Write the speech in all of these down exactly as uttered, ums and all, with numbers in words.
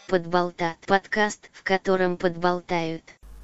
Подболтат. Подкаст, в котором подболтают.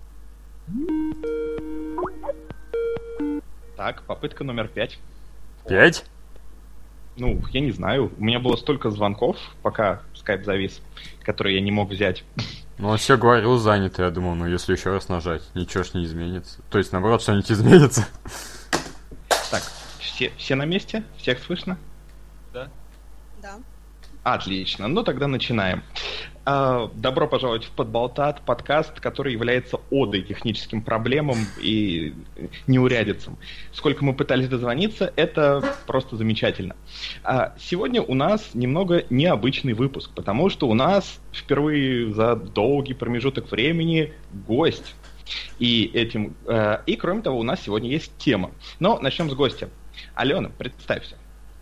Так, попытка номер пять. Пять? Ну, я не знаю. У меня было столько звонков, пока скайп завис, которые я не мог взять. Ну, он все говорил занято, я думал, ну, если еще раз нажать, ничего ж не изменится. То есть, наоборот, что-нибудь изменится. Так, все, все на месте? Всех слышно? Да. Да. Отлично, ну тогда начинаем. А, добро пожаловать в Подболтат, подкаст, который является одой техническим проблемам и неурядицам. Сколько мы пытались дозвониться, это просто замечательно. А сегодня у нас немного необычный выпуск, потому что у нас впервые за долгий промежуток времени гость. И, этим, э, и кроме того, у нас сегодня есть тема. Но начнем с гостя. Алена, представься.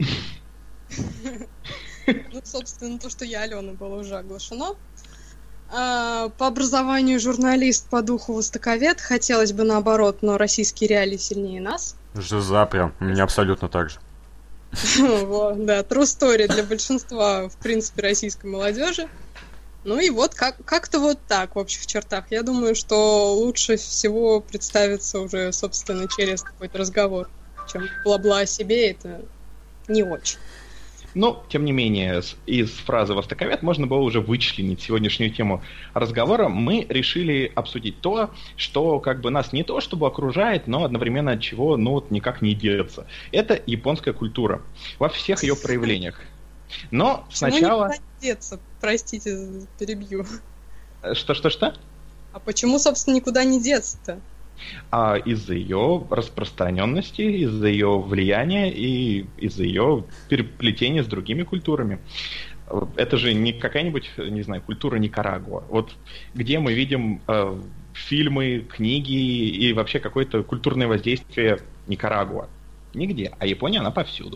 Ну, собственно, то, что я, Алена, было уже оглашено. А, по образованию журналист, по духу востоковед. Хотелось бы наоборот, но российские реалии сильнее нас. Жиза прям, у меня абсолютно так же. Вот, да, true story для большинства, в принципе, российской молодежи. Ну и вот как- как-то вот так в общих чертах. Я думаю, что лучше всего представиться уже, собственно, через какой-то разговор, чем бла-бла о себе, это не очень. Но, тем не менее, из фразы «востоковед» можно было уже вычленить сегодняшнюю тему разговора. Мы решили обсудить то, что как бы нас не то чтобы окружает, но одновременно от чего ну вот никак не деться. Это японская культура во всех ее проявлениях. Но сначала... Почему никуда не деться? Простите, перебью. Что-что-что? А почему, собственно, никуда не деться-то? А из-за ее распространенности, из-за ее влияния и из-за ее переплетения с другими культурами. Это же не какая-нибудь, не знаю, культура Никарагуа. Вот где мы видим э, фильмы, книги и вообще какое-то культурное воздействие Никарагуа? Нигде. А Япония, она повсюду.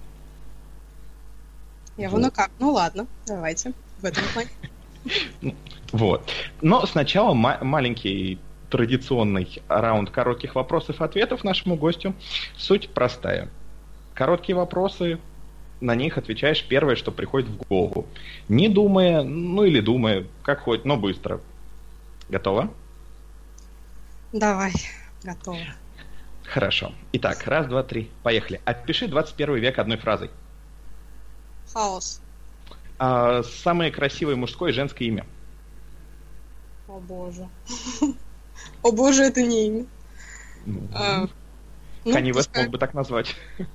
Я вон, ну как? Ну ладно, давайте в этом плане. Вот. Но сначала ма- маленький традиционный раунд коротких вопросов и ответов нашему гостю. Суть простая. Короткие вопросы, на них отвечаешь первое, что приходит в голову. Не думая, ну или думая, как хоть, но быстро. Готово? Давай, готово. Хорошо. Итак, раз, два, три. Поехали. Опиши двадцать первый век одной фразой. Хаос. А, самое красивое мужское и женское имя. О боже. О боже, это не имя. А, ну, Канье Вест пускай... мог бы так назвать.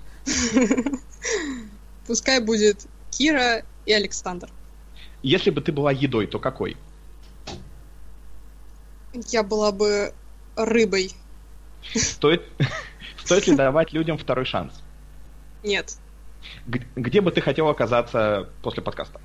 Пускай будет Кира и Александр. Если бы ты была едой, то какой? Я была бы рыбой. Стоит, стоит ли давать людям второй шанс? Нет. Г- где бы ты хотела оказаться после подкаста?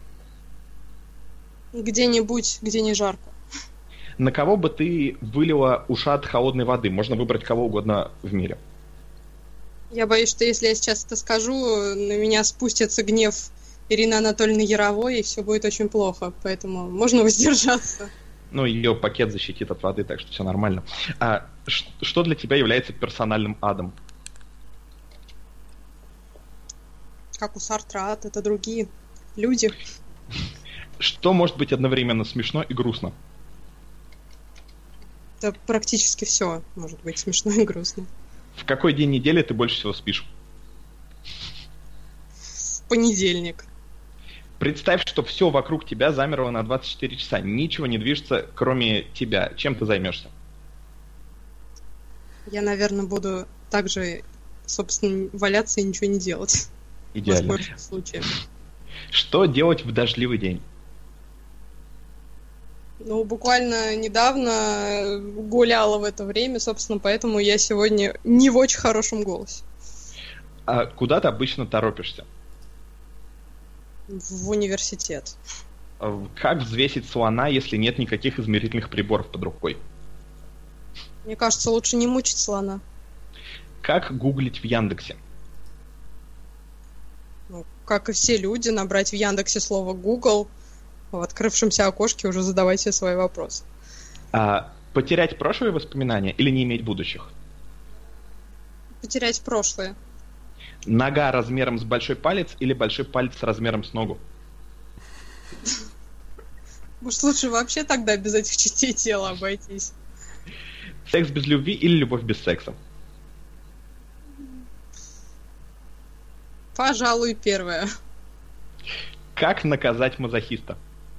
Где-нибудь, где не жарко. На кого бы ты вылила ушат холодной воды? Можно выбрать кого угодно в мире. Я боюсь, что если я сейчас это скажу, на меня спустится гнев Ирины Анатольевны Яровой, и все будет очень плохо. Поэтому можно воздержаться. Ну, ее пакет защитит от воды, так что все нормально. А ш- что для тебя является персональным адом? Как у Сартра, ад — это другие люди. Что может быть одновременно смешно и грустно? Это практически все может быть смешно и грустно. В какой день недели ты больше всего спишь? В понедельник. Представь, что все вокруг тебя замерло на двадцать четыре часа. Ничего не движется, кроме тебя. Чем ты займешься? Я, наверное, буду также, собственно, валяться и ничего не делать. Идеально. В большинстве случаев. Что делать в дождливый день? Ну, буквально недавно гуляла в это время, собственно, поэтому я сегодня не в очень хорошем голосе. А куда ты обычно торопишься? В университет. А как взвесить слона, если нет никаких измерительных приборов под рукой? Мне кажется, лучше не мучить слона. Как гуглить в Яндексе? Ну, как и все люди, набрать в Яндексе слово Google, в открывшемся окошке уже задавать себе свои вопросы. А, потерять прошлые воспоминания или не иметь будущих? Потерять прошлое. Нога размером с большой палец или большой палец размером с ногу? Может, лучше вообще тогда без этих частей тела обойтись? Секс без любви или любовь без секса? Пожалуй, первое. Как наказать мазохиста?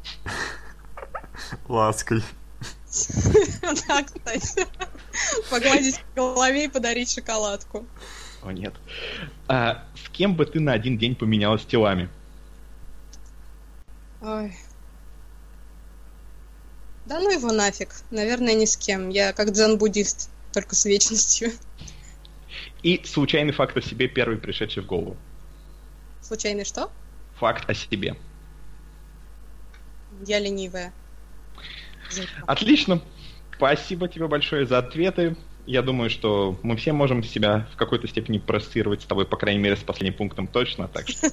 Лаской. Да, кстати. Погладить по голове и подарить шоколадку. О, нет. А, с кем бы ты на один день поменялась телами? Ой. Да ну его нафиг. Наверное, ни с кем. Я как дзен-буддист, только с вечностью. И случайный факт о себе, первый пришедший в голову. Случайный что? Факт о себе. Я ленивая. Отлично. Спасибо тебе большое за ответы. Я думаю, что мы все можем себя в какой-то степени проассоциировать с тобой, по крайней мере, с последним пунктом точно. Так что...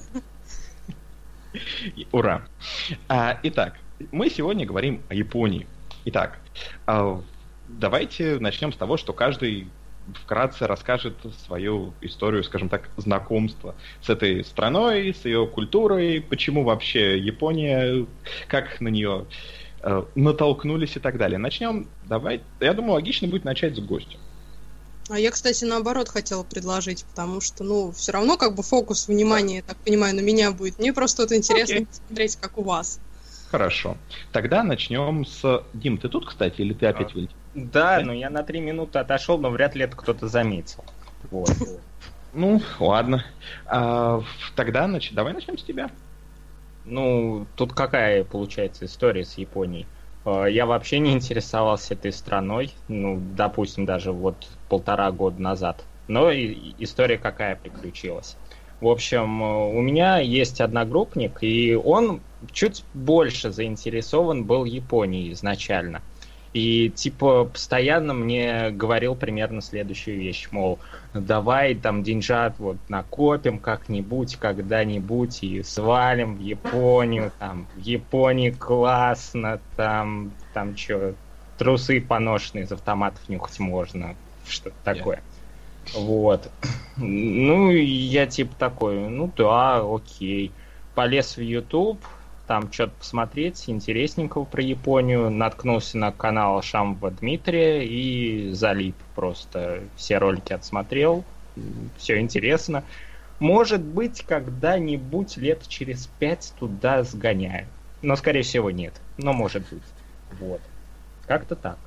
Ура. А, итак, мы сегодня говорим о Японии. Итак, а, давайте начнем с того, что каждый вкратце расскажет свою историю, скажем так, знакомства с этой страной, с ее культурой, почему вообще Япония, как на нее э, натолкнулись и так далее. Начнем, давай, я думаю, логично будет начать с гостя. А я, кстати, наоборот хотела предложить, потому что, ну, все равно как бы фокус внимания, я так понимаю, на меня будет. Мне просто вот интересно okay. посмотреть, как у вас. Хорошо. Тогда начнем с... Дим, ты тут, кстати, или ты опять вылетел? Да, да, но я на три минуты отошел, но вряд ли это кто-то заметил. Вот. Ну, ладно. А, тогда нач... давай начнем с тебя. Ну, тут какая получается история с Японией? Я вообще не интересовался этой страной, ну, допустим, даже вот полтора года назад. Но и история какая приключилась. В общем, у меня есть одногруппник, и он чуть больше заинтересован был Японией изначально. И типа постоянно мне говорил примерно следующую вещь, мол, давай там деньжат вот накопим как-нибудь, когда-нибудь и свалим в Японию, там, в Японии классно, там, там что, трусы поношенные из автоматов нюхать можно, что-то такое. Yeah. Вот. Ну, я типа такой, ну да, окей. Полез в YouTube, там что-то посмотреть интересненького про Японию, наткнулся на канал Шамова Дмитрия и залип просто. Все ролики отсмотрел, все интересно. Может быть, когда-нибудь лет через пять туда сгоняю. Но, скорее всего, нет. Но может быть. Вот. Как-то так.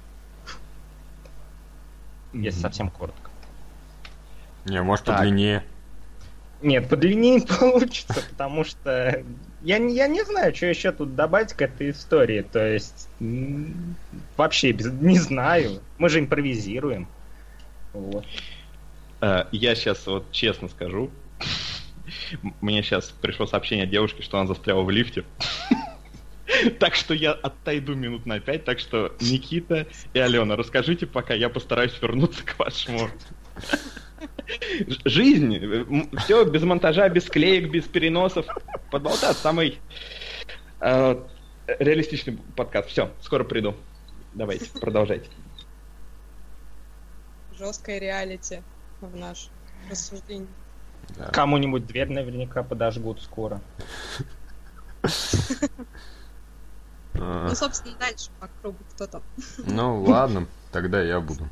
Mm-hmm. Если совсем коротко. Не, может, так. подлиннее. Нет, подлиннее не получится, потому что я, я не знаю, что еще тут добавить к этой истории. То есть вообще без, не знаю. Мы же импровизируем. Вот. Я сейчас вот честно скажу. Мне сейчас пришло сообщение от девушки, что она застряла в лифте. Так что я отойду минут на пять. Так что, Никита и Алена, расскажите пока, я постараюсь вернуться к вашему... Жизнь, все без монтажа, без склеек, без переносов. Подболтат, самый э, реалистичный подкаст. Все, скоро приду. Давайте, продолжайте. Жесткое реалити в наш рассуждение. Да. Кому-нибудь дверь наверняка подожгут скоро. Ну, собственно, дальше по кругу кто там. Ну, ладно, тогда я буду.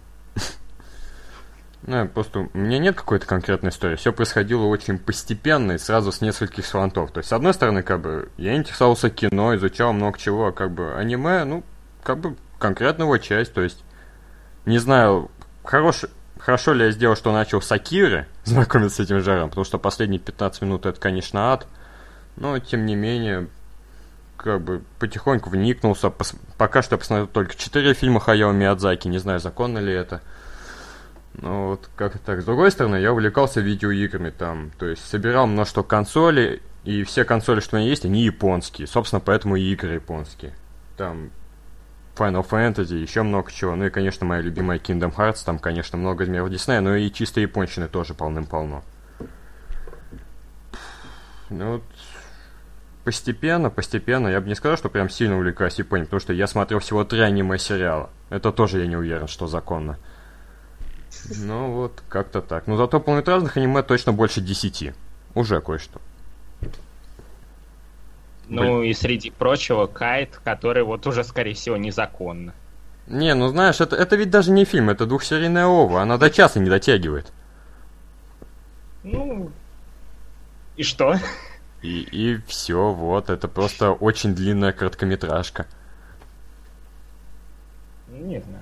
Ну, просто у меня нет какой-то конкретной истории. Все происходило очень постепенно и сразу с нескольких фронтов. То есть, с одной стороны, как бы, я интересовался кино, изучал много чего, а как бы аниме, ну, как бы конкретно его часть. То есть, не знаю, хорош... хорошо ли я сделал, что начал с Акиры знакомиться с этим жанром, потому что последние пятнадцать минут это, конечно, ад. Но, тем не менее, как бы потихоньку вникнулся. Пос... Пока что я посмотрел только четыре фильма Хаяо Миядзаки. Не знаю, законно ли это. Ну вот как-то так. С другой стороны, я увлекался видеоиграми там. То есть собирал множество консолей, и все консоли, что у меня есть, они японские. Собственно, поэтому и игры японские. Там Final Fantasy, еще много чего. Ну и, конечно, моя любимая Kingdom Hearts. Там, конечно, много из мира Диснея, но и чисто японщины тоже полным-полно. Ну вот постепенно, постепенно. Я бы не сказал, что прям сильно увлекаюсь Японией, потому что я смотрел всего три аниме-сериала. Это тоже я не уверен, что законно. Ну вот, как-то так. Но зато полнометражных аниме точно больше десяти. Уже кое-что. Ну и среди прочего Кайт, который вот уже, скорее всего, незаконно. Не, ну знаешь, это, это ведь даже не фильм, это двухсерийная ова, она до часа не дотягивает. Ну, и что? И, и все, вот, это просто очень длинная короткометражка. Не знаю.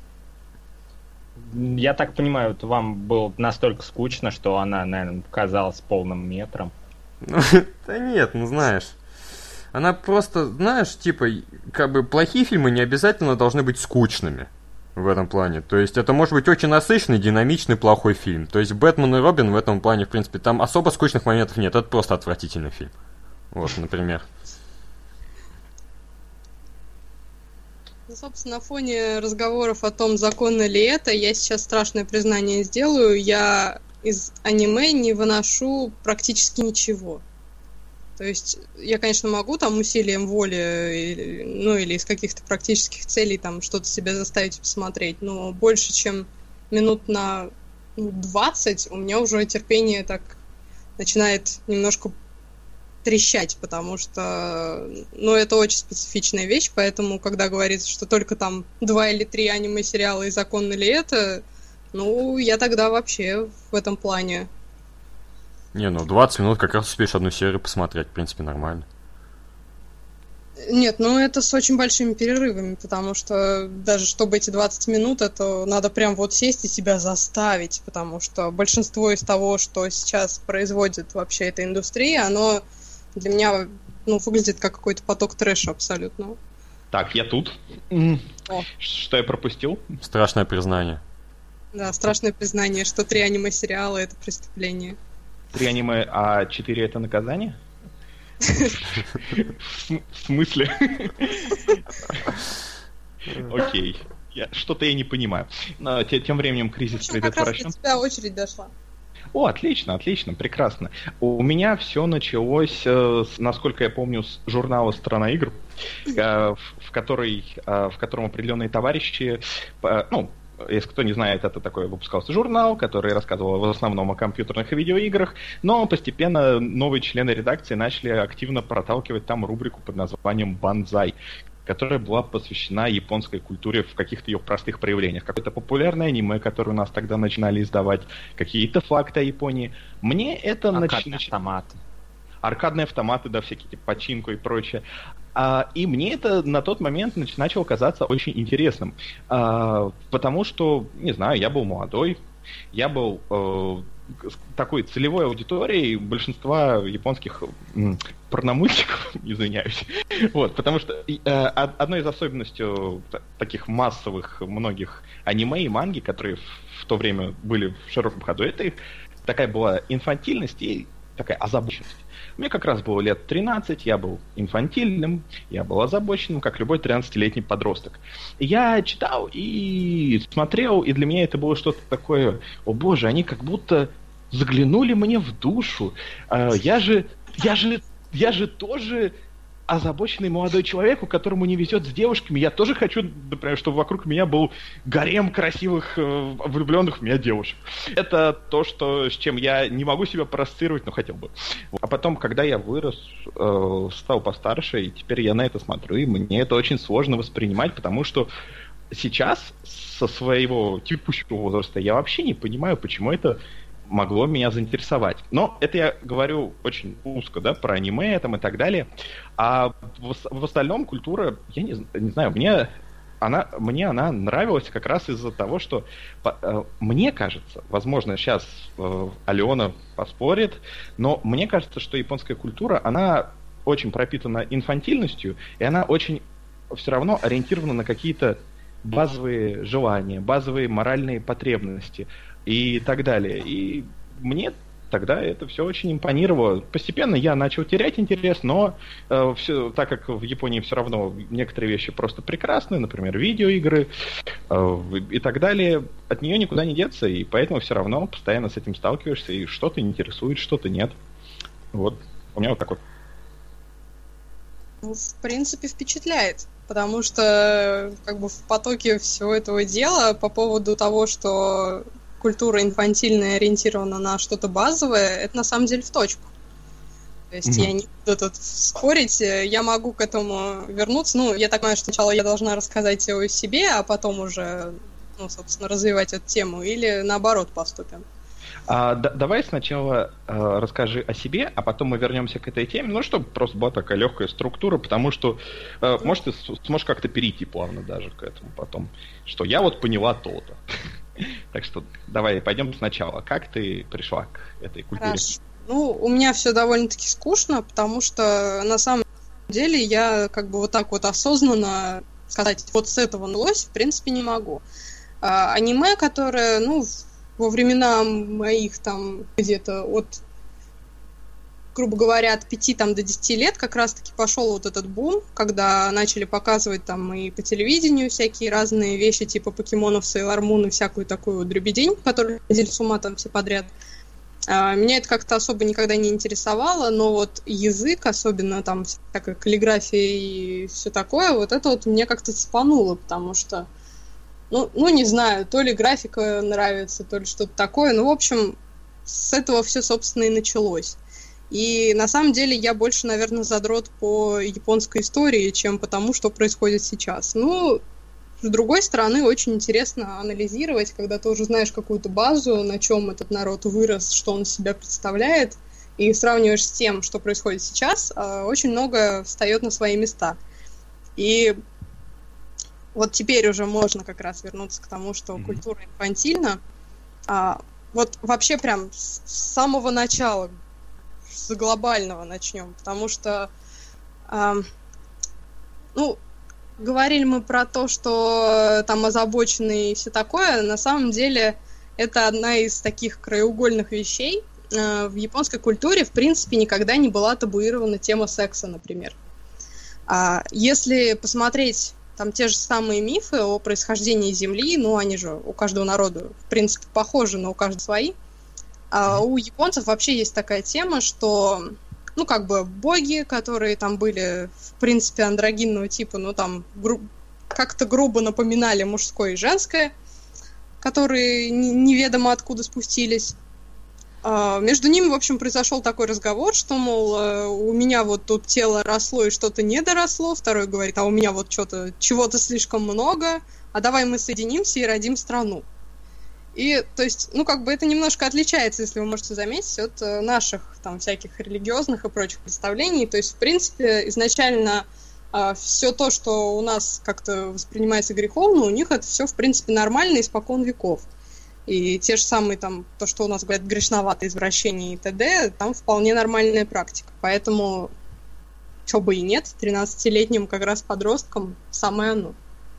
Я так понимаю, вот вам было настолько скучно, что она, наверное, казалась полным метром. Ну, да нет, ну знаешь. Она просто, знаешь, типа, как бы плохие фильмы не обязательно должны быть скучными в этом плане. То есть это может быть очень насыщенный, динамичный, плохой фильм. То есть Бэтмен и Робин в этом плане, в принципе, там особо скучных моментов нет. Это просто отвратительный фильм. Вот, например. Ну, собственно, на фоне разговоров о том, законно ли это, я сейчас страшное признание сделаю. Я из аниме не выношу практически ничего. То есть я, конечно, могу там усилием воли, ну или из каких-то практических целей там что-то себя заставить посмотреть, но больше, чем минут на двадцать у меня уже терпение так начинает немножко трещать, потому что, ну, это очень специфичная вещь, поэтому, когда говорится, что только там два или три аниме-сериала и законно ли это, ну, я тогда вообще в этом плане... Не, ну двадцать минут как раз успеешь одну серию посмотреть, в принципе, нормально. Нет, ну это с очень большими перерывами, потому что даже чтобы эти двадцать минут, это надо прям вот сесть и себя заставить, потому что большинство из того, что сейчас производит вообще эта индустрия, оно для меня, ну, выглядит как какой-то поток трэша абсолютно. Так, я тут. О. Что я пропустил? Страшное признание. Да, страшное признание, что три аниме-сериала — это преступление. Три аниме, а четыре это наказание? В смысле? Окей. Что-то я не понимаю. Тем временем кризис предотвращен. Как раз до тебя очередь дошла. О, отлично, отлично, прекрасно. У меня все началось, насколько я помню, с журнала «Страна игр», в, который, в котором определенные товарищи, ну, если кто не знает, это такой выпускался журнал, который рассказывал в основном о компьютерных и видеоиграх, но постепенно новые члены редакции начали активно проталкивать там рубрику под названием «Банзай», которая была посвящена японской культуре в каких-то ее простых проявлениях. Какое-то популярное аниме, которое у нас тогда начинали издавать, какие-то факты о Японии. Мне это... Аркадные нач... автоматы. Аркадные автоматы, да, всякие типа починку и прочее. А, и мне это на тот момент нач... начало казаться очень интересным. А, потому что, не знаю, я был молодой, я был... Э, такой целевой аудиторией большинства японских м, порномультиков, извиняюсь. Вот, потому что э, одной из особенностей т- таких массовых многих аниме и манги, которые в, в то время были в широком ходу, это их такая была инфантильность и такая озабоченность. Мне как раз было лет тринадцать, я был инфантильным, я был озабоченным, как любой тринадцатилетний подросток. Я читал и смотрел, и для меня это было что-то такое, о боже, они как будто заглянули мне в душу. Я же, я же, я же тоже озабоченный молодой человек, у которому не везет с девушками. Я тоже хочу, например, чтобы вокруг меня был гарем красивых, влюбленных в меня девушек. Это то, что, с чем я не могу себя проассоциировать, но хотел бы. А потом, когда я вырос, стал постарше, и теперь я на это смотрю, и мне это очень сложно воспринимать, потому что сейчас, со своего текущего возраста, я вообще не понимаю, почему это могло меня заинтересовать. Но это я говорю очень узко, да, про аниме там и так далее. А в, в остальном культура, я не, не знаю, мне она, мне она нравилась как раз из-за того, что э, мне кажется, возможно, сейчас э, Алена поспорит, но мне кажется, что японская культура, она очень пропитана инфантильностью, и она очень все равно ориентирована на какие-то базовые желания, базовые моральные потребности и так далее. И мне тогда это все очень импонировало. Постепенно я начал терять интерес, но э, все, так как в Японии все равно некоторые вещи просто прекрасны, например, видеоигры э, и так далее, от нее никуда не деться, и поэтому все равно постоянно с этим сталкиваешься, и что-то интересует, что-то нет. Вот. У меня вот так вот. Ну, в принципе, впечатляет, потому что как бы в потоке всего этого дела по поводу того, что культура инфантильная ориентирована на что-то базовое, это на самом деле в точку. То есть mm-hmm. я не буду тут спорить, я могу к этому вернуться. Ну, я так понимаю, что сначала я должна рассказать о себе, а потом уже, ну, собственно, развивать эту тему, или наоборот поступим. А, да, давай сначала а, расскажи о себе, а потом мы вернемся к этой теме, ну, чтобы просто была такая легкая структура, потому что, а, может, ты сможешь как-то перейти плавно даже к этому потом, что я вот поняла то-то. Так что давай пойдем сначала. Как ты пришла к этой культуре? Хорошо. Ну, у меня все довольно-таки скучно, потому что на самом деле я как бы вот так вот осознанно сказать, вот с этого началось, в принципе, не могу. А, аниме, которое, ну, во времена моих там где-то от, грубо говоря, от пяти там, до десяти лет как раз-таки пошел вот этот бум, когда начали показывать там и по телевидению всякие разные вещи, типа покемонов, Сейлор Мун и всякую такую вот дребедень, которые ходили с ума там все подряд. А, меня это как-то особо никогда не интересовало, но вот язык, особенно там всякая каллиграфия и все такое, вот это вот мне как-то цепануло, потому что Ну, ну, не знаю, то ли графика нравится, то ли что-то такое. Ну, в общем, с этого все, собственно, и началось. И на самом деле я больше, наверное, задрот по японской истории, чем по тому, что происходит сейчас. Ну, с другой стороны, очень интересно анализировать, когда ты уже знаешь какую-то базу, на чем этот народ вырос, что он из себя представляет, и сравниваешь с тем, что происходит сейчас, очень много встает на свои места. И вот теперь уже можно как раз вернуться к тому, что mm-hmm. культура инфантильна. А, вот вообще прям с самого начала, с глобального начнем, потому что, а, ну, говорили мы про то, что там озабочены и все такое. На самом деле это одна из таких краеугольных вещей. А, в японской культуре, в принципе, никогда не была табуирована тема секса, например. А, если посмотреть там те же самые мифы о происхождении Земли, ну, они же у каждого народа, в принципе, похожи, но у каждого свои. А у японцев вообще есть такая тема, что, ну, как бы боги, которые там были, в принципе, андрогинного типа, ну, там гру- как-то грубо напоминали мужское и женское, которые неведомо откуда спустились. Uh, между ними, в общем, произошел такой разговор, что, мол, uh, у меня вот тут тело росло и что-то не доросло, второй говорит, а у меня вот что-то, чего-то слишком много, а давай мы соединимся и родим страну. И, то есть, ну, как бы это немножко отличается, если вы можете заметить, от uh, наших там всяких религиозных и прочих представлений. То есть, в принципе, изначально uh, все то, что у нас как-то воспринимается греховно, у них это все, в принципе, нормально испокон веков. И те же самые, там, то, что у нас говорят, грешновато, извращение и т.д., там вполне нормальная практика. Поэтому, чё бы и нет, тринадцатилетним как раз подросткам самое оно.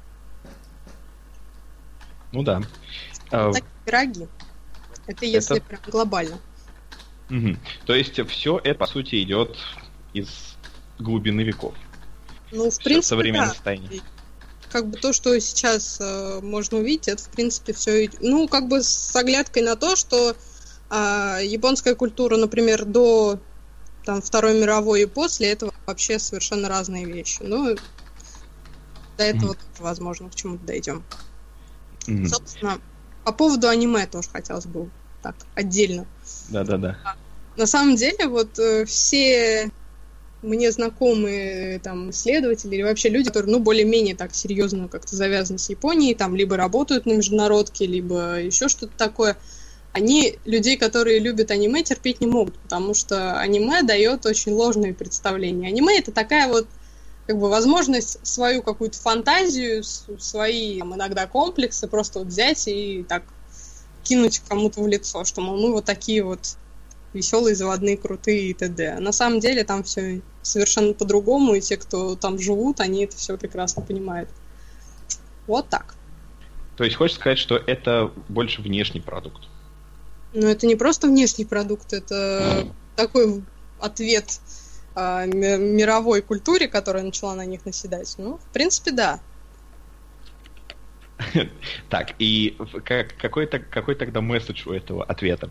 Ну да. Такие пироги. Это если это... прям глобально. Угу. То есть все это, по сути, идет из глубины веков. Ну, в все принципе, современное да. состояние. Как бы то, что сейчас э, можно увидеть, это, в принципе, все... Ну, как бы с оглядкой на то, что э, японская культура, например, до там, Второй мировой и после этого вообще совершенно разные вещи. Ну, до этого mm-hmm. тоже, возможно, к чему-то дойдем. Mm-hmm. Собственно, по поводу аниме тоже хотелось бы так, отдельно. Да-да-да. На самом деле, вот э, все... мне знакомые там исследователи или вообще люди, которые, ну, более-менее так серьезно как-то завязаны с Японией, там, либо работают на международке, либо еще что-то такое, они людей, которые любят аниме, терпеть не могут, потому что аниме дает очень ложные представления. Аниме — это такая вот, как бы, возможность свою какую-то фантазию, свои там, иногда комплексы просто вот взять и так кинуть кому-то в лицо, что, мол, мы вот такие вот веселые, заводные, крутые и т.д. На самом деле там все совершенно по-другому, и те, кто там живут, они это все прекрасно понимают. Вот так. То есть хочешь сказать, что это больше внешний продукт? Ну, это не просто внешний продукт, это mm. такой ответ а, мировой культуре, которая начала на них наседать. Ну, в принципе, да. Так, и какой тогда месседж у этого ответа?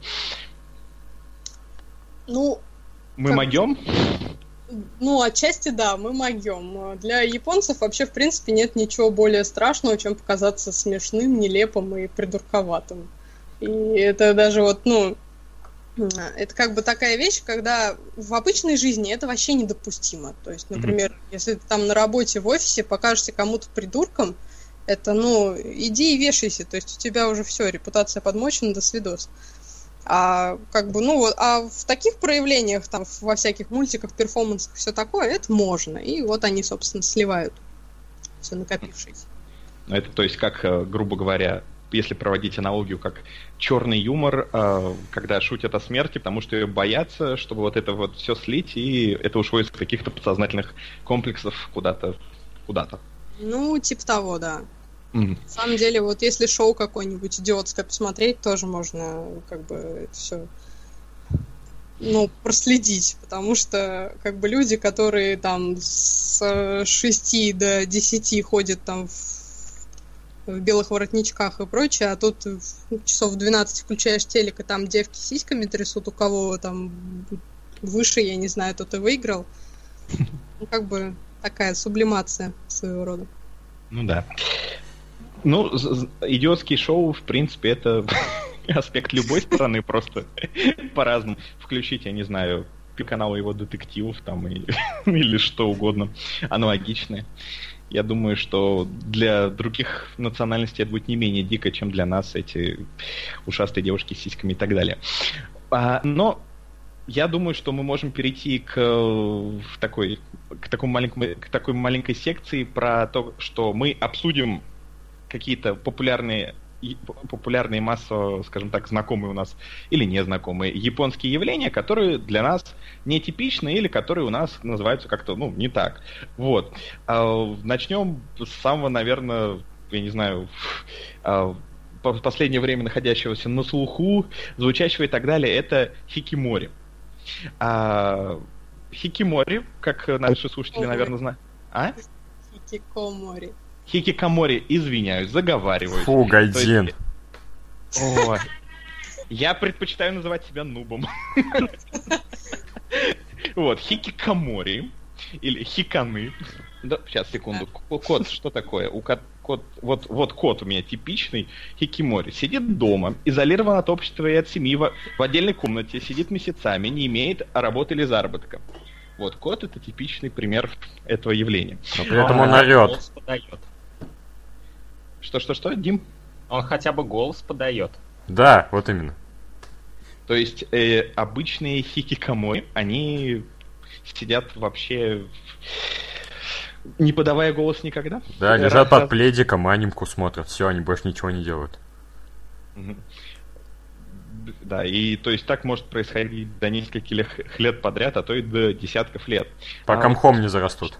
Ну, мы могем? Ну, отчасти да, мы могем. Для японцев вообще, в принципе, нет ничего более страшного, чем показаться смешным, нелепым и придурковатым. И это даже вот, ну, Это как бы такая вещь, когда в обычной жизни это вообще недопустимо. То есть, например, mm-hmm. если ты там на работе в офисе покажешься кому-то придурком, это, ну, иди и вешайся. То есть у тебя уже все, репутация подмочена, до свидос. А как бы, ну вот, а в таких проявлениях, там, во всяких мультиках, перформансах, все такое, это можно. И вот они, собственно, сливают все накопившееся. Это, то есть, как, грубо говоря, если проводить аналогию, как черный юмор, когда шутят о смерти, потому что ее боятся, чтобы вот это вот все слить, и это ушло из каких-то подсознательных комплексов куда-то, куда-то. Ну, типа того, да. Mm. На самом деле, вот если шоу какое-нибудь идиотское посмотреть, тоже можно как бы это все, ну, проследить, потому что как бы люди, которые там с шести до десяти ходят там в, в белых воротничках и прочее, а тут часов в двенадцать включаешь телек, и там девки сиськами трясут, у кого там выше, я не знаю, тот и выиграл. Ну, как бы такая сублимация своего рода. Ну да. Ну, идиотские шоу, в принципе, это аспект любой страны, просто по-разному. Включить, я не знаю, канал его детективов там и, или что угодно, аналогичное. Я думаю, что для других национальностей это будет не менее дико, чем для нас эти ушастые девушки с сиськами и так далее. А, но я думаю, что мы можем перейти к, в такой, к, такому маленькому, к такой маленькой секции про то, что мы обсудим какие-то популярные, популярные массово, скажем так, знакомые у нас или незнакомые японские явления, которые для нас нетипичны или которые у нас называются как-то, ну, не так. Вот. Начнем с самого, наверное, я не знаю, в последнее время находящегося на слуху, звучащего и так далее, это хикимори. Хикимори, как наши слушатели, наверное, знают. А? Хикикомори. Хикикомори, извиняюсь, заговариваюсь. Фу, Гайдзин. Ой. Я предпочитаю называть себя нубом. Вот, хикикомори. Или хиканы. Да, сейчас, секунду. Кот, что такое? У кот, кот, вот, вот кот у меня типичный хикимори. Сидит дома, изолирован от общества и от семьи, в, в отдельной комнате, сидит месяцами, не имеет работы или заработка. Вот, кот — это типичный пример этого явления. Но при этом он орет. Что-что-что, Дим? Он хотя бы голос подает. Да, вот именно. То есть э, обычные хикикомори, они сидят вообще не подавая голос никогда? Да, лежат под пледиком, анимку смотрят, все, они больше ничего не делают. Да, и то есть так может происходить до нескольких лет подряд, а то и до десятков лет. Пока а мхом не зарастут.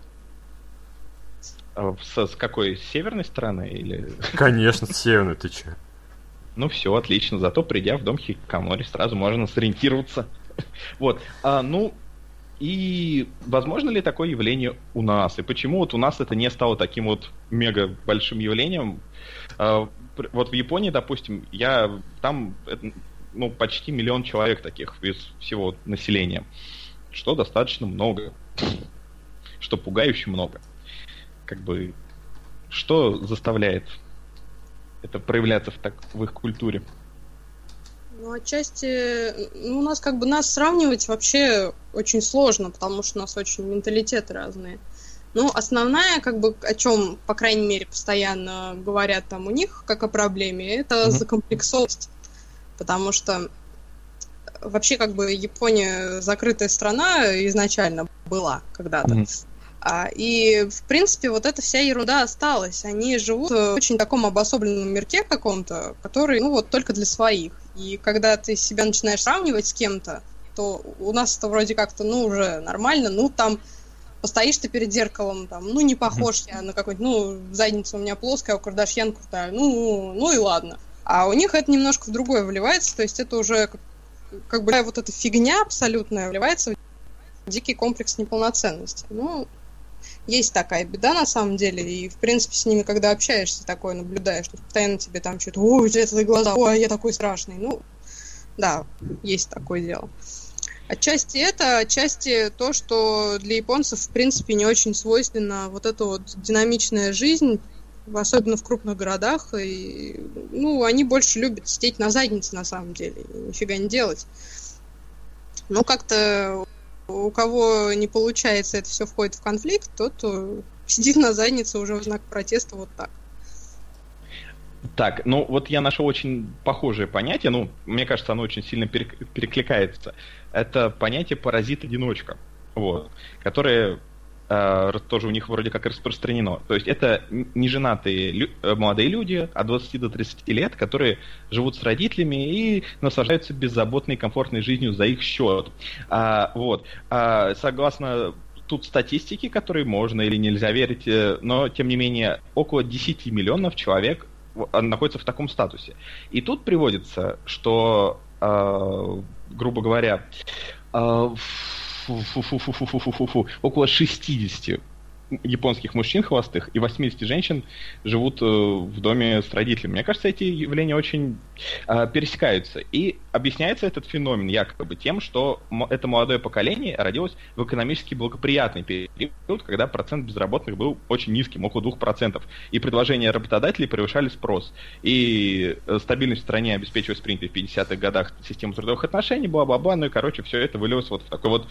С, с какой? С северной стороны? Или... Конечно, с северной, ты че? Ну все, отлично. Зато придя в дом хикикомори, сразу можно сориентироваться. Вот. А, ну, и возможно ли такое явление у нас? И почему вот у нас это не стало таким вот мега большим явлением? А, вот в Японии, допустим, я там, ну, почти миллион человек таких из всего населения. Что достаточно много. Что пугающе много. Как бы, что заставляет это проявляться в, так, в их культуре? Ну, отчасти, ну, у нас как бы нас сравнивать вообще очень сложно, потому что у нас очень менталитеты разные. Ну, основная, как бы, о чем, по крайней мере, постоянно говорят там у них, как о проблеме, это mm-hmm. закомплексованность. Потому что вообще, как бы, Япония закрытая страна изначально была когда-то. Mm-hmm. А, и, в принципе, вот эта вся ерунда осталась. Они живут в очень таком обособленном мирке каком-то, который, ну, вот только для своих. И когда ты себя начинаешь сравнивать с кем-то, то у нас это вроде как-то, ну, уже нормально, ну, там, постоишь ты перед зеркалом, там, ну, не похож я на какой-нибудь, ну, задница у меня плоская, а у Кардашьян крутая, ну, ну и ладно. А у них это немножко в другое вливается, то есть это уже как, как бы вот эта фигня абсолютная вливается в дикий комплекс неполноценности. Ну, есть такая беда на самом деле, и, в принципе, с ними, когда общаешься, такое наблюдаешь, что постоянно тебе там что-то, ой, светлые глаза, ой, я такой страшный. Ну, да, есть такое дело. Отчасти это, отчасти то, что для японцев, в принципе, не очень свойственна вот эта вот динамичная жизнь, особенно в крупных городах, и, ну, они больше любят сидеть на заднице, на самом деле, и нифига не делать. Ну, как-то у кого не получается, это все входит в конфликт, тот сидит на заднице уже в знак протеста вот так. Так, ну вот я нашел очень похожее понятие, ну, мне кажется, оно очень сильно перекликается. Это понятие паразит-одиночка, вот, которое э, тоже у них вроде как распространено. То есть это неженатые лю- молодые люди от двадцати до тридцати лет, которые живут с родителями и наслаждаются беззаботной и комфортной жизнью за их счет. А, вот, а, согласно тут статистики, которые можно или нельзя верить, но, тем не менее, около десяти миллионов человек находятся в таком статусе. И тут приводится, что, э, грубо говоря, э, фу-фу-фу-фу-фу-фу-фу, около шестидесяти японских мужчин холостых и восьмидесяти женщин живут э, в доме с родителями. Мне кажется, эти явления очень э, пересекаются. И объясняется этот феномен якобы тем, что м- это молодое поколение родилось в экономически благоприятный период, когда процент безработных был очень низким, около двух процентов. И предложения работодателей превышали спрос. И э, стабильность в стране обеспечивалась принятой в пятидесятых годах систему трудовых отношений, бла-бла-бла. Ну и, короче, все это вылилось вот в такой вот...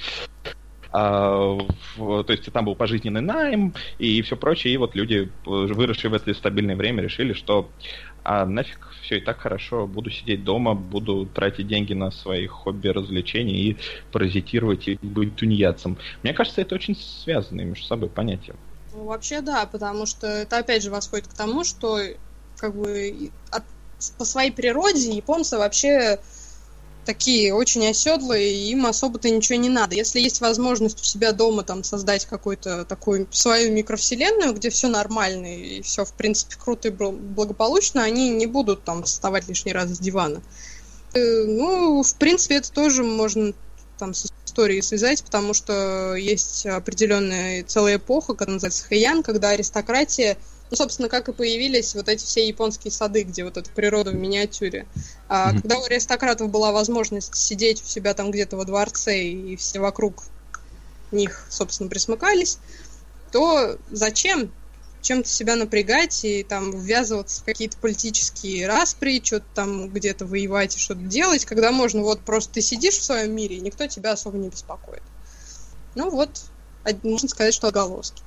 А, в, то есть там был пожизненный найм и все прочее, и вот люди, выросшие в это стабильное время, решили, что а нафиг, все и так хорошо, буду сидеть дома, буду тратить деньги на свои хобби, развлечения и паразитировать и быть тунеядцем. Мне кажется, это очень связанные между собой понятия. Ну, вообще да, потому что это опять же восходит к тому, что как бы от, по своей природе японцы вообще такие очень оседлые, и им особо-то ничего не надо. Если есть возможность у себя дома там создать какую-то такую свою микровселенную, где все нормально и все, в принципе, круто и благополучно, они не будут там вставать лишний раз с дивана. Ну, в принципе, это тоже можно там с историей связать, потому что есть определенная целая эпоха, которая называется Хэйян, когда аристократия, ну, собственно, как и появились вот эти все японские сады, где вот эта природа в миниатюре. А mm-hmm. когда у аристократов была возможность сидеть у себя там где-то во дворце, и все вокруг них, собственно, присмыкались, то зачем чем-то себя напрягать и там ввязываться в какие-то политические распри, что-то там где-то воевать и что-то делать, когда можно вот просто ты сидишь в своем мире, и никто тебя особо не беспокоит. Ну вот, можно сказать, что отголоски.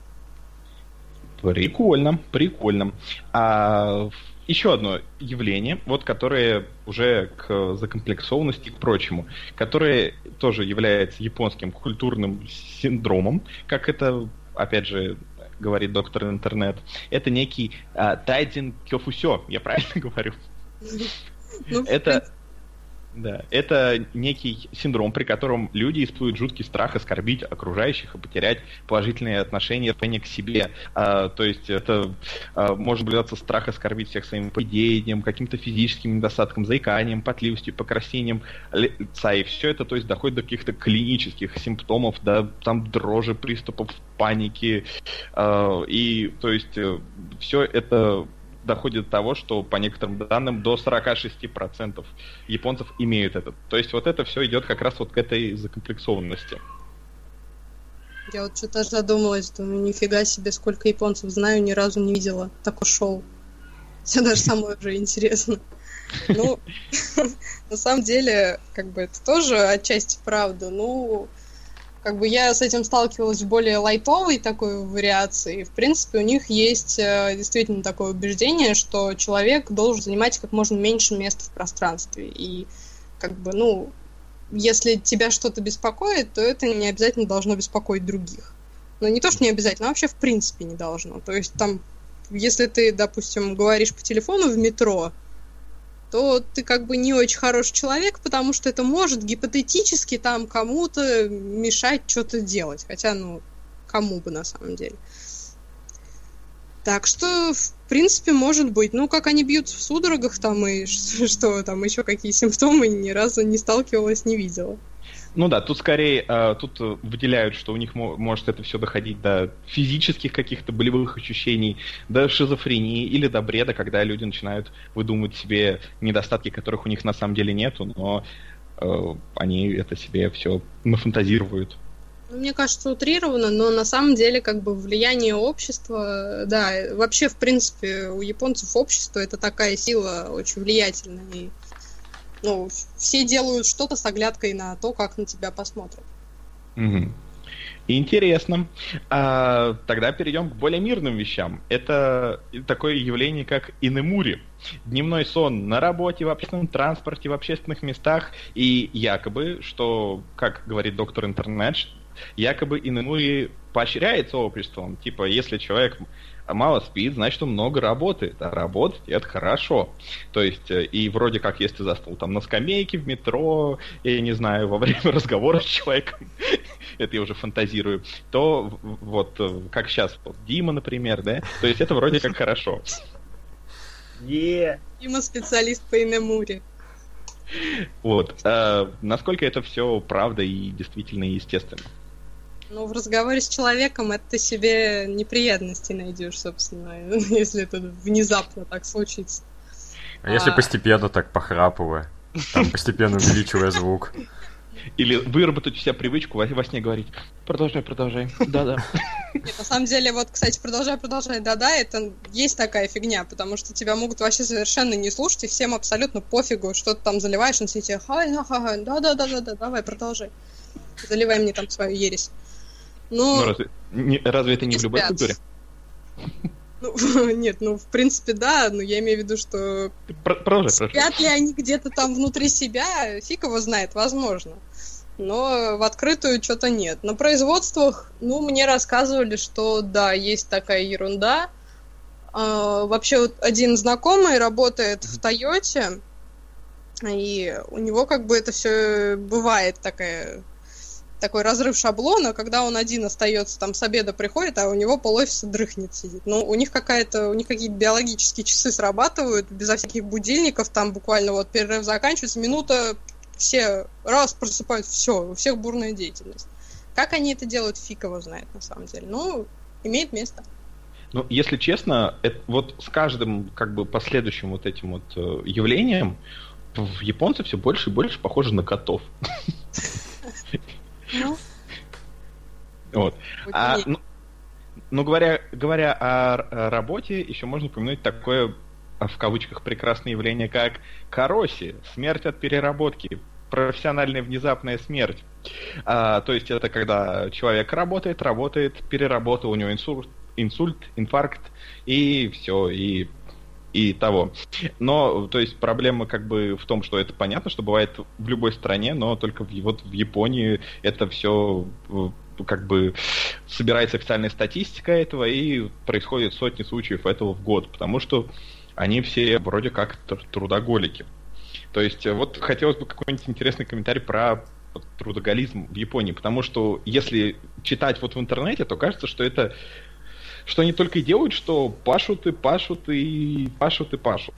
Прикольно, прикольно. А, еще одно явление, вот, которое уже к закомплексованности и к прочему, которое тоже является японским культурным синдромом, как это, опять же, говорит доктор Интернет. Это некий а, тайдзин кёфусё, я правильно говорю? Ну, это... Да, это некий синдром, при котором люди испытывают жуткий страх оскорбить окружающих и потерять положительные отношения к себе. А, то есть это а, может наблюдаться страх оскорбить всех своим поведением, каким-то физическим недостатком, заиканием, потливостью, покраснением лица. И все это, то есть, доходит до каких-то клинических симптомов, до там дрожи, приступов паники. А, и, то есть, все это доходит до того, что по некоторым данным до сорок шесть процентов японцев имеют это. То есть вот это все идет как раз вот к этой закомплексованности. Я вот что-то аж задумалась, думаю, нифига себе, сколько японцев знаю, ни разу не видела такое шоу. Все даже самое уже интересно. Ну, на самом деле, как бы это тоже отчасти правда. Ну, как бы я с этим сталкивалась в более лайтовой такой вариации. В принципе, у них есть э, действительно такое убеждение, что человек должен занимать как можно меньше места в пространстве. И как бы, ну, если тебя что-то беспокоит, то это не обязательно должно беспокоить других. Но не то, что не обязательно, а вообще в принципе не должно. То есть там, если ты, допустим, говоришь по телефону в метро, то ты как бы не очень хороший человек, потому что это может гипотетически там кому-то мешать что-то делать. Хотя, ну, кому бы на самом деле. Так что, в принципе, может быть. Ну, как они бьются в судорогах там и что там, еще какие симптомы, ни разу не сталкивалась, не видела. Ну да, тут скорее э, тут выделяют, что у них мо- может это все доходить до физических каких-то болевых ощущений, до шизофрении или до бреда, когда люди начинают выдумывать себе недостатки, которых у них на самом деле нету, но э, они это себе все нафантазируют. Мне кажется, утрировано, но на самом деле как бы влияние общества, да, вообще в принципе у японцев общество это такая сила очень влиятельная. И ну, все делают что-то с оглядкой на то, как на тебя посмотрят. Угу. Интересно. А, тогда перейдем к более мирным вещам. Это такое явление, как инэмури. Дневной сон на работе, в общественном транспорте, в общественных местах. И якобы, что, как говорит доктор Интернет, якобы инэмури поощряется обществом. Типа, если человек мало спит, значит, он много работает. А работать — это хорошо. То есть, и вроде как, если заснул там на скамейке, в метро, я не знаю, во время разговора с человеком, это я уже фантазирую, то вот, как сейчас, вот, Дима, например, да, то есть это вроде как хорошо. Yeah. Дима специалист по инэмури. Вот. А насколько это все правда и действительно естественно? Ну, в разговоре с человеком это ты себе неприятности найдешь, собственно, если это внезапно так случится. А, а... если постепенно так похрапывая, там постепенно увеличивая звук. Или выработать у себя привычку во, во сне говорить: продолжай, продолжай, да-да. Нет, на самом деле, вот, кстати, продолжай, продолжай, да-да, это есть такая фигня, потому что тебя могут вообще совершенно не слушать, и всем абсолютно пофигу, что ты там заливаешь, на все тебе: ха-ха-ха, да-да-да-да, давай, продолжай, заливай мне там свою ересь. Ну, ну разве, не, разве это не в любой культуре? Ну, нет, ну, в принципе, да, но я имею в виду, что Продолжай, спят ли они где-то там внутри себя, фиг его знает, возможно. Но в открытую что-то нет. На производствах, ну, мне рассказывали, что да, есть такая ерунда. А, вообще, вот один знакомый работает в Тойоте, и у него как бы это все бывает такая... такой разрыв шаблона, когда он один остается, там с обеда приходит, а у него пол-офиса дрыхнет сидит. Ну, у них какая-то, у них какие-то биологические часы срабатывают, безо всяких будильников, там буквально вот перерыв заканчивается, минута, все раз просыпают, все, у всех бурная деятельность. Как они это делают, фиг его знает, на самом деле. Ну, имеет место. Ну, если честно, это, вот с каждым как бы последующим вот этим вот э, явлением в японцы все больше и больше похожи на котов. Ну, вот. А, ну, ну, говоря, говоря о, о работе, еще можно упомянуть такое, в кавычках, прекрасное явление, как кароси, смерть от переработки, профессиональная внезапная смерть. А, то есть это когда человек работает, работает, переработал, у него инсульт, инсульт, инфаркт, и все, и и того. Но, то есть, проблема как бы в том, что это понятно, что бывает в любой стране, но только в, вот в Японии это все как бы собирается официальная статистика этого, и происходит сотни случаев этого в год, потому что они все вроде как трудоголики. То есть, вот хотелось бы какой-нибудь интересный комментарий про трудоголизм в Японии, потому что если читать вот в интернете, то кажется, что это что они только и делают, что пашут и пашут и пашут и пашут.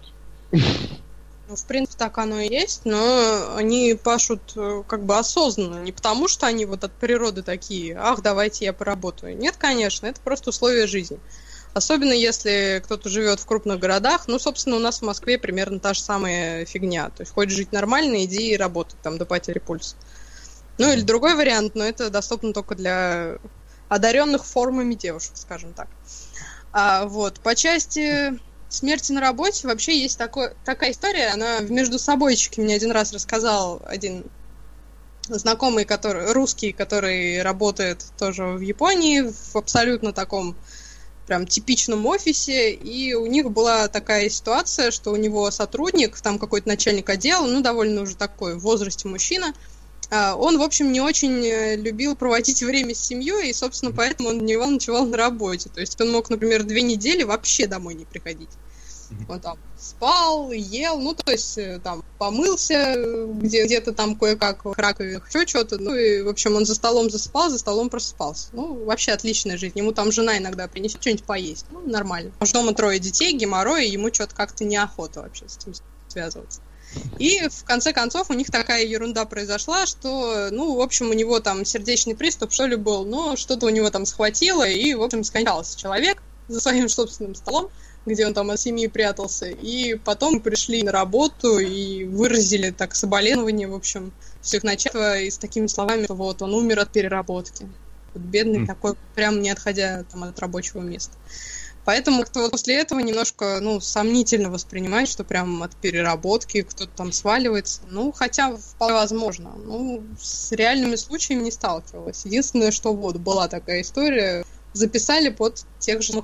Ну, в принципе, так оно и есть, но они пашут как бы осознанно, не потому что они вот от природы такие: ах, давайте я поработаю. Нет, конечно, это просто условия жизни. Особенно если кто-то живет в крупных городах. Ну, собственно, у нас в Москве примерно та же самая фигня. То есть, хочешь жить нормально, иди и работай там до потери пульса. Ну, или другой вариант, но это доступно только для одаренных формами девушек, скажем так. А, вот, по части смерти на работе вообще есть такой, такая история, она в междусобойчике мне один раз рассказал один знакомый, который, русский, который работает тоже в Японии, в абсолютно таком прям типичном офисе, и у них была такая ситуация, что у него сотрудник, там какой-то начальник отдела, ну, довольно уже такой в возрасте мужчина, он, в общем, не очень любил проводить время с семьей, и, собственно, поэтому он не ночевал на работе. То есть он мог, например, две недели вообще домой не приходить. Он там спал, ел, ну, то есть там помылся где- где-то там кое-как в раковинах, еще что-то. Ну, и, в общем, он за столом засыпал, за столом просыпался. Ну, вообще отличная жизнь. Ему там жена иногда принесет что-нибудь поесть. Ну, нормально. Потому что дома трое детей, геморрой, и ему что-то как-то неохота вообще с этим связываться. И в конце концов у них такая ерунда произошла, что, ну, в общем, у него там сердечный приступ, что ли, был, но что-то у него там схватило, и, в общем, скончался человек за своим собственным столом, где он там от семьи прятался, и потом пришли на работу и выразили так соболезнования, в общем, всех начальства, и с такими словами, что вот он умер от переработки. Вот бедный mm. такой, прям не отходя там от рабочего места. Поэтому как-то вот после этого немножко, ну, сомнительно воспринимать, что прям от переработки кто-то там сваливается. Ну, хотя вполне возможно. Ну, с реальными случаями не сталкивалась. Единственное, что вот была такая история, записали под тех же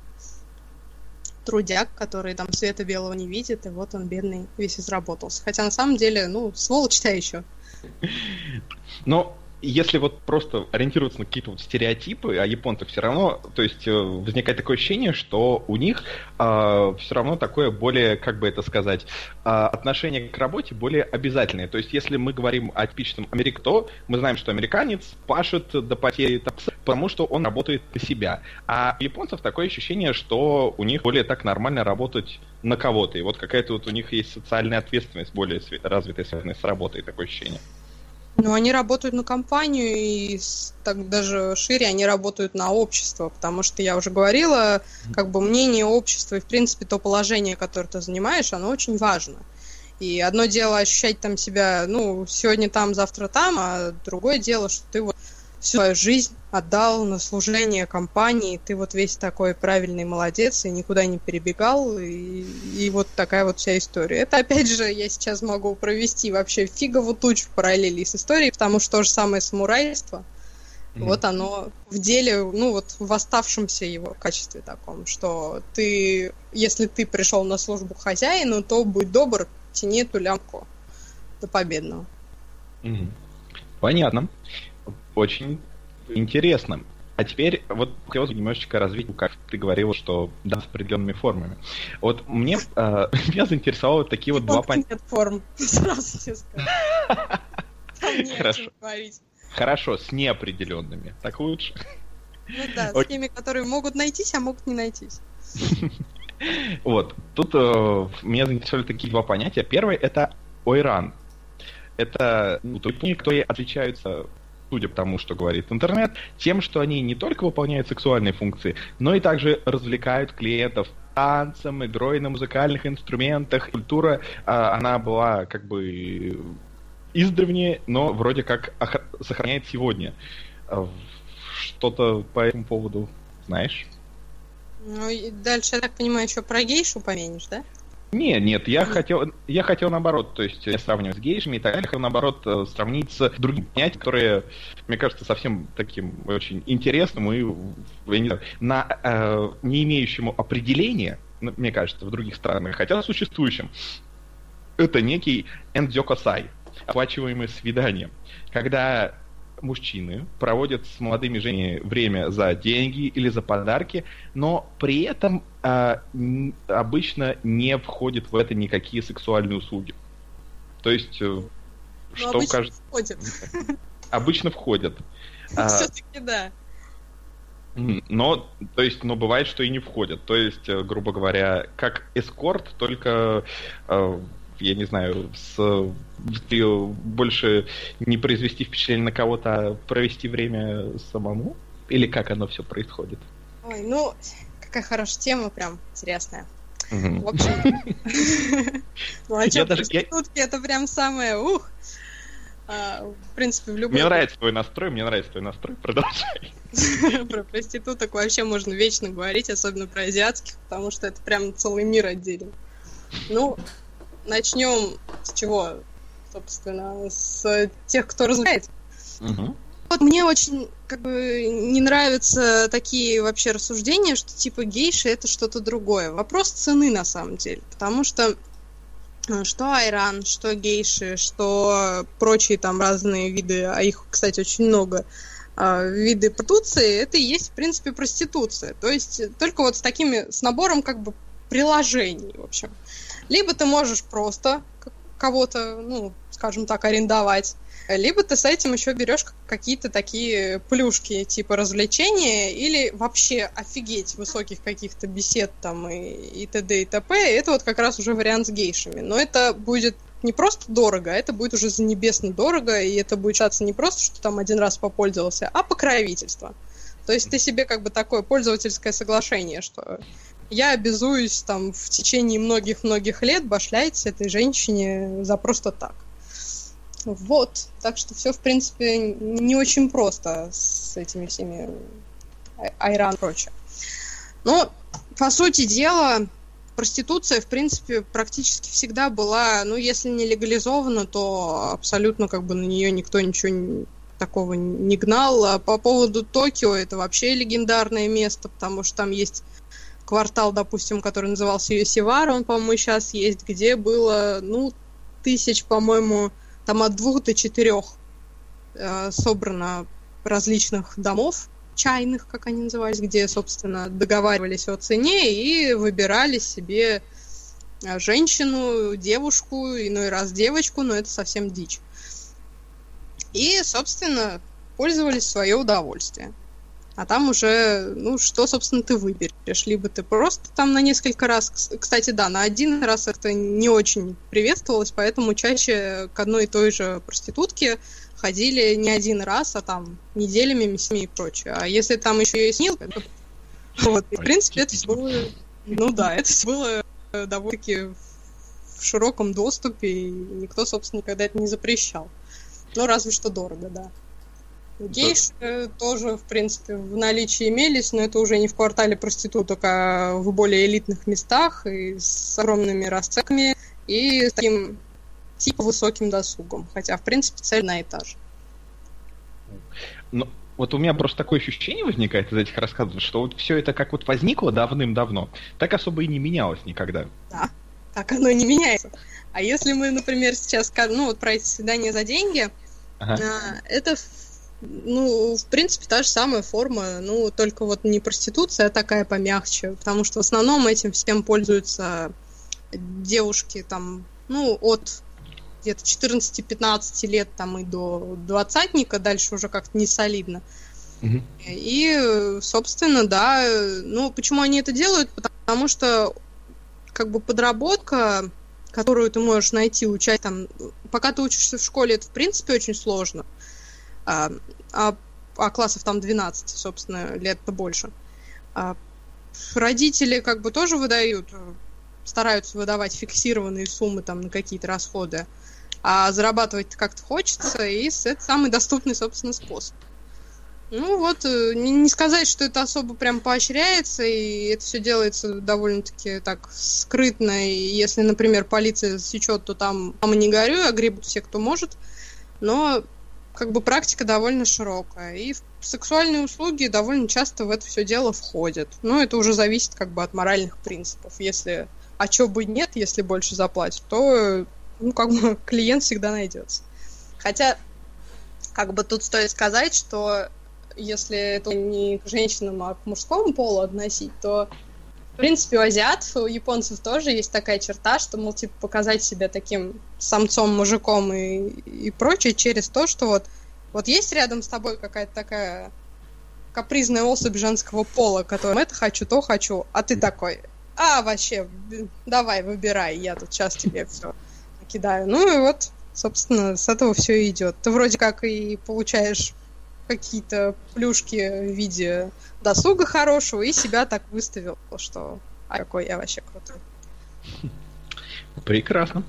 трудяг, который там света белого не видит, и вот он, бедный, весь изработался. Хотя на самом деле, ну, сволочь-то еще. Но если вот просто ориентироваться на какие-то вот стереотипы, а японцев все равно, то есть возникает такое ощущение, что у них э, все равно такое более, как бы это сказать, э, отношение к работе более обязательное. То есть если мы говорим о типичном американце, то мы знаем, что американец пашет до потери, потому что он работает на себя. А у японцев такое ощущение, что у них более так нормально работать на кого-то. И вот какая-то вот у них есть социальная ответственность более развитая, связанная с работой, такое ощущение. Ну, они работают на компанию, и так даже шире они работают на общество, потому что я уже говорила, как бы мнение общества и, в принципе, то положение, которое ты занимаешь, оно очень важно. И одно дело ощущать там себя, ну, сегодня там, завтра там, а другое дело, что ты вот всю свою жизнь отдал на служение компании, ты вот весь такой правильный молодец и никуда не перебегал, и, и вот такая вот вся история. Это, опять же, я сейчас могу провести вообще фигову тучу параллелей с историей, потому что то же самое самурайство, mm-hmm. вот оно в деле, ну вот в оставшемся его качестве таком, что ты, если ты пришел на службу хозяину, то будь добр, тяни эту лямку до победного. Mm-hmm. Понятно. Очень интересно. А теперь вот хотелось бы немножечко развить, как ты говорила, что да, с определенными формами. Вот мне э, меня заинтересовало такие вот два понятия. Нет форм, сразу тебе скажу. Там не о чем говорить. Хорошо, с неопределенными. Так лучше? Ну да, с теми, которые могут найтись, а могут не найтись. Вот. Тут э, меня заинтересовали такие два понятия. Первое — это ойран. Это ну, те, кто отличаются, судя по тому, что говорит интернет, тем, что они не только выполняют сексуальные функции, но и также развлекают клиентов танцем, игрой на музыкальных инструментах. Культура, она была как бы издревле, но вроде как сохраняет сегодня. Что-то по этому поводу знаешь? Ну, и дальше, я так понимаю, еще про гейшу упомянешь, да? Нет, нет, я хотел, я хотел наоборот, то есть я сравниваю с гейшами и так далее, хотел наоборот сравнить с другими понятиями, которые, мне кажется, совсем таким очень интересным и, я не знаю, на, э, не имеющему определения, мне кажется, в других странах, хотя существующим. Это некий эндзёкосай, оплачиваемое свидание, когда мужчины проводят с молодыми женщинами время за деньги или за подарки, но при этом э, обычно не входят в это никакие сексуальные услуги. То есть, э, что обычно кажется... входят. Обычно входят. Все-таки да. Но, то есть, но бывает, что и не входят. То есть, грубо говоря, как эскорт, только... Э, я не знаю, с, больше не произвести впечатление на кого-то, а провести время самому? Или как оно все происходит? Ой, ну, какая хорошая тема, прям интересная. Угу. В общем, ну а что, проститутки, это прям самое, ух! В принципе, в любой... Мне нравится твой настрой, мне нравится твой настрой, продолжай. Про проституток вообще можно вечно говорить, особенно про азиатских, потому что это прям целый мир отдельный. Ну... Начнем с чего, собственно, с тех, кто развлекает. Угу. Вот мне очень как бы не нравятся такие вообще рассуждения, что типа гейши это что-то другое. Вопрос цены на самом деле, потому что что айран, что гейши, что прочие там разные виды, а их, кстати, очень много, виды проституции, это и есть в принципе проституция. То есть только вот с такими, с набором как бы приложений, в общем. Либо ты можешь просто кого-то, ну, скажем так, арендовать, либо ты с этим еще берешь какие-то такие плюшки, типа развлечения, или вообще офигеть высоких каких-то бесед там и, и т.д. и т.п. Это вот как раз уже вариант с гейшами. Но это будет не просто дорого, а это будет уже за небесно дорого, и это будет считаться не просто, что там один раз попользовался, а покровительство. То есть ты себе как бы такое пользовательское соглашение, что... Я обязуюсь там в течение многих-многих лет башлять этой женщине за просто так. Вот. Так что все, в принципе, не очень просто с этими всеми айран и прочее. Но по сути дела, проституция, в принципе, практически всегда была, ну, если не легализована, то абсолютно как бы на нее никто ничего не, такого не гнал. А по поводу Токио, это вообще легендарное место, потому что там есть квартал, допустим, который назывался Йосивара, он, по-моему, сейчас есть, где было, ну, тысяч, по-моему, там от двух до четырех э, собрано различных домов, чайных, как они назывались, где, собственно, договаривались о цене и выбирали себе женщину, девушку, иной раз девочку, но это совсем дичь. И, собственно, пользовались в свое удовольствие. А там уже, ну, что, собственно, ты выберешь. Либо ты просто там на несколько раз... Кстати, да, на один раз это не очень приветствовалось, поэтому чаще к одной и той же проститутке ходили не один раз, а там неделями, месяцами и прочее. А если там еще и снил, то... Вот, и, в принципе, это все было... Ну да, это все было довольно-таки в широком доступе, и никто, собственно, никогда это не запрещал. Ну, разве что дорого, да. Гейши да. тоже, в принципе, в наличии имелись, но это уже не в квартале проституток, а в более элитных местах и с огромными расценками и с таким типа высоким досугом. Хотя, в принципе, цель на этаж. Ну, вот у меня просто такое ощущение возникает из этих рассказов, что вот все это как вот возникло давным-давно, так особо и не менялось никогда. Да, так оно и не меняется. А если мы, например, сейчас скажем, ну, вот про эти свидания за деньги, ага. это... Ну, в принципе, та же самая форма, ну, только вот не проституция, а такая помягче, потому что в основном этим всем пользуются девушки, там, ну, от где-то четырнадцати-пятнадцати лет, там, и до двадцатника, дальше уже как-то не солидно. Mm-hmm. И, собственно, да, ну, почему они это делают? Потому что, как бы, подработка, которую ты можешь найти, учась там, пока ты учишься в школе, это, в принципе, очень сложно. А, а, а классов там двенадцать, собственно, лет-то больше. А родители как бы тоже выдают, стараются выдавать фиксированные суммы там на какие-то расходы, а зарабатывать как-то хочется, и это самый доступный, собственно, способ. Ну вот, не, не сказать, что это особо прям поощряется, и это все делается довольно-таки так скрытно, и если, например, полиция засечет, то там мама не горюй, а гребут все, кто может, но как бы практика довольно широкая. И сексуальные услуги довольно часто в это все дело входят. Но это уже зависит как бы от моральных принципов. Если, а чё бы нет, если больше заплатят, то ну, как бы клиент всегда найдется. Хотя, как бы тут стоит сказать, что если это не к женщинам, а к мужскому полу относить, то в принципе у азиатов, у японцев тоже есть такая черта, что, мол, типа, показать себя таким самцом, мужиком и, и прочее через то, что вот, вот есть рядом с тобой какая-то такая капризная особь женского пола, которая это хочу, то хочу, а ты такой, а, вообще, давай, выбирай, я тут сейчас тебе все накидаю. Ну и вот, собственно, с этого все и идет. Ты вроде как и получаешь какие-то плюшки в виде досуга хорошего, и себя так выставил, что а какой я вообще крутой. Прекрасно.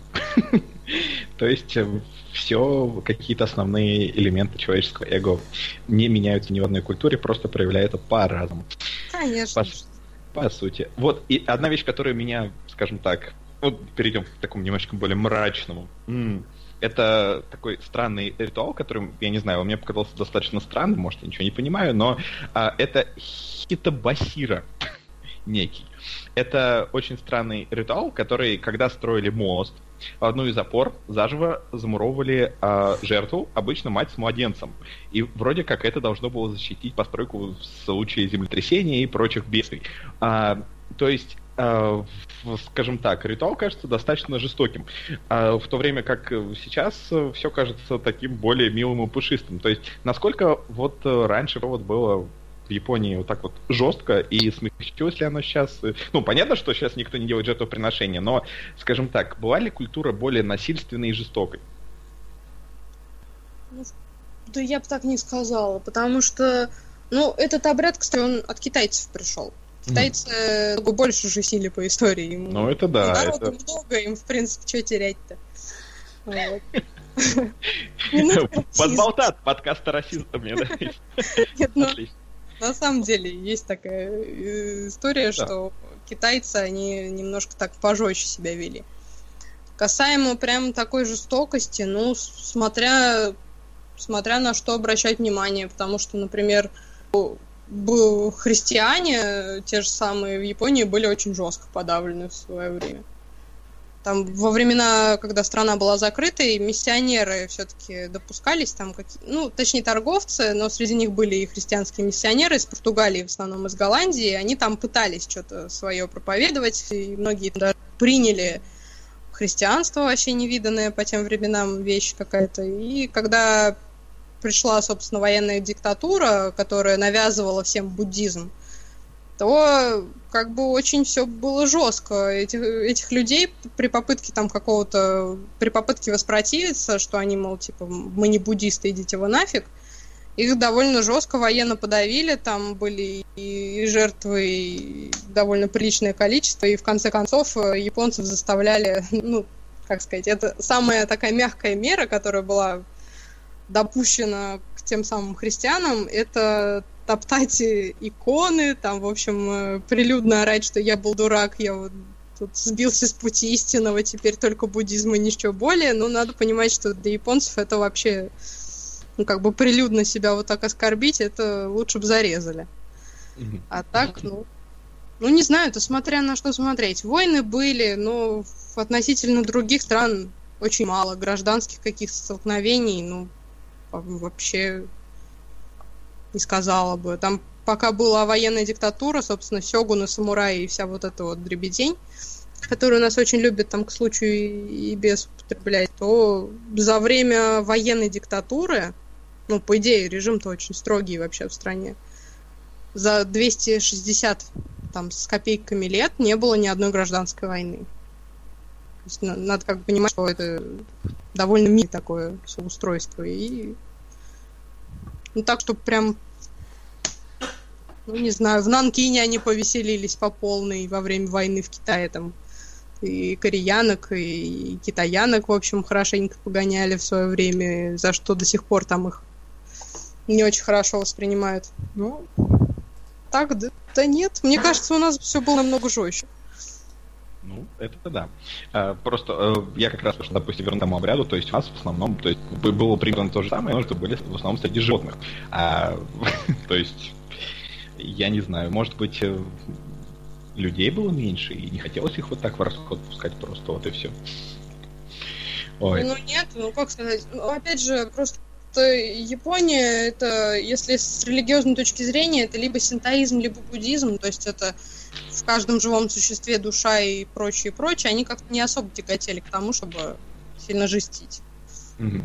То есть все какие-то основные элементы человеческого эго не меняются ни в одной культуре, просто проявляются по-разному. Конечно. По, по сути. Вот, и одна вещь, которая меня, скажем так, вот перейдем к такому немножечко более мрачному. М-м. Это такой странный ритуал, который, я не знаю, он мне показался достаточно странным, может, я ничего не понимаю, но а, это хитабасира некий. Это очень странный ритуал, который, когда строили мост, в одну из опор заживо замуровывали а, жертву, обычно мать с младенцем. И вроде как это должно было защитить постройку в случае землетрясения и прочих бедствий. А, то есть... скажем так, ритуал кажется достаточно жестоким, в то время как сейчас все кажется таким более милым и пушистым. То есть, насколько вот раньше вот было в Японии вот так вот жестко и смягчилось ли оно сейчас? Ну, понятно, что сейчас никто не делает жертвоприношения, но, скажем так, была ли культура более насильственной и жестокой? Да я бы так не сказала, потому что, ну, этот обряд, кстати, он от китайцев пришел. Китайцы mm. больше же сили по истории. Им, ну, это да. Народу это... много, им, в принципе, что терять-то. Подболтат подкаста расизма мне, да? Нет, ну, на самом деле, есть такая история, что китайцы, они немножко так пожестче себя вели. Касаемо прям такой жестокости, ну, смотря, смотря на что обращать внимание, потому что, например, был христиане, те же самые в Японии, были очень жестко подавлены в свое время. Там во времена, когда страна была закрытой, миссионеры все-таки допускались, там какие, ну, точнее, торговцы, но среди них были и христианские миссионеры из Португалии, в основном из Голландии, они там пытались что-то свое проповедовать, и многие даже приняли христианство, вообще невиданное по тем временам вещь какая-то. И когда пришла, собственно, военная диктатура, которая навязывала всем буддизм, то как бы очень все было жестко. Этих, этих людей при попытке там какого-то, при попытке воспротивиться, что они, мол, типа, мы не буддисты, идите вы нафиг, их довольно жестко военно подавили, там были и жертвы, и довольно приличное количество, и в конце концов японцев заставляли, ну, как сказать, это самая такая мягкая мера, которая была допущена к тем самым христианам, это топтать иконы, там, в общем, прилюдно орать, что я был дурак, я вот тут сбился с пути истинного, теперь только буддизм и ничего более. Но надо понимать, что для японцев это вообще, ну, как бы прилюдно себя вот так оскорбить, это лучше бы зарезали. Mm-hmm. А так, ну, ну, не знаю, это смотря на что смотреть. Войны были, но относительно других стран очень мало. Гражданских каких-то столкновений, ну, вообще не сказала бы. Там пока была военная диктатура, собственно, сёгуны, самураи и вся вот эта вот дребедень, которую у нас очень любят там к случаю и без употреблять, то за время военной диктатуры, ну, по идее, режим-то очень строгий вообще в стране, за двести шестьдесят там с копейками лет не было ни одной гражданской войны. То есть, надо как бы понимать, что это довольно милое такое устройство. И ну так, что прям, ну не знаю, в Нанкине они повеселились по полной во время войны в Китае, там и кореянок, и китаянок, в общем, хорошенько погоняли в свое время, за что до сих пор там их не очень хорошо воспринимают. Ну, так, да, да нет, мне кажется, у нас все было намного жестче. Ну, это да. А, просто а, я как раз, допустим, верну к тому обряду, то есть у нас в основном, то есть было примерно то же самое, но что были в основном среди животных. А, то есть, я не знаю, может быть, людей было меньше, и не хотелось их вот так в расход пускать просто, вот и все. Ой. Ну нет, ну как сказать, ну, опять же, просто Япония, это, если с религиозной точки зрения, это либо синтоизм, либо буддизм, то есть это в каждом живом существе душа и прочее, и прочее, они как-то не особо тяготели к тому, чтобы сильно жестить. Mm-hmm.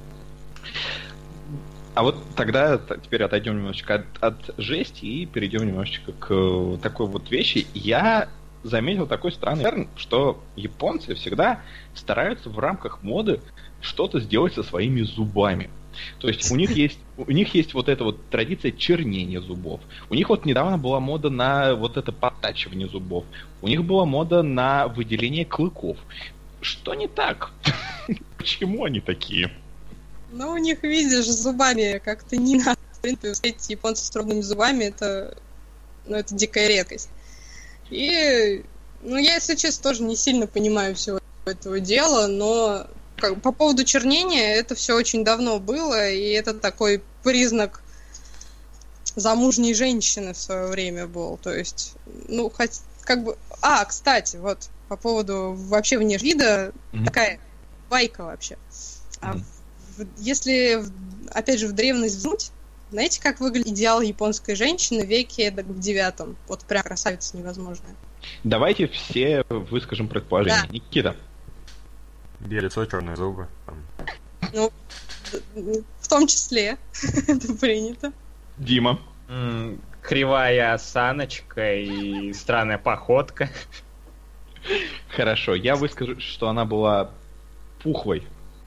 А вот тогда теперь отойдем немножечко от, от жести и перейдем немножечко к такой вот вещи. Я заметил такой странный паттерн, что японцы всегда стараются в рамках моды что-то сделать со своими зубами. То есть у них есть у них есть вот эта вот традиция чернения зубов. У них вот недавно была мода на вот это подтачивание зубов. У них была мода на выделение клыков. Что не так? Почему они такие? Ну, у них, видишь, с зубами как-то не надо. В принципе, встретить японцев с ровными зубами, это, ну, это дикая редкость. И, ну, я, если честно, тоже не сильно понимаю всего этого дела, но как, по поводу чернения, это все очень давно было, и это такой признак замужней женщины в свое время был. То есть, ну, хоть, как бы... А, кстати, вот, по поводу вообще внешнего вида, mm-hmm. такая байка вообще. Mm-hmm. А в, если, опять же, в древность взглянуть, знаете, как выглядит идеал японской женщины в веке в девятом? Вот прям красавица невозможная. Давайте все выскажем предположение. Да. Никита. Белое лицо, черные зубы. Ну, в том числе. Это принято. Дима. М-м, кривая осаночка и странная походка. Хорошо, я выскажу, что она была пухлой.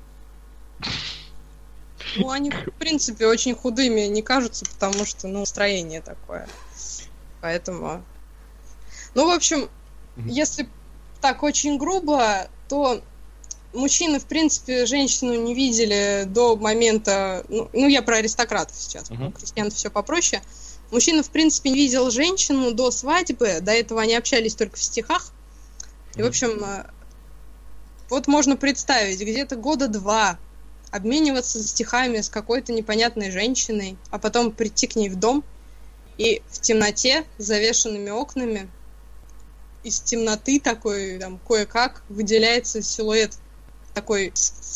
Ну, они, в принципе, очень худыми не кажутся, потому что, ну, строение такое. Поэтому... Ну, в общем, mm-hmm. если так очень грубо, то мужчины, в принципе, женщину не видели до момента... Ну, ну я про аристократов сейчас, mm-hmm. у крестьян все попроще. Мужчина, в принципе, не видел женщину до свадьбы, до этого они общались только в стихах. И, в общем, вот можно представить, где-то года два обмениваться стихами с какой-то непонятной женщиной, а потом прийти к ней в дом, и в темноте, с завешенными окнами, из темноты такой, там, кое-как выделяется силуэт такой,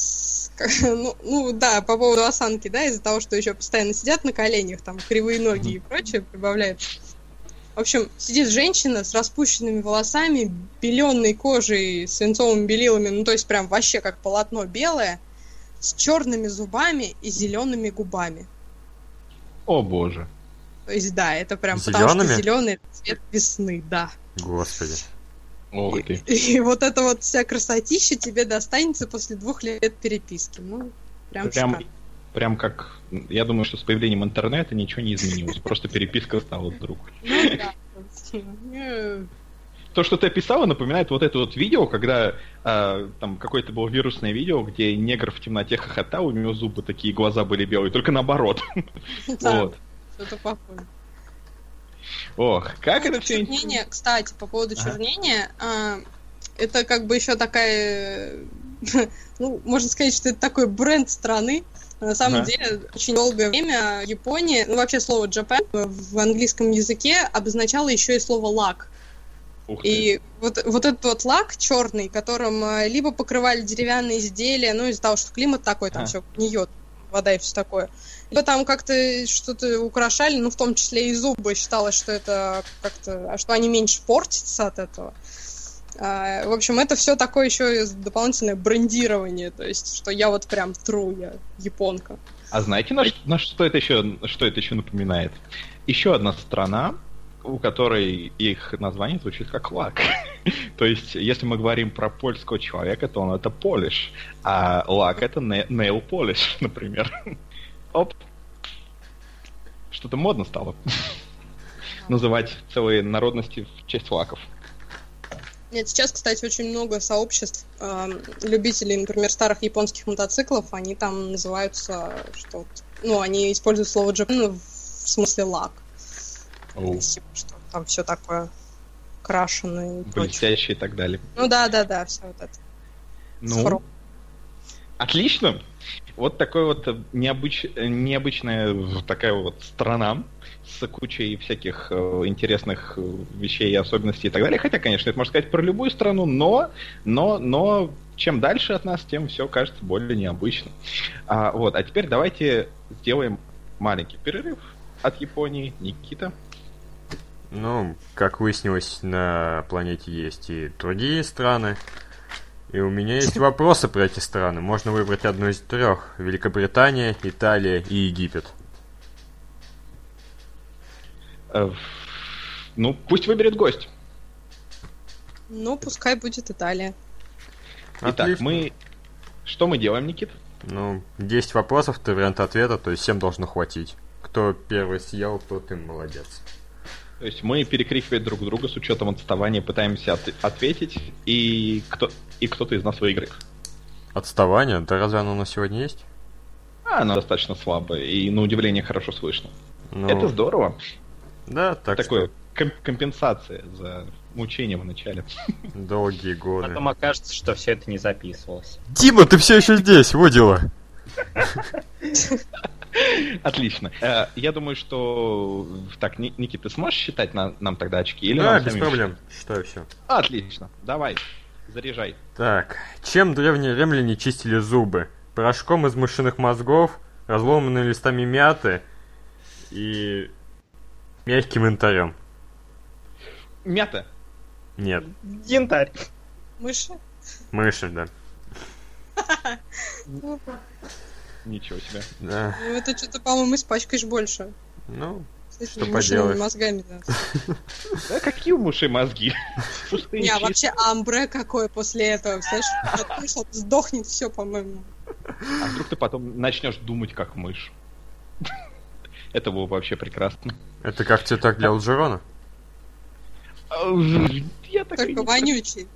ну, ну да, по поводу осанки, да, из-за того, что еще постоянно сидят на коленях, там, кривые ноги и прочее прибавляется. В общем, сидит женщина с распущенными волосами, беленной кожей, свинцовыми белилами, ну, то есть прям вообще как полотно белое, с черными зубами и зелеными губами. О боже. То есть, да, это прям Зелёными? потому что зеленый цвет весны, да. Господи. Ох И, ты. и вот эта вот вся красотища тебе достанется после двух лет переписки. Ну, прям Прям, шикарно. прям как... Я думаю, что с появлением интернета ничего не изменилось. Просто переписка стала вдруг. Ну, да. Э, То, что ты описала, напоминает вот это вот видео, когда а, там какое-то было вирусное видео, где негр в темноте хохотал, у него зубы такие, глаза были белые, только наоборот. Да, Вот. что-то похоже. Ох, как По это поводу все... чернения, кстати, по поводу Ага. чернения, а, это как бы еще такая, ну, можно сказать, что это такой бренд страны. На самом Ага. деле, очень долгое время Япония, ну, вообще слово Japan в английском языке обозначало еще и слово лак. Ух ты. И вот, вот этот вот лак черный, которым а, либо покрывали деревянные изделия, ну, из-за того, что климат такой, там А. все гниет, вода и все такое. Либо там как-то что-то украшали, ну, в том числе и зубы. Считалось, что это как-то, а что они меньше портятся от этого. А, в общем, это все такое еще дополнительное брендирование, то есть, что я вот прям true, я японка. А знаете, на, ш- на что это еще, что это еще напоминает? Еще одна страна, у которой их название звучит как лак. То есть, если мы говорим про польского человека, то он это Polish, а лак это ne- nail polish, например. Оп. Что-то модно стало. Называть целые народности в честь лаков. Нет, сейчас, кстати, очень много сообществ э, любителей, например, старых японских мотоциклов, они там называются, что, ну, они используют слово Japan в смысле лак. Оу. Типа, что там все такое крашеное и прочее. Блестящие и так далее. Ну да, да, да, все вот это. С Ну, хром. отлично. Вот такой вот необыч... необычная такая вот страна с кучей всяких э, интересных э, вещей и особенностей и так далее. Хотя, конечно, это можно сказать про любую страну, но, но, но чем дальше от нас, тем все кажется более необычным. А, вот, а теперь давайте сделаем маленький перерыв от Японии. Никита. Ну, как выяснилось, на планете есть и другие страны. И у меня есть вопросы про эти страны. Можно выбрать одну из трех. Великобритания, Италия и Египет. Э, ну, пусть выберет гость. Ну, пускай будет Италия. Итак, Отлично. мы... Что мы делаем, Никит? Ну, десять вопросов, три варианта ответа, то есть всем должно хватить. Кто первый съел, тот и молодец. То есть мы, перекрикивая друг друга с учетом отставания, пытаемся от- ответить, и, кто- и кто-то из нас выиграет. Отставание? Да разве оно у нас сегодня есть? А, оно достаточно слабое, и на удивление хорошо слышно. Ну, Это здорово. да, так Такое ком- компенсация за мучение в начале. что долгие годы. Потом окажется, что все это не записывалось. Дима, ты все еще здесь, во дела. Отлично. Э, Я думаю, что... Так, Ни- Никит, ты сможешь считать на- нам тогда очки? Или Да, нам без самим проблем. Считаю все. считать? Отлично. Давай, заряжай. Так, чем древние римляне чистили зубы? Порошком из мышиных мозгов, разломанными листами мяты и мягким янтарем. Мята. Нет, Янтарь. Мыши? мыши, да. Ну, Ничего себе. Да, ну, это что-то, по-моему, испачкаешь больше. ну, С этими Что мышиными поделать? мозгами, да. Да какие у мышей мозги? Пустые, Не, а чистые. вообще амбре какое после этого, представляешь? Отлично, сдохнет все, по-моему. А вдруг ты потом начнешь думать как мышь? Это было бы вообще прекрасно. это как цветок для Лджерона? Я так и Только не- вонючий.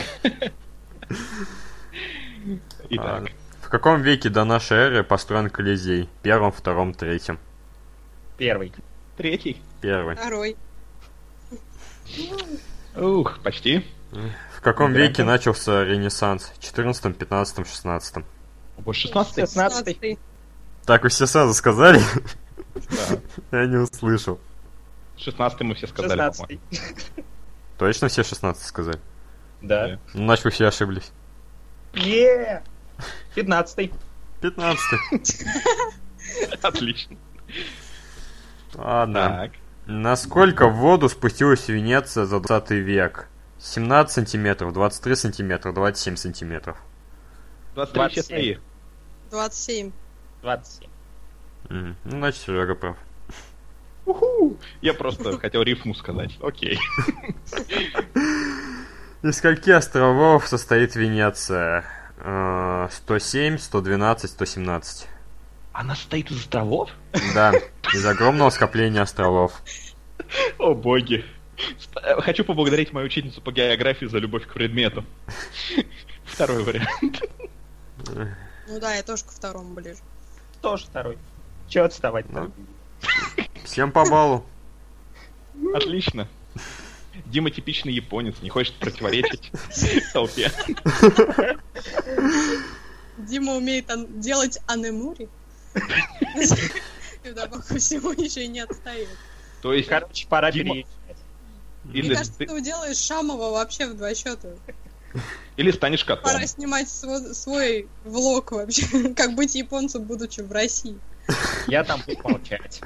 Итак, В каком веке до нашей эры построен Колизей? Первом, втором, третьем? Первый. Третий. Первый. Второй. Ух, почти. В каком Да. веке начался Ренессанс? четырнадцатом, пятнадцатом, шестнадцатом? Больше шестнадцатый? шестнадцатый. Так вы все сразу сказали? Да. Я не услышал. шестнадцатый мы все сказали, по-моему. шестнадцатый. Точно все шестнадцать сказали? Да. Ну, значит, вы все ошиблись. Е! пятнадцатый. пятнадцатый. Отлично. Ладно. Так. Насколько в воду спустилась Венеция за двадцатый век? семнадцать сантиметров, двадцать три сантиметра, двадцать семь сантиметров. двадцать три двадцать семь. свои. двадцать семь. двадцать семь. М, Ну, значит, Серега прав. Уху! Я просто хотел рифму сказать. Окей. Из скольки островов состоит Венеция? Э, сто семь, сто двенадцать, сто семнадцать. Она состоит из островов? Да, из огромного скопления островов. О боги. Ст- э, Хочу поблагодарить мою учительницу по географии за любовь к предмету. Второй вариант. Ну да, я тоже ко второму ближе. Тоже второй. Че отставать-то? Всем по баллу. Отлично. Дима типичный японец, не хочет противоречить толпе. Дима умеет ан- делать анемури. И вдобавок ко всему еще и не отстает. То есть, Короче, пора Дима- переезжать. или, Мне кажется, ты- ты уделаешь Шамова вообще в два счета. или станешь котом. Пора снимать свой, свой влог вообще. Как быть японцем, будучи в России. Я там буду молчать.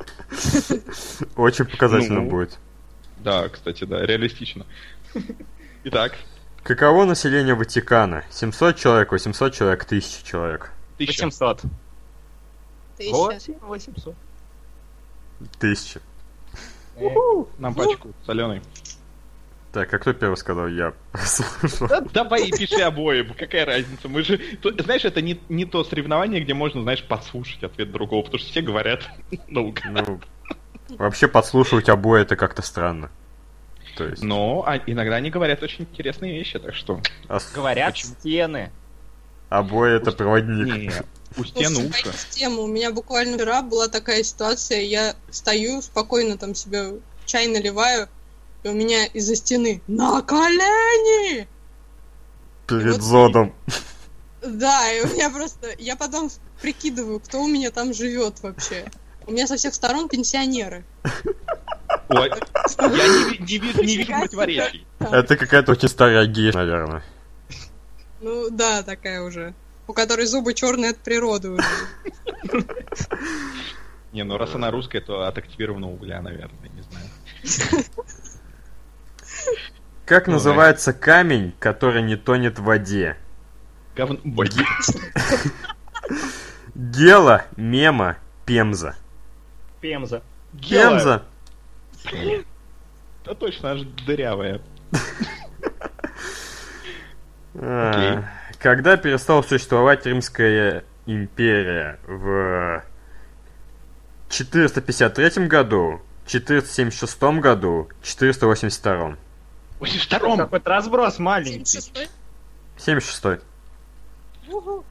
Очень показательно Ну. будет. Да, кстати, да, реалистично. Итак, Каково население Ватикана? семьсот человек, восемьсот человек, тысяча человек. тысяча. восемьсот. Тысяча. Восемь, восемьсот. Тысяча. Э, Нам пачку соленой. Так, а кто первый сказал? Я слушал. Да, давай пиши обоим, какая разница? Мы же, то- знаешь, это не, не то соревнование, где можно, знаешь, послушать ответ другого, потому что все говорят наука. Ну, вообще подслушивать обои это как-то странно. То есть, Но а иногда они говорят очень интересные вещи, так что... а с- Говорят Почему? стены. обои это проводник. Не, у стен Слушай, ушко. в тему. У меня буквально вчера была такая ситуация, я стою, спокойно там себе чай наливаю, и у меня из-за стены на колени! Перед вот- зодом. Да, и у меня просто... Я потом прикидываю, кто у меня там живет вообще. У меня со всех сторон пенсионеры. Ой, я не, ви- не, ви- не вижу противоречий. Это какая-то очень старая гейша, наверное. Ну да, такая уже. У которой зубы черные от природы уже. Не, ну раз она русская, то от активированного угля, наверное, не знаю. Как Ой. называется камень, который не тонет в воде? Говно... Боги. Гела, мема, пемза. Пемза. Пемза. Да точно, аж дырявая. А, Когда перестала существовать Римская империя? В четыреста пятьдесят третьем году, четыреста семьдесят шестом году, четыреста восемьдесят втором. В восемьдесят втором. Какой-то разброс семьдесят маленький. шестой? семьдесят шестой. Уху.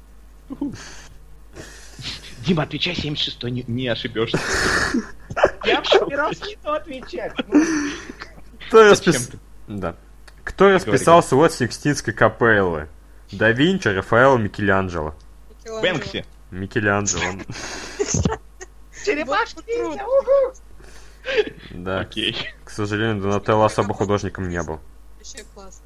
Дима, отвечай семьдесят шестой, не, не ошибешься. Я собирался не то отвечать. Ну, Кто Зачем распис... ты? Да. Кто расписал свод Сикстинской капеллы? Да Винчи, Рафаэлло, Микеланджело. Микеланджело. Бэнкси. Микеланджело. черепашки. Вот труд. уху. Да. Окей. К сожалению, Донателло особо художником не был. Вообще класс.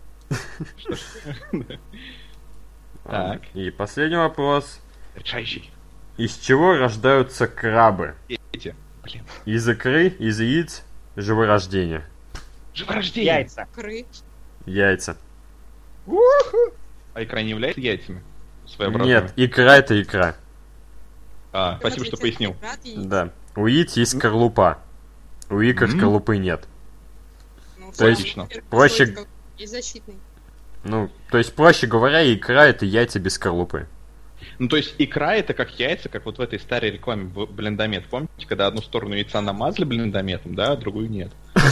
Так. И последний вопрос. Решающий. Из чего рождаются крабы? Эти. Блин. Из икры, из яиц, живорождения. Живорождение. Яйца. Кры. Яйца. А икра не является яйцами? Своеобразными? Нет, икра это икра. А, спасибо, что пояснил. Да. У яиц есть скорлупа. У икр М. скорлупы нет. Ну, То есть, теперь проще- какой-то И защитный. Ну, то есть, проще говоря, икра это яйца без скорлупы. Ну, то есть икра это как яйца, как вот в этой старой рекламе в блендомет. Помните, когда одну сторону яйца намазали блендометом, да, а другую нет?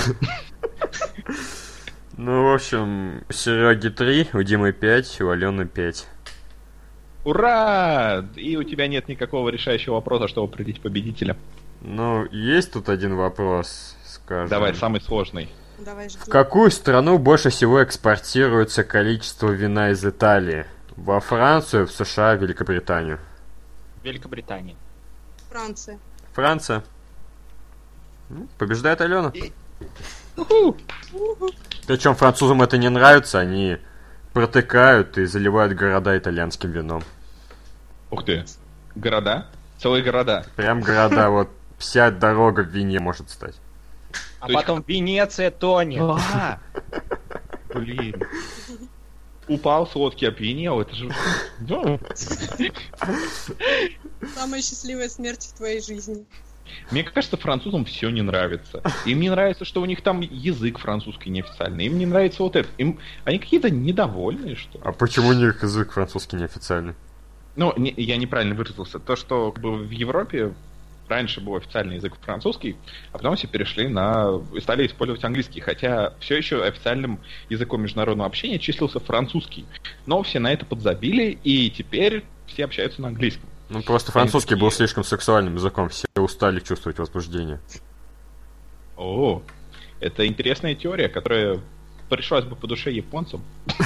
Ну, в общем, у Сереги три, у Димы пять, у Алены пять. Ура! И у тебя нет никакого решающего вопроса, чтобы определить победителя. Ну, есть тут один вопрос, скажем. Давай, самый сложный. Давай, жди. В какую страну больше всего экспортируется количество вина из Италии? Во Францию, в США, в Великобританию? Великобритания. Франция. Франция. Ну, побеждает Алена. Причем французам это не нравится, они протыкают и заливают города итальянским вином. Ух ты. Города? Целые города. Прям города, вот вся дорога в вине может стать. А То есть потом Венеция тонет. А, блин. Упал с лодки, опьянел, это же... Ну. Самая счастливая смерть в твоей жизни. Мне кажется, французам все не нравится. Им не нравится, что у них там язык французский неофициальный. Им не нравится вот это. Им... Они какие-то недовольные, что ли. А почему у них язык французский неофициальный? Ну, не, я неправильно выразился. То, что как бы, в Европе раньше был официальный язык французский, а потом все перешли на... и стали использовать английский. Хотя все еще официальным языком международного общения числился французский. Но все на это подзабили, и теперь все общаются на английском. Ну, просто французский был слишком сексуальным языком, все устали чувствовать возбуждение. О, это интересная теория, которая пришлась бы по душе японцам.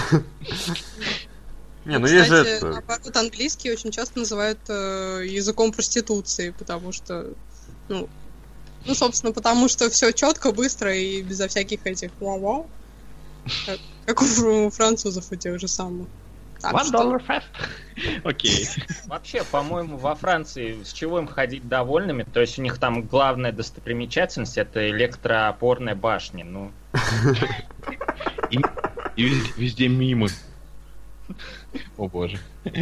Не, ну есть же Кстати, это... наоборот, английский очень часто называют э, языком проституции, потому что, ну, ну, собственно, потому что все четко, быстро и безо всяких этих вау-вау, как, как у французов у тех же самых. Так One что- dollar fast. Окей. Вообще, по-моему, во Франции с чего им ходить довольными? То есть у них там главная достопримечательность — это электроопорная башня. Ну, И, и везде, везде мимы. О боже.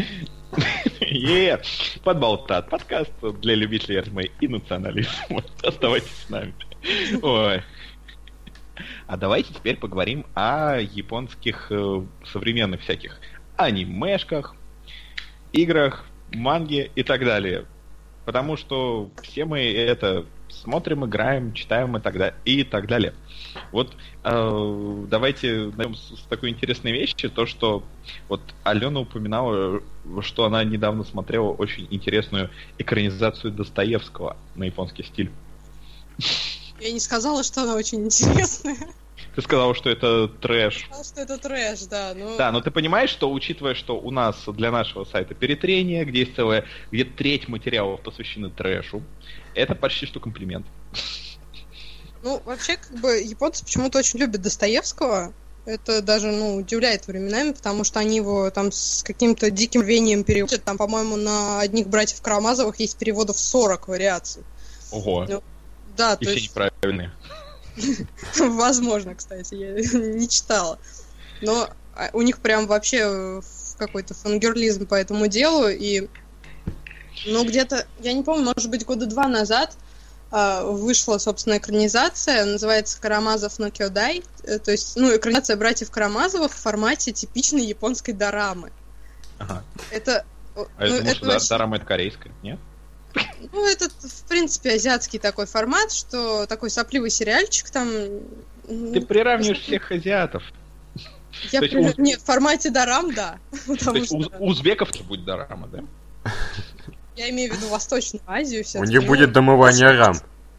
Е, Подболтат. Подкаст для любителей аниме и национализма. Оставайтесь с нами. Ой. А давайте теперь поговорим о японских э, современных всяких анимешках, играх, манге и так далее. Потому что все мы это смотрим, играем, читаем и так, да- и так далее. Вот э, давайте начнем с, с такой интересной вещи, то что вот Алена упоминала, что она недавно смотрела очень интересную экранизацию Достоевского на японский стиль. Я не сказала, что она очень интересная. Ты сказала, что это трэш. Я сказала, что это трэш, да. Ну, Да, но ты понимаешь, что учитывая, что у нас для нашего сайта перетрение, где есть целая, где треть материалов посвящены трэшу, это почти что комплимент. ну, вообще, как бы, японцы почему-то очень любят Достоевского. Это даже, ну, удивляет временами, потому что они его там с каким-то диким рвением переводят. Там, по-моему, на одних братьев Карамазовых есть переводов сорок вариаций. Ого. Ну, Да, И то все есть... неправильные. Возможно, кстати, я не читала. Но а, у них прям вообще э, какой-то фангерлизм по этому делу. И, ну, где-то, я не помню, может быть, года два назад э, вышла, собственно, экранизация. Называется «Карамазов но Кёдай». Э, То есть, ну, экранизация братьев Карамазовых в формате типичной японской дорамы. Ага. Это... э, А я ну, думал, это что да- очень- Дорама это корейская, нет? Ну, это, в принципе, азиатский такой формат, что такой сопливый сериальчик там... Ты приравниваешь всех азиатов. Я то есть при- уз- Нет, в формате дорам, да. То Потому есть что уз- узбеков тоже будет дорама, да? я имею в виду Восточную Азию. У них будет домывание рам.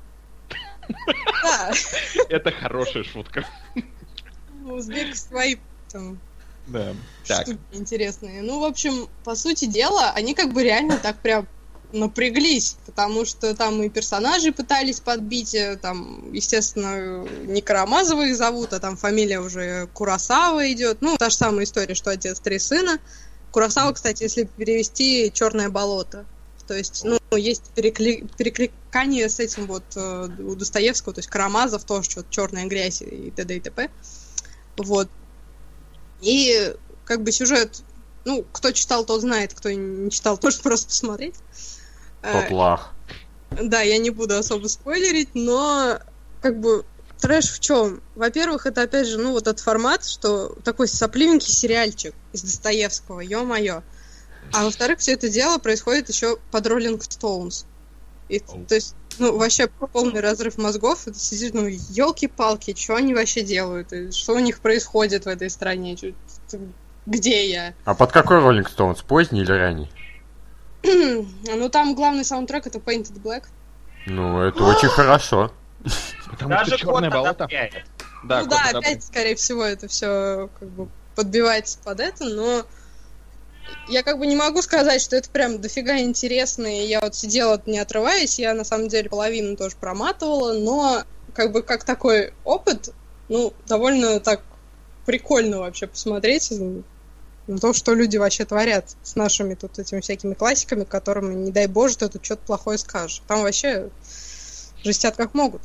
Да, Это хорошая шутка. узбеки свои там Да. Так. штуки интересные. Ну, в общем, по сути дела, они как бы реально так прям напряглись, потому что там и персонажи пытались подбить, э, там, естественно, не Карамазова их зовут, а там фамилия уже Куросава идет. Ну, та же самая история, что отец три сына. Куросава, кстати, если перевести, черное болото. То есть, ну, есть перекли... перекликание с этим вот э, у Достоевского, то есть Карамазов тоже что-то черная грязь и т.д. и т.п. Вот. И как бы сюжет, ну, кто читал, тот знает, кто не читал, тоже просто посмотреть. Тот лах. Да, я не буду особо спойлерить, но как бы трэш в чем? Во-первых, это опять же, ну, вот этот формат, что такой сопливенький сериальчик из Достоевского, ё-моё. А во-вторых, все это дело происходит еще под Rolling Stones. И, Oh. то есть, ну, вообще полный разрыв мозгов. Это сидит, ну, елки-палки, что они вообще делают? И что у них происходит в этой стране? Чё- Где я? А под какой Rolling Stones? Поздний или ранний? Ну, там главный саундтрек — это Painted Black. Ну, это очень хорошо. Потому Даже что черное кот болото. одобряет. Да, ну кот да, одобряет. опять, скорее всего, это все как бы подбивается под это, но я как бы не могу сказать, что это прям дофига интересно, и я вот сидела, не отрываясь, я на самом деле половину тоже проматывала, но как бы как такой опыт, ну, довольно так прикольно вообще посмотреть на то, что люди вообще творят с нашими тут этими всякими классиками, которым, не дай боже, ты тут что-то плохое скажешь. Там вообще жестят как могут.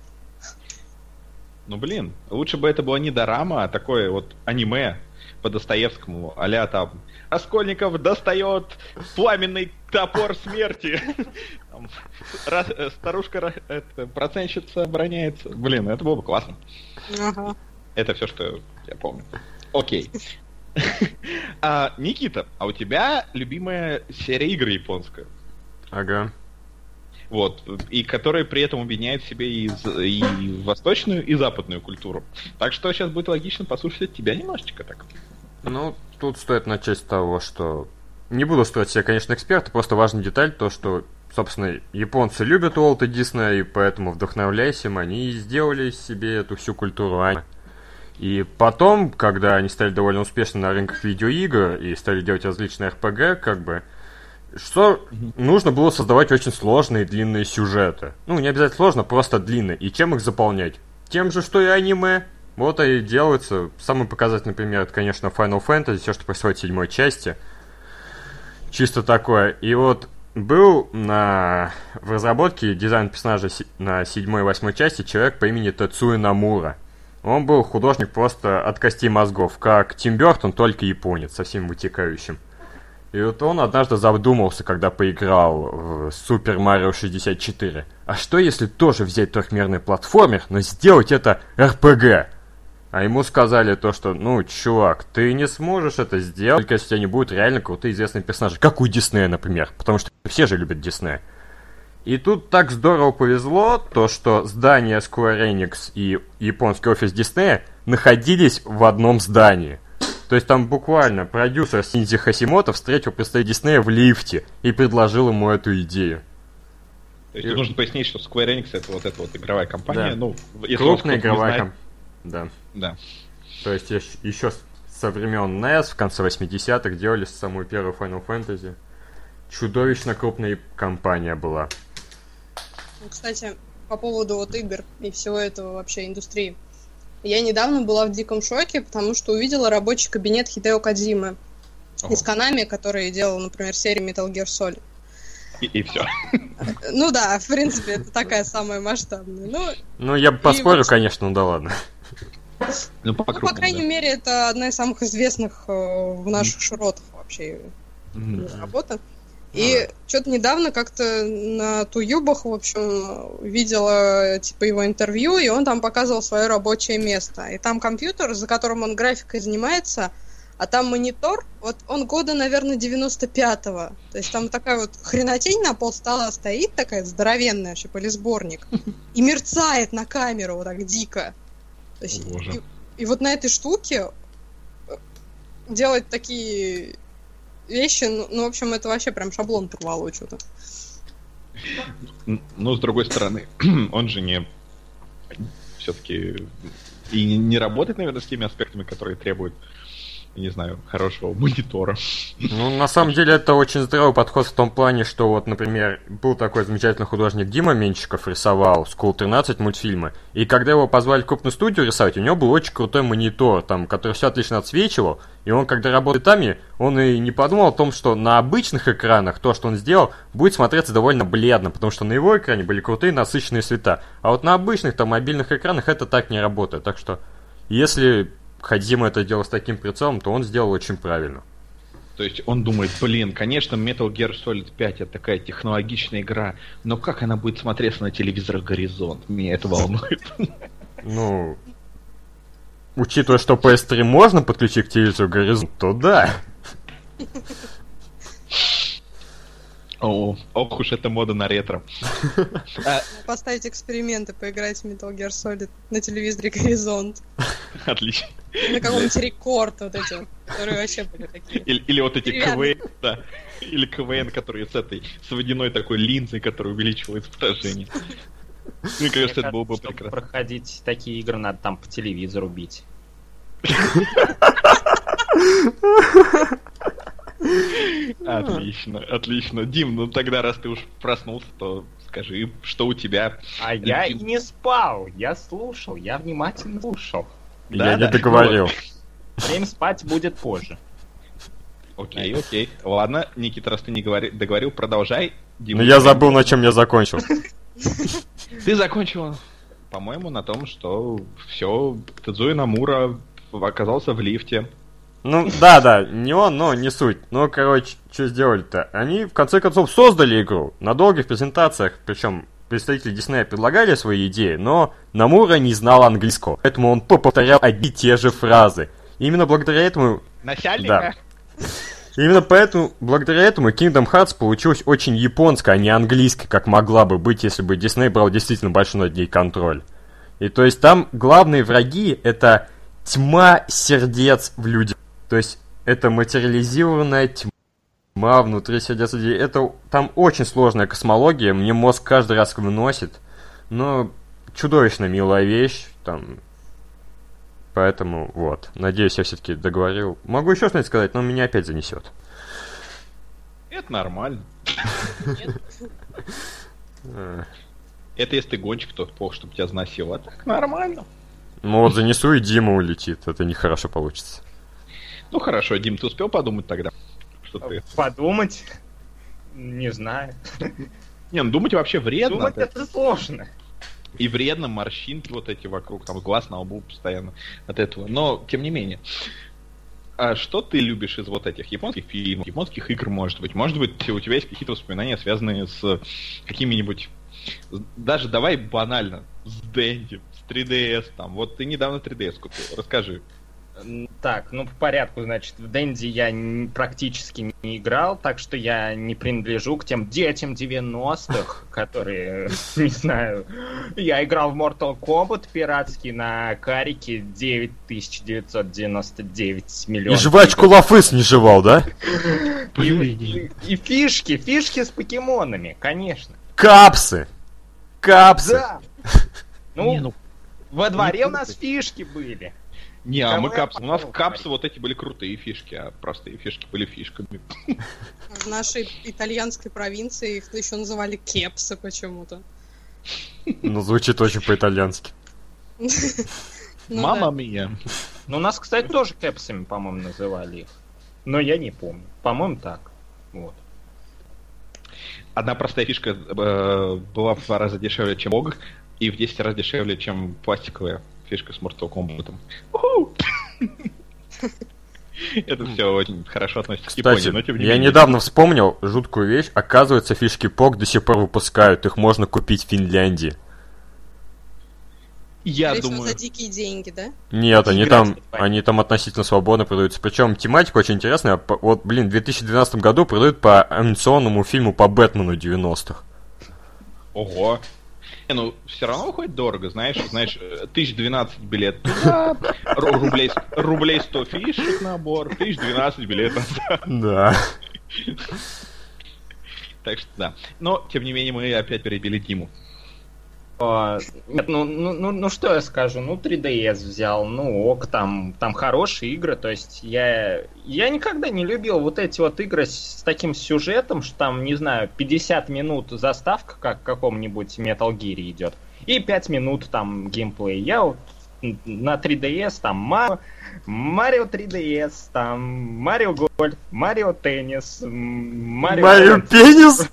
Ну, блин, лучше бы это было не дорама, а такое вот аниме по Достоевскому, а-ля там Раскольников достает пламенный топор смерти. Там, раз, старушка, это, процентщица обороняется. Блин, это было бы классно. Ага. Это все, что я помню. Окей. А, Никита, а у тебя любимая серия игр японская? Ага. Вот, и которая при этом объединяет в себе и, и восточную, и западную культуру. Так что сейчас будет логично послушать от тебя немножечко так. Ну, тут стоит начать с того, что... Не буду строить себя, конечно, эксперта, просто важная деталь, то, что, собственно, японцы любят Уолта Диснея, и поэтому, вдохновляясь им, они сделали себе эту всю культуру аниме. И потом, когда они стали довольно успешны на рынках видеоигр и стали делать различные эр пи джи, как бы, что нужно было создавать очень сложные длинные сюжеты. Ну, не обязательно сложно, просто длинные. И чем их заполнять? Тем же, что и аниме. Вот и делается. Самый показательный пример, это, конечно, Final Fantasy, все, что происходит в седьмой части. Чисто такое. И вот был на... в разработке дизайн персонажа на седьмой и восьмой части человек по имени Тецуя Намура. Он был художник просто от костей мозгов, как Тим Бёртон, только японец, со всем вытекающим. И вот он однажды задумался, когда поиграл в Super Mario шестьдесят четыре. А что если тоже взять трехмерный платформер, но сделать это эр пи джи? А ему сказали то, что, ну, чувак, ты не сможешь это сделать, только если у тебя не будут реально крутые известные персонажи. Как у Диснея, например, потому что все же любят Диснея. И тут так здорово повезло, то что здание Square Enix и японский офис Диснея находились в одном здании. То есть там буквально продюсер Синдзи Хасимото встретил представителя Диснея в лифте и предложил ему эту идею. То есть и... нужно пояснить, что Square Enix это вот эта вот игровая компания. Да. Ну, если крупная игровая компания. Да. Да. То есть еще со времен эн и эс в конце восьмидесятых делали самую первую Final Fantasy. Чудовищно крупная компания была. Кстати, по поводу вот игр и всего этого вообще индустрии. Я недавно была в диком шоке, потому что увидела рабочий кабинет Хидео Кодзимы Ого. из Konami, который делал, например, серию Metal Gear Solid. И, и все. Ну да, в принципе, это такая самая масштабная. Ну, ну я поспорю, вот... конечно, ну да ладно. Ну, по, ну, по крайней да. мере, это одна из самых известных э, в наших широтах вообще mm-hmm. работа. И а. что-то недавно как-то на Туюбах, в общем, видела типа его интервью, и он там показывал свое рабочее место. И там компьютер, за которым он графикой занимается, а там монитор, вот он года, наверное, девяносто пятого. То есть там такая вот хренотень на полстола стоит, такая здоровенная вообще, полисборник, и мерцает на камеру вот так дико. То есть, и, и вот на этой штуке делать такие... вещи, ну, ну, в общем, это вообще прям шаблон порвало что-то. Ну, с другой стороны, он же не все-таки и не работает, наверное, с теми аспектами, которые требуют, не знаю, хорошего монитора. Ну, на самом деле, это очень здоровый подход в том плане, что вот, например, был такой замечательный художник Дима Меньшиков, рисовал Скул тринадцать мультфильмы, и когда его позвали в крупную студию рисовать, у него был очень крутой монитор, там, который все отлично отсвечивал, и он, когда работает там, он и не подумал о том, что на обычных экранах то, что он сделал, будет смотреться довольно бледно, потому что на его экране были крутые насыщенные цвета, а вот на обычных, там, мобильных экранах это так не работает, так что, если... Кодзима это делал с таким прицелом, то он сделал очень правильно. То есть он думает, блин, конечно, Metal Gear Solid пять это такая технологичная игра, но как она будет смотреться на телевизорах Горизонт? Меня это волнует. Ну, учитывая, что пи эс три можно подключить к телевизору Горизонт, то да. О, ох уж это мода на ретро. Поставить эксперименты, поиграть в Metal Gear Solid на телевизоре Горизонт. Отлично. На каком-нибудь рекорд вот эти вот, которые вообще были такие. Или, или вот эти КВН, да. Или КВН, которые с этой, с водяной такой линзой, которая увеличивает изображение. Мне кажется, это было бы чтобы прекрасно. проходить такие игры, надо там по телевизору бить. Отлично, отлично. Дим, ну тогда, раз ты уж проснулся, то скажи, что у тебя... А я и не спал, я слушал, я внимательно слушал. Да, Я да. не договорил. Время спать будет позже. Окей, окей. Ладно, Никита, раз ты не говори- договорил, продолжай. Дима, Но я забыл, на чем я закончил. Ты закончил, по-моему, на том, что все, Тедзуя Намура оказался в лифте. Ну, да, да, не он, но не суть. Ну, короче, что сделали-то? Они, в конце концов, создали игру на долгих презентациях, причем представители Диснея предлагали свои идеи, но Намура не знал английского, поэтому он повторял одни и те же фразы. И именно благодаря этому... Начальника? Да. Именно поэтому, благодаря этому Kingdom Hearts получилась очень японская, а не английская, как могла бы быть, если бы Дисней брал действительно большой над ней контроль. И то есть там главные враги — это тьма сердец в людях. То есть это материализированная тьма внутри сердец людей. Это там очень сложная космология, мне мозг каждый раз выносит. Но чудовищно милая вещь, там... Поэтому вот. Надеюсь, я все-таки договорил. Могу еще что-нибудь сказать, но меня опять занесет. Это нормально. Это если ты гонщик, то плохо, чтобы тебя заносило. А так нормально. Ну вот занесу, и Дима улетит. Это нехорошо получится. Ну хорошо, Дим, ты успел подумать тогда? Что ты... Подумать? Не знаю. Не, ну думать вообще вредно. Думать это сложно. И вредно, морщинки вот эти вокруг, там глаз на лбу постоянно от этого. Но, тем не менее. А что ты любишь из вот этих японских фильмов, японских игр, может быть? Может быть, у тебя есть какие-то воспоминания, связанные с какими-нибудь... Даже давай банально, с Дэнди, с три ди эс там. Вот ты недавно три ди эс купил, расскажи. Так, ну по порядку, значит, в Дэнди я н- практически не играл, так что я не принадлежу к тем детям девяностых, которые, не знаю, я играл в Mortal Kombat пиратский на карике девять тысяч девятьсот девяносто девять И миллионов. жвачку Лафыс не жевал, да? И, и- и фишки, фишки с покемонами, конечно. Капсы! Капсы! Да! Ну, Не, ну, во дворе не у нас круто. фишки были. Не, а мы Кого я капсы. У нас попробовал капсы говорить? вот эти были крутые фишки, а простые фишки были фишками. В нашей итальянской провинции их еще называли кепсы почему-то. Ну, звучит очень по-итальянски. Ну Мама да. мия. Ну, нас, кстати, тоже кэпсами, по-моему, называли их. Но я не помню. По-моему, так. Вот. Одна простая фишка э, была в два раза дешевле, чем Бог, и в десять раз дешевле, чем пластиковая фишка с Mortal Kombat. Уху! Это все очень хорошо относится к Японии, Кстати, но тем не я менее. недавно вспомнил жуткую вещь. Оказывается, фишки Пок до сих пор выпускают. Их можно купить в Финляндии. Я Скорее всего, думаю... за дикие деньги, да? Нет, они Играть там, не понятно. они там относительно свободно продаются. Причем тематика очень интересная. По- Вот, блин, в две тысячи двенадцатом году продают по анимационному фильму по Бэтмену девяностых. Ого. Не, ну, все равно выходит дорого, знаешь, знаешь, тысяча двенадцать билет туда, ру- рублей, рублей сто фишек набор, тысяча двенадцать билет назад. Да. Так что да. Но, тем не менее, мы опять перебили Диму. А, Нет, ну, ну, ну, ну что я скажу, ну три ди эс взял, ну ок, там, там хорошие игры, то есть я, я никогда не любил вот эти вот игры с, с таким сюжетом, что там, не знаю, пятьдесят минут заставка, как в каком-нибудь Metal Gear идет, и пять минут там геймплей. Я вот на три ди эс там Марио, Марио три ди эс, там Марио Гольф, Марио Теннис, Марио... Марио Пенис?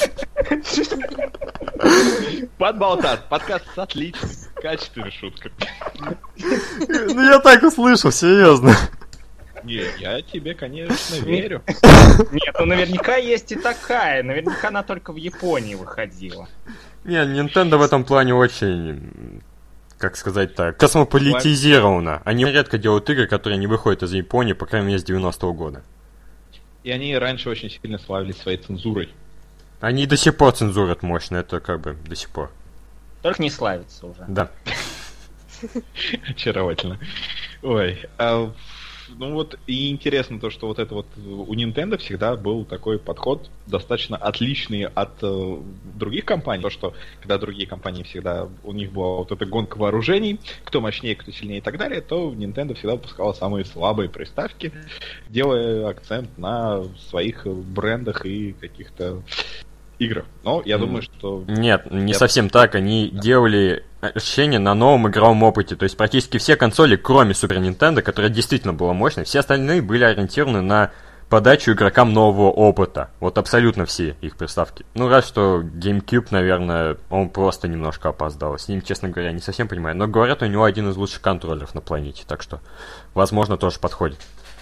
Подболтат, подкаст с отличной, качественной шуткой. Ну я так услышал, серьезно. Не, я тебе, конечно, верю. Нет, ну наверняка есть и такая, наверняка она только в Японии выходила. Не, Nintendo в этом плане очень, как сказать так, космополитизирована. Они редко делают игры, которые не выходят из Японии, по крайней мере, с девяностого года. И они раньше очень сильно славились своей цензурой. Они до сих пор цензурят мощно, это как бы до сих пор. Только не славится уже. Да. Очаровательно. Ой, а, ну вот и интересно то, что вот это вот у Nintendo всегда был такой подход достаточно отличный от э, других компаний. То, что когда другие компании всегда, у них была вот эта гонка вооружений, кто мощнее, кто сильнее и так далее, то Nintendo всегда выпускала самые слабые приставки, делая акцент на своих брендах и каких-то играх. Но я думаю, что... Нет, не Я- совсем так. Они Да. делали ощущение на новом игровом опыте. То есть практически все консоли, кроме Super Nintendo, которая действительно была мощной, все остальные были ориентированы на подачу игрокам нового опыта. Вот абсолютно все их приставки. Ну, раз что GameCube, наверное, он просто немножко опоздал. С ним, честно говоря, не совсем понимаю. Но говорят, у него один из лучших контроллеров на планете. Так что, возможно, тоже подходит.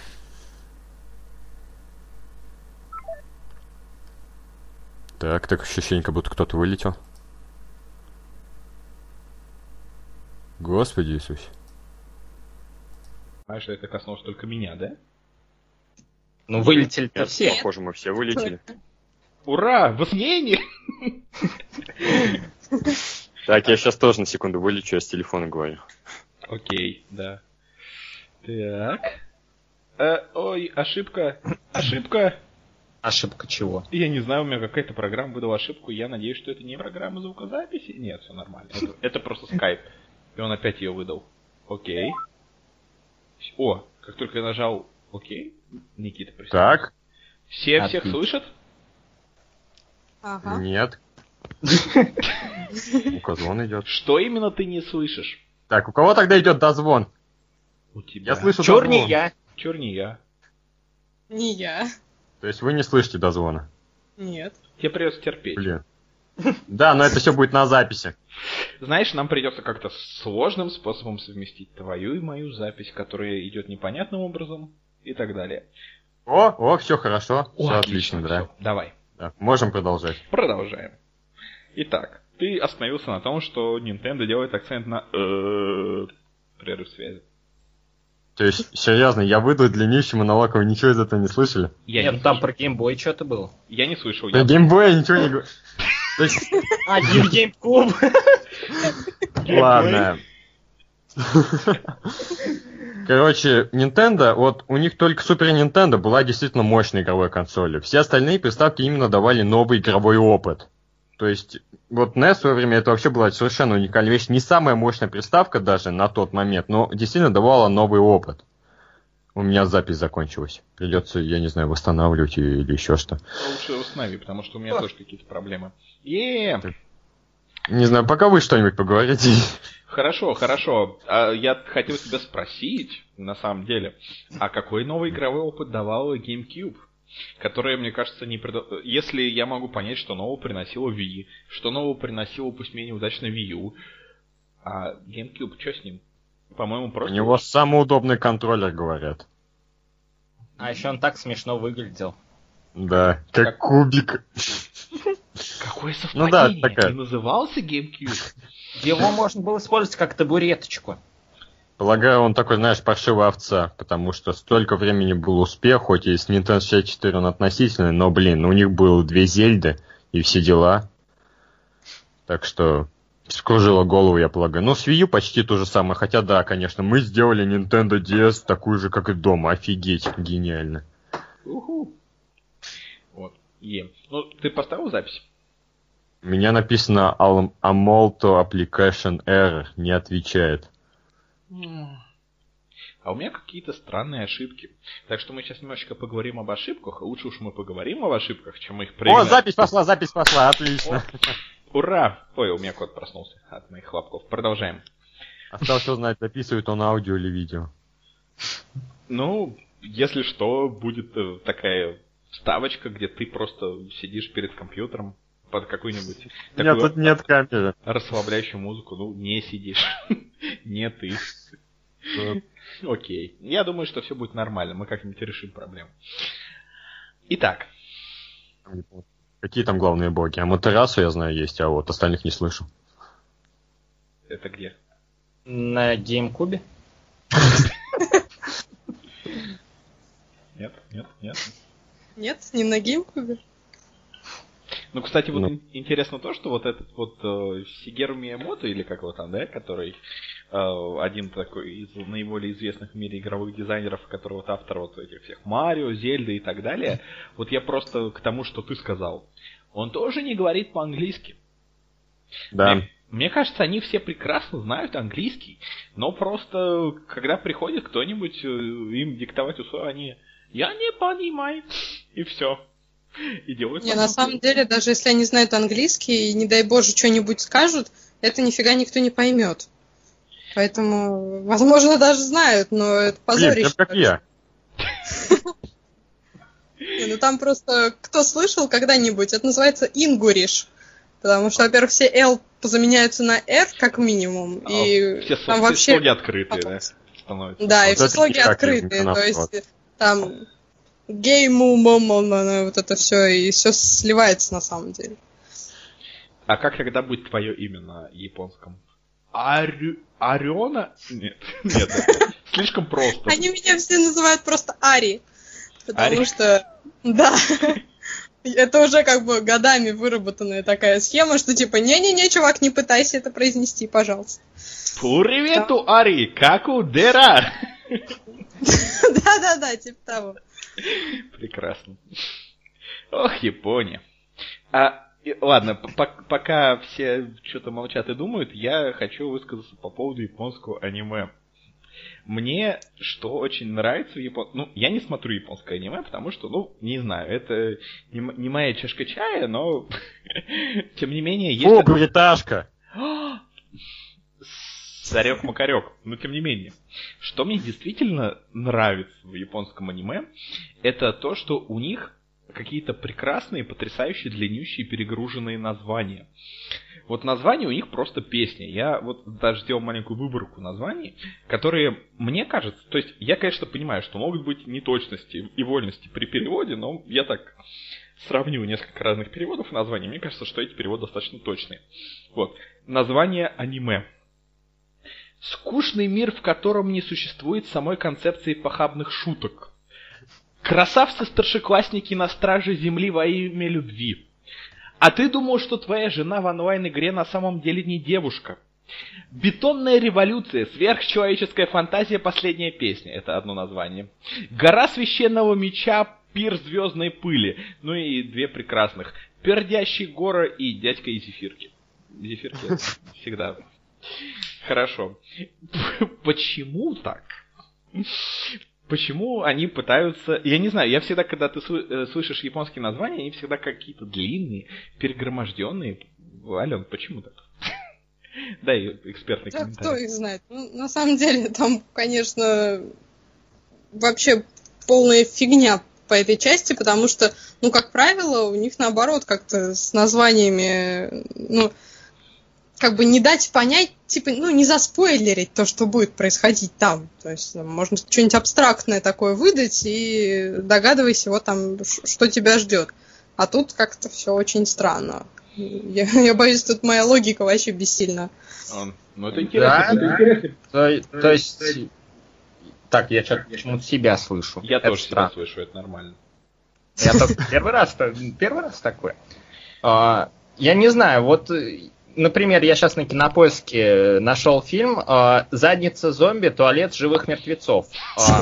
Так, так ощущение, как будто кто-то вылетел. Господи Иисусе. Понимаешь, что это коснулось только меня, да? Ну, вылетели-то все. Похоже, мы все вылетели. Ура! Восьмение! Так, я сейчас тоже на секунду вылечу, я с телефона говорю. Окей, да. Так. Э, ой, ошибка. Ошибка. Ошибка чего? Я не знаю, у меня какая-то программа выдала ошибку. Я надеюсь, что это не программа звукозаписи. Нет, все нормально. Это, это просто скайп. И он опять ее выдал. Окей. О, как только я нажал окей, Никита, присоединился. Так, Все Отлично. всех слышат? Ага. нет. У звон идет. Что именно ты не слышишь? Так, у кого тогда идет дозвон? У тебя. Я слышу Чёр не дозвон. я. Чёр не я. Не я. То есть вы не слышите дозвона? Нет. Тебе придется терпеть. Блин. Да, но это все будет на записи. Знаешь, нам придется как-то сложным способом совместить твою и мою запись, которая идет непонятным образом и так далее. О, о, все хорошо. О, Все отлично, да. всё, давай, Да, можем продолжать. продолжаем. Итак, ты остановился на том, что Nintendo делает акцент на э, прерыв связи. То есть, серьезно, я выдал длиннющий монолог, вы ничего из этого не слышали? Я Нет, не ну там слышал. про геймбой что-то было. Я не слышал. Про Я... геймбой я ничего не говорю. То есть, А, не геймкуб. ладно. Короче, Nintendo, вот у них только Super Nintendo была действительно мощной игровой консолью. Все остальные приставки именно давали новый игровой опыт. То есть, вот эн и эс в свое время это вообще была совершенно уникальная вещь. Не самая мощная приставка даже на тот момент, но действительно давала новый опыт. У меня запись закончилась. Придется, я не знаю, восстанавливать ее или еще что. Лучше установи, потому что у меня тоже какие-то проблемы. Е, Не знаю, пока вы что-нибудь поговорите. Хорошо, хорошо. А я хотел тебя спросить, на самом деле, а какой новый игровой опыт давал GameCube? Которая, мне кажется, не пред... Если я могу понять, что нового приносила Wii, что нового приносила, пусть менее удачно Wii U, а GameCube, что с ним? По-моему, У просто... него самый удобный контроллер, говорят. А еще он так смешно выглядел. Да, как Как- кубик. Какое Ну да, совпадение! такая. И назывался GameCube. Его можно было использовать как табуреточку. Полагаю, он такой, знаешь, паршивая овца, потому что столько времени был успех, хоть и с Nintendo шестьдесят четыре он относительный, но, блин, у них было две Зельды и все дела. Так что скружило голову, я полагаю. Ну, с Wii U почти то же самое, хотя да, конечно, мы сделали Nintendo ди эс такую же, как и дома. Офигеть, гениально. Уху. Вот. Е. Ну, ты поставил запись? У меня написано Al- Amolto Application Error, не отвечает. А у меня какие-то странные ошибки. Так что мы сейчас немножечко поговорим об ошибках. А лучше уж мы поговорим об ошибках, чем мы их О, проявляем. запись пошла, запись пошла, отлично. Ура! Ой, у меня кот проснулся от моих хлопков. Продолжаем. Осталось узнать, записывает он аудио или видео. Ну, если что, будет э, такая вставочка, где ты просто сидишь перед компьютером под какую-нибудь Нет, такую тут нет камеры. расслабляющую музыку. Ну, не сидишь. Не ты. Окей. Я думаю, что все будет нормально. Мы как-нибудь решим проблему. Итак, Какие там главные боги? Аматерасу, я знаю, есть, а вот остальных не слышу. это где? На геймкубе? Нет, нет, нет. Нет, не на GameCube. Ну, кстати, вот Ну. ин- интересно то, что вот этот вот э, Сигеру Миямото, или как его там, да, который один такой из наиболее известных в мире игровых дизайнеров, который вот автор вот этих всех Марио, Зельды и так далее. Вот я просто к тому, что ты сказал. Он тоже не говорит по-английски. Да. Мне, мне кажется, они все прекрасно знают английский, но просто, когда приходит кто-нибудь им диктовать условия, они «я не понимаю», и все. И делают. Не, на самом деле, даже если они знают английский и, не дай боже, что-нибудь скажут, это нифига никто не поймет. Поэтому, возможно, даже знают, но это позорище. Блин, это как я. Не, ну там просто, кто слышал когда-нибудь, это называется ингуриш. Потому что, во-первых, все L заменяются на R, как минимум. А, и все, там все вообще... слоги открытые, да? Становятся. Да, Вот и все это слоги никак открытые. не То есть там гейму, мамона, вот это все, и все сливается на самом деле. А как тогда будет твое имя на японском? Арю... Ариона? Нет, нет, это слишком просто. Они меня все называют просто Ари. Потому Ари? что, да, это уже как бы годами выработанная такая схема, что типа, не-не-не, чувак, не пытайся это произнести, пожалуйста. Привет, Ари, как у Дера? Да-да-да, типа того. Прекрасно. Ох, Япония. А, и, ладно, по- пока все что-то молчат и думают, я хочу высказаться по поводу японского аниме. Мне что очень нравится в японском... Ну, я не смотрю японское аниме, потому что, ну, не знаю, это не, м- не моя чашка чая, но тем не менее... Фу, бриташка! Царек-макарек. Но тем не менее. Что мне действительно нравится в японском аниме, это то, что у них какие-то прекрасные, потрясающие, длиннющие, перегруженные названия. Вот названия у них просто песни. Я вот даже сделал маленькую выборку названий, которые, мне кажется, то есть я, конечно, понимаю, что могут быть неточности и вольности при переводе, но я так сравнил несколько разных переводов названий, мне кажется, что эти переводы достаточно точные. Вот. Название аниме. Скучный мир, в котором не существует самой концепции похабных шуток. Красавцы-старшеклассники на страже земли во имя любви. А ты думал, что твоя жена в онлайн-игре на самом деле не девушка. Бетонная революция, сверхчеловеческая фантазия, последняя песня. Это одно название. Гора священного меча, пир звездной пыли. Ну и две прекрасных. Пердящий гора и дядька из зефирки. Зефирки всегда. Хорошо. Почему так? Почему они пытаются... Я не знаю, я всегда, когда ты слышишь японские названия, они всегда какие-то длинные, перегроможденные. Ален, почему так? Дай экспертный да, комментарий. Кто их знает? Ну, на самом деле, там, конечно, вообще полная фигня по этой части, потому что, ну, как правило, у них наоборот как-то с названиями, ну, как бы не дать понять, типа, ну, не заспойлерить то, что будет происходить там. То есть, ну, можно что-нибудь абстрактное такое выдать и догадывайся, вот там, что тебя ждет. А тут как-то все очень странно. Я, я боюсь, тут моя логика вообще бессильна. Ну, это интересно. Да, это интересно. То, то есть... Так, я что-то почему-то себя слышу. Я это тоже странно. себя слышу, это нормально. Я только первый раз, первый раз такое. А, я не знаю, вот, например, я сейчас на Кинопоиске нашел фильм а, «Задница зомби. Туалет живых мертвецов». А,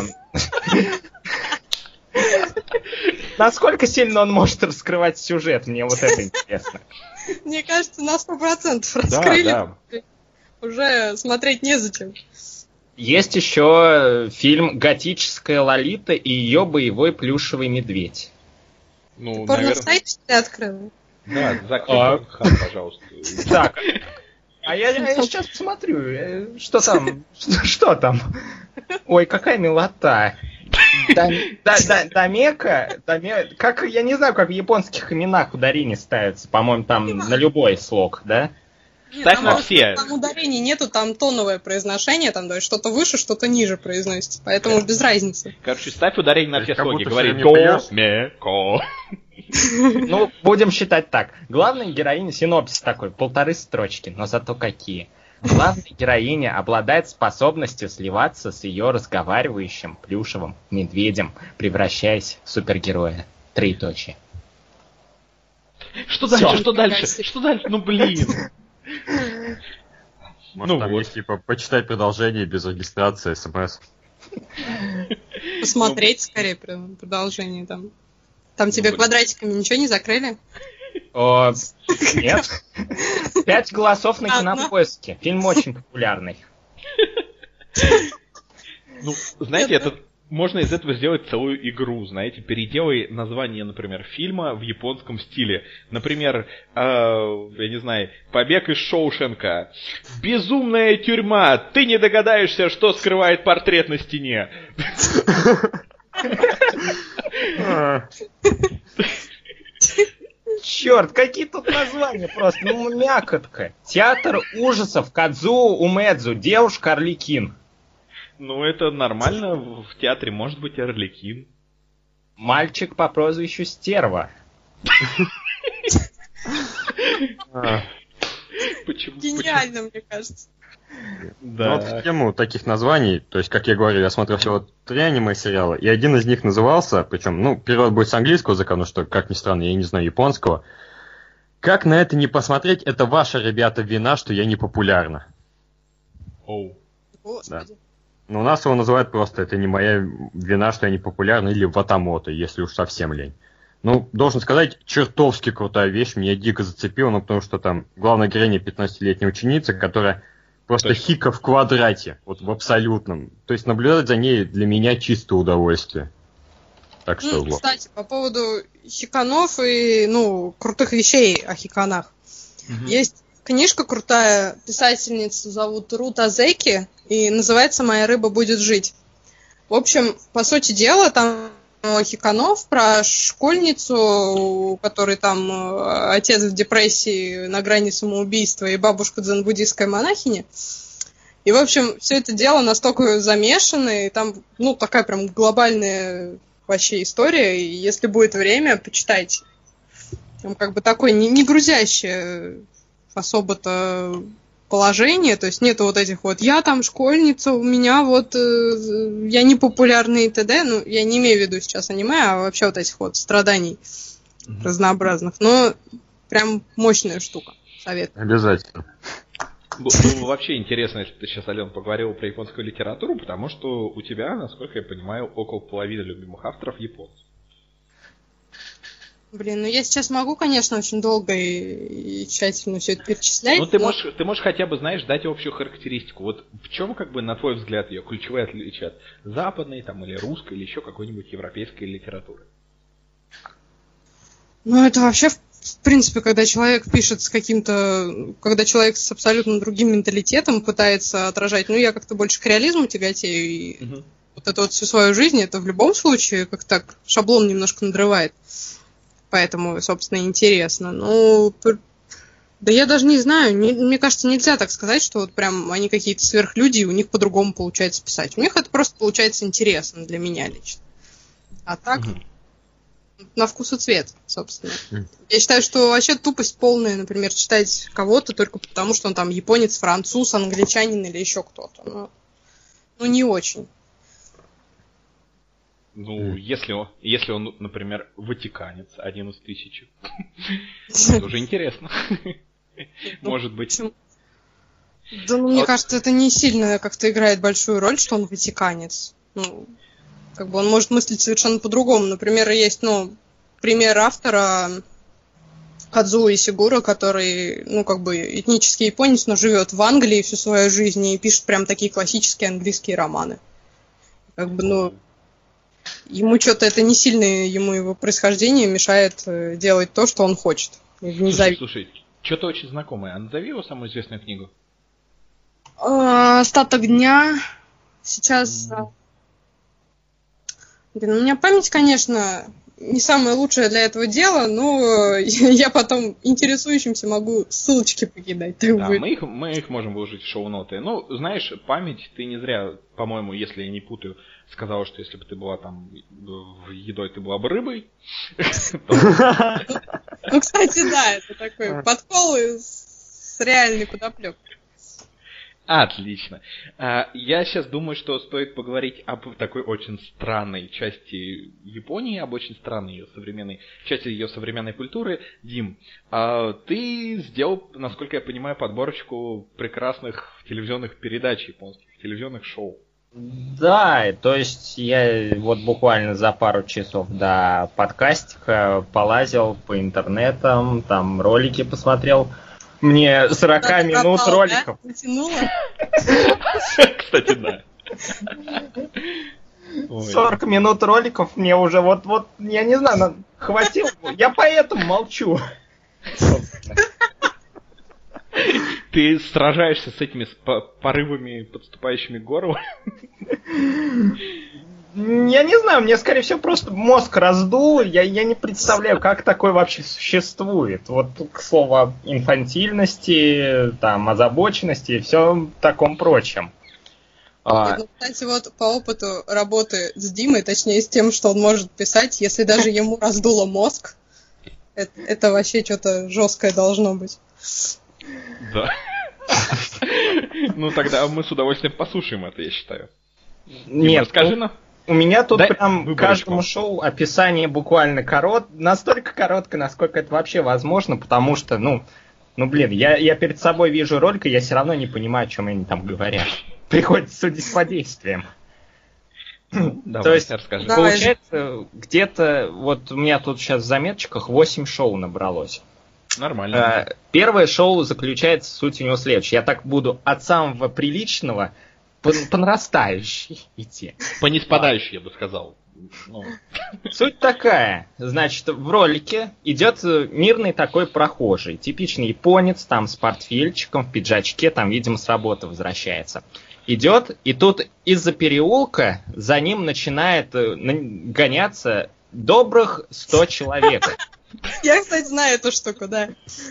насколько сильно он может раскрывать сюжет? Мне вот это интересно. Мне кажется, на сто процентов раскрыли. Да, да. Уже смотреть незачем. Есть еще фильм «Готическая Лолита» и ее боевой плюшевый медведь. Ну, Порно-сайт ты открыл? Да, закрой Порнхаб, пожалуйста. Так, а я, я сейчас посмотрю, что там, что, что там. Ой, какая милота. Да, да, да, Дамека, Дамека, как, я не знаю, как в японских именах ударение ставится, по-моему, там на любой слог, да? Ставь Нет, на там, все. Там ударений нету, там тоновое произношение, там то есть что-то выше, что-то ниже произносится, поэтому без разницы. Короче, ставь ударение на То все есть как слоги. будто Говори всё не до, поешь? ме, ко. Ну, будем считать так. Главная героиня, синопсис такой, полторы строчки, но зато какие. Главная героиня обладает способностью сливаться с ее разговаривающим плюшевым медведем, превращаясь в супергероя. Троеточие. Что Всё. дальше, что дальше, что дальше? Ну, блин. Может, Ну там вот. есть, типа, почитай продолжение без регистрации, смс. Посмотреть скорее про- продолжение там. Там тебе блин. квадратиками ничего не закрыли? О, нет. Пять голосов на Ладно. Кинопоиске. Фильм очень популярный. Ну, знаете, это можно из этого сделать целую игру, знаете, переделай название, например, фильма в японском стиле. Например, э, я не знаю, «Побег из Шоушенка», «Безумная тюрьма», ты не догадаешься, что скрывает портрет на стене. Черт, какие тут названия просто, ну мякотка. Театр ужасов Кадзуо Умэдзу, девушка Орликин. Ну, это нормально, в театре может быть Орликин. Мальчик по прозвищу Стерва. Почему? Гениально, мне кажется. почему? Ну, Да. вот в тему таких названий, то есть, как я говорю, я смотрел всего три аниме-сериала, и один из них назывался, причем, ну, перевод будет с английского языка, потому что, как ни странно, я не знаю японского. Как на это не посмотреть, это ваша, ребята, вина, что я не популярна. Оу. Господи. Но у нас его называют просто, это не моя вина, что я не популярна, или ватамото, если уж совсем лень. Ну, должен сказать, чертовски крутая вещь, меня дико зацепила, ну, потому что там главная героиня пятнадцатилетняя ученица, которая просто Точно. хика в квадрате, вот в абсолютном. То есть наблюдать за ней для меня чисто удовольствие. Так что, Ну, вот. кстати, по поводу хиканов и, ну, крутых вещей о хиканах. Мгм. Есть книжка крутая, писательницу зовут Рут Азеки, и называется «Моя рыба будет жить». В общем, по сути дела, там хиканов про школьницу, у которой там э, отец в депрессии на грани самоубийства и бабушка дзен-буддийская монахиня. И, в общем, все это дело настолько замешано, и там, ну, такая прям глобальная вообще история, и если будет время, почитайте. Там как бы такое не, не грузящее особо-то положение, то есть нету вот этих вот «я там школьница, у меня вот э, я не популярный» и т.д. Ну, я не имею в виду сейчас аниме, а вообще вот этих вот страданий Мгм. разнообразных. Но прям мощная штука. Советую. Обязательно. Ну, ну, вообще интересно, если ты сейчас, Ален, поговорил про японскую литературу, потому что у тебя, насколько я понимаю, около половины любимых авторов японцев. Блин, ну я сейчас могу, конечно, очень долго и, и тщательно все это перечислять. Ну, ты но- можешь, ты можешь хотя бы, знаешь, дать общую характеристику. Вот в чем, как бы, на твой взгляд, ее ключевые отличия от западной, там, или русской, или еще какой-нибудь европейской литературы? Ну, это вообще, в в принципе, когда человек пишет с каким-то... Когда человек с абсолютно другим менталитетом пытается отражать... Ну, я как-то больше к реализму тяготею, и Мгм. вот это вот всю свою жизнь, это в любом случае как так шаблон немножко надрывает. Поэтому, собственно, интересно. Ну, п- да я даже не знаю. Не- мне кажется, нельзя так сказать, что вот прям они какие-то сверхлюди, и у них по-другому получается писать. У них это просто получается интересно для меня лично. А так... Мгм. На вкус и цвет, собственно. Мгм. Я считаю, что вообще тупость полная, например, читать кого-то только потому, что он там японец, француз, англичанин или еще кто-то. Ну, ну не очень. Ну, если он, если он, например, ватиканец, один из тысячи, это уже интересно. Может быть. Почему? Да, ну, мне Вот. кажется, это не сильно как-то играет большую роль, что он ватиканец. Ну, как бы он может мыслить совершенно по-другому. Например, есть, ну, пример автора Кадзуо Исигуро, который, ну, как бы этнический японец, но живет в Англии всю свою жизнь и пишет прям такие классические английские романы. Как бы, ну, ему что-то это не сильно, ему его происхождение мешает э, делать то, что он хочет. Слушай, Независимо. слушай, что-то очень знакомое. А назови его самую известную книгу. А, Остаток дня. Сейчас. а, Блин, у меня память, конечно, не самая лучшая для этого дела, но я потом интересующимся могу ссылочки покидать. Так Да, будет. мы их, мы их можем выложить в шоу-ноты. Ну, знаешь, память, ты не зря, по-моему, если я не путаю, сказала, что если бы ты была там в едой, ты была бы рыбой. Ну, кстати, да, это такой подкол из- с реальной подоплекой. Отлично. А, Я сейчас думаю, что стоит поговорить об такой очень странной части Японии, об очень странной ее современной части ее современной культуры. Дим, а, ты сделал, насколько я понимаю, подборочку прекрасных телевизионных передач японских, телевизионных шоу. Да, то есть я вот буквально за пару часов до подкастика полазил по интернетам, там ролики посмотрел. Мне сорок минут пропал, роликов. Да? Натянула? Кстати, да. сорок минут роликов мне уже вот-вот, я не знаю, хватило. Я поэтому молчу. Ты сражаешься с этими порывами, подступающими к горлу? Я не знаю, мне, скорее всего, просто мозг раздул, я, я не представляю, как такое вообще существует. Вот, к слову, об инфантильности, там, озабоченности и всем таком прочем. А... Ну, кстати, вот по опыту работы с Димой, точнее, с тем, что он может писать, если даже ему раздуло мозг, это, это вообще что-то жесткое должно быть. Да. Ну, тогда мы с удовольствием послушаем это, я считаю. Нет, расскажи нам. У меня тут Дай прям выборочку. Каждому шоу описание буквально корот, настолько короткое, насколько это вообще возможно, потому что, ну, ну блин, я, я перед собой вижу ролик, и я все равно не понимаю, о чем они там говорят. Приходится судить по действиям. Давай, То есть, расскажи. получается, где-то, вот у меня тут сейчас в заметочках восемь шоу набралось. Нормально. Первое шоу заключается, суть у него следующая. Я так буду от самого приличного по, по нарастающей идти. По ниспадающей, я бы сказал. Ну. Суть такая. Значит, в ролике идет мирный такой прохожий. Типичный японец, там с портфельчиком, в пиджачке, там, видимо, с работы возвращается. Идет, и тут из-за переулка за ним начинает гоняться добрых сто человек. Я, кстати, знаю эту штуку, да.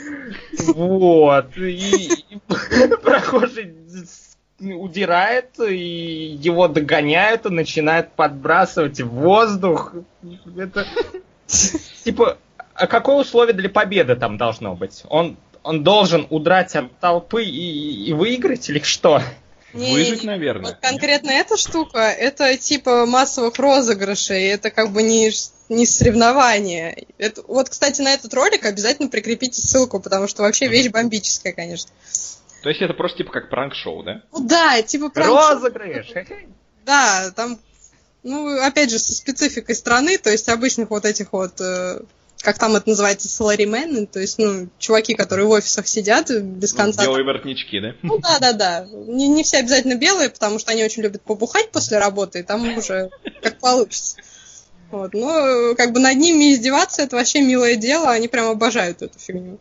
Вот. И, и прохожий удирает, и его догоняют, и начинают подбрасывать в воздух. Это... Типа, а какое условие для победы там должно быть? Он, он должен удрать от толпы и, и выиграть или что? Не, Выжить, не, наверное. Вот конкретно эта штука, это типа массовых розыгрышей, это как бы не, не соревнование. Это, вот, кстати, на этот ролик обязательно прикрепите ссылку, потому что вообще вещь бомбическая, конечно. То есть это просто типа как пранк-шоу, да? Ну да, типа пранк-шоу. Розыгрыш! Да, там, ну, опять же, со спецификой страны, то есть обычных вот этих вот, э, как там это называется, саларимены, то есть, ну, чуваки, которые в офисах сидят без конца. Ну, белые воротнички, да? Ну да, да, да. Не, не все обязательно белые, потому что они очень любят побухать после работы, и там уже как получится. Вот. Но как бы над ними издеваться, это вообще милое дело, они прям обожают эту фигню.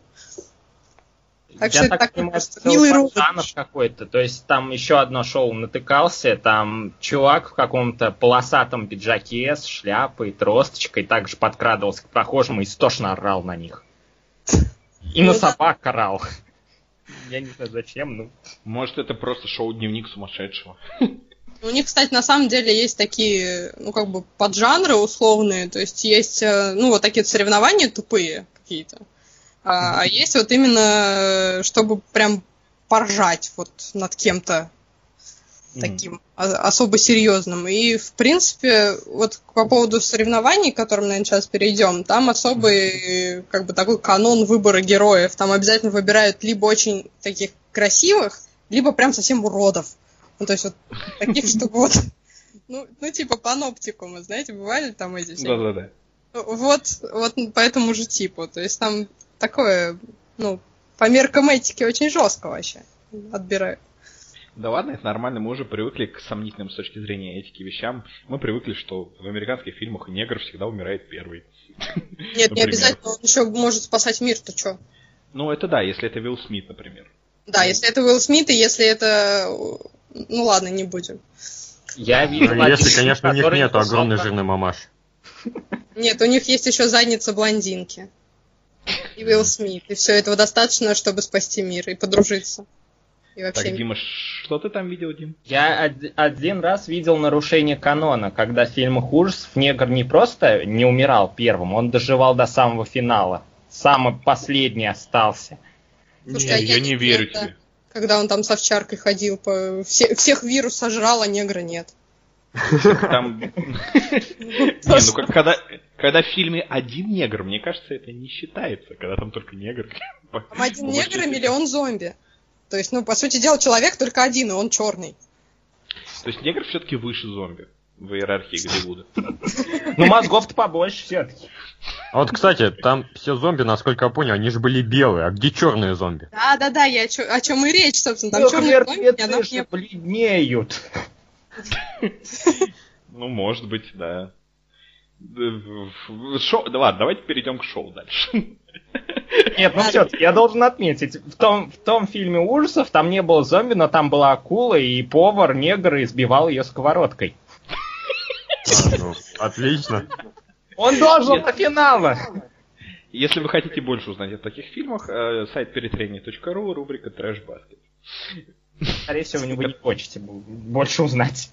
Так Я что так это понимаю, просто целый милый жанр розыгрыш. какой-то. То есть там еще одно шоу натыкался, там чувак в каком-то полосатом пиджаке с шляпой, тросточкой также подкрадывался к прохожим и истошно орал на них. И на собак орал. Я не знаю зачем, ну. Может, это просто шоу «Дневник сумасшедшего». У них, кстати, на самом деле есть такие, ну, как бы поджанры условные, то есть есть, ну, вот такие соревнования тупые какие-то. А, а есть вот именно, чтобы прям поржать вот над кем-то таким mm-hmm. особо серьезным. И, в принципе, вот по поводу соревнований, к которым, наверное, сейчас перейдем, там особый, mm-hmm. как бы, такой канон выбора героев. Там обязательно выбирают либо очень таких красивых, либо прям совсем уродов. Ну, то есть вот таких, чтобы вот, ну, ну, типа паноптикумы, знаете, бывали там эти все? Да-да-да. Вот, вот по этому же типу. То есть там такое, ну, по меркам этики очень жестко вообще отбирают. Да ладно, это нормально, мы уже привыкли к сомнительным с точки зрения этики вещам. Мы привыкли, что в американских фильмах негр всегда умирает первый. Нет, не обязательно, он еще может спасать мир, то что? Ну, это да, если это Уилл Смит, например. Да, если это Уилл Смит, и если это... Ну ладно, не будем. Я вижу... Ну, если, конечно, у них нету огромной жирной мамаши. Нет, у них есть еще задница блондинки. И Уилл Смит. И все этого достаточно, чтобы спасти мир и подружиться. И вообще... Так, Дима, что ты там видел, Дим? Я од- один раз видел нарушение канона, когда в фильмах ужасов негр не просто не умирал первым, он доживал до самого финала. Самый последний остался. Слушай, а не, я не верю это... тебе. Когда он там с овчаркой ходил, по... Все, всех вирус сожрал, а негра нет. Там... Не, ну как- когда, когда в фильме один негр, мне кажется, это не считается, когда там только негр. Там один негр и миллион зомби. То есть, ну, по сути дела, человек только один, и он черный. То есть негр все-таки выше зомби в иерархии Голливуда. Ну, мозгов-то побольше все-таки. А вот, кстати, там все зомби, насколько я понял, они же были белые. А где черные зомби? Да-да-да, я чё- о чем и речь, собственно. Там черные зомби, ни одного не было. бледнеют. Ну, может быть, да. Шоу... Да ладно, давайте перейдем к шоу дальше. Нет, ну все, я должен отметить, в том, в том фильме ужасов там не было зомби, но там была акула, и повар, негр, избивал ее сковородкой. А, ну, отлично. Он дожил до финала! Если вы хотите больше узнать о таких фильмах, э, сайт перетрение точка ру, рубрика Трэш Баскет. Скорее всего, вы не хотите больше узнать.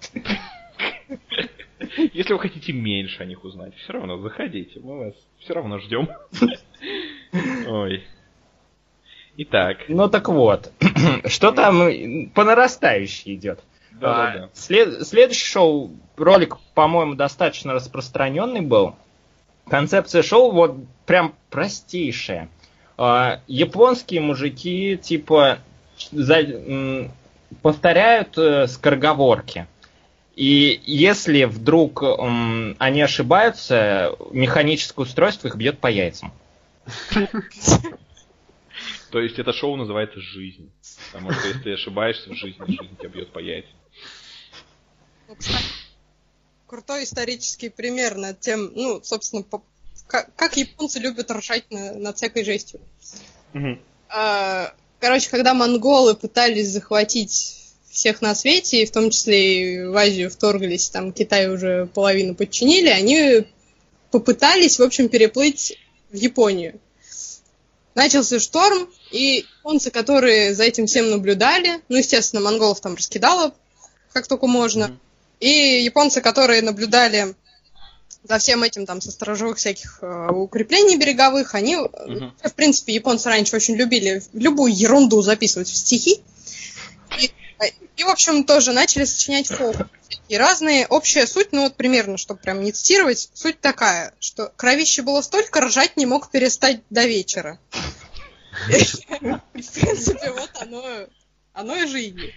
Если вы хотите меньше о них узнать, все равно заходите, мы вас все равно ждем. Ой. Итак. Ну так вот, что там по нарастающей идет? Да, да, да. След... Следующий шоу, ролик, по-моему, достаточно распространенный был. Концепция шоу вот прям простейшая. А, японские мужики типа за... м, повторяют э, скороговорки. И если вдруг м, они ошибаются, механическое устройство их бьет по яйцам. То есть это шоу называется «Жизнь». Потому что если ты ошибаешься в жизни, жизнь тебя бьет по яйцам. Ну, кстати, крутой исторический пример над тем, ну, собственно, по- как, как японцы любят ржать на- над всякой жестью. Мгм. А, Короче, когда монголы пытались захватить всех на свете, и в том числе и в Азию вторглись, там Китай уже половину подчинили, они попытались, в общем, переплыть в Японию. Начался шторм, и японцы, которые за этим всем наблюдали, ну, естественно, монголов там раскидало, как только можно, Мгм. и японцы, которые наблюдали за всем этим там со сторожевых всяких э, укреплений береговых, они, э, Мгм. в принципе, японцы раньше очень любили любую ерунду записывать в стихи, и, и, в общем, тоже начали сочинять фолк. И разные, общая суть, ну вот примерно, чтобы прям не цитировать, суть такая, что кровище было столько, ржать не мог перестать до вечера. В принципе, вот оно, оно и жизнь.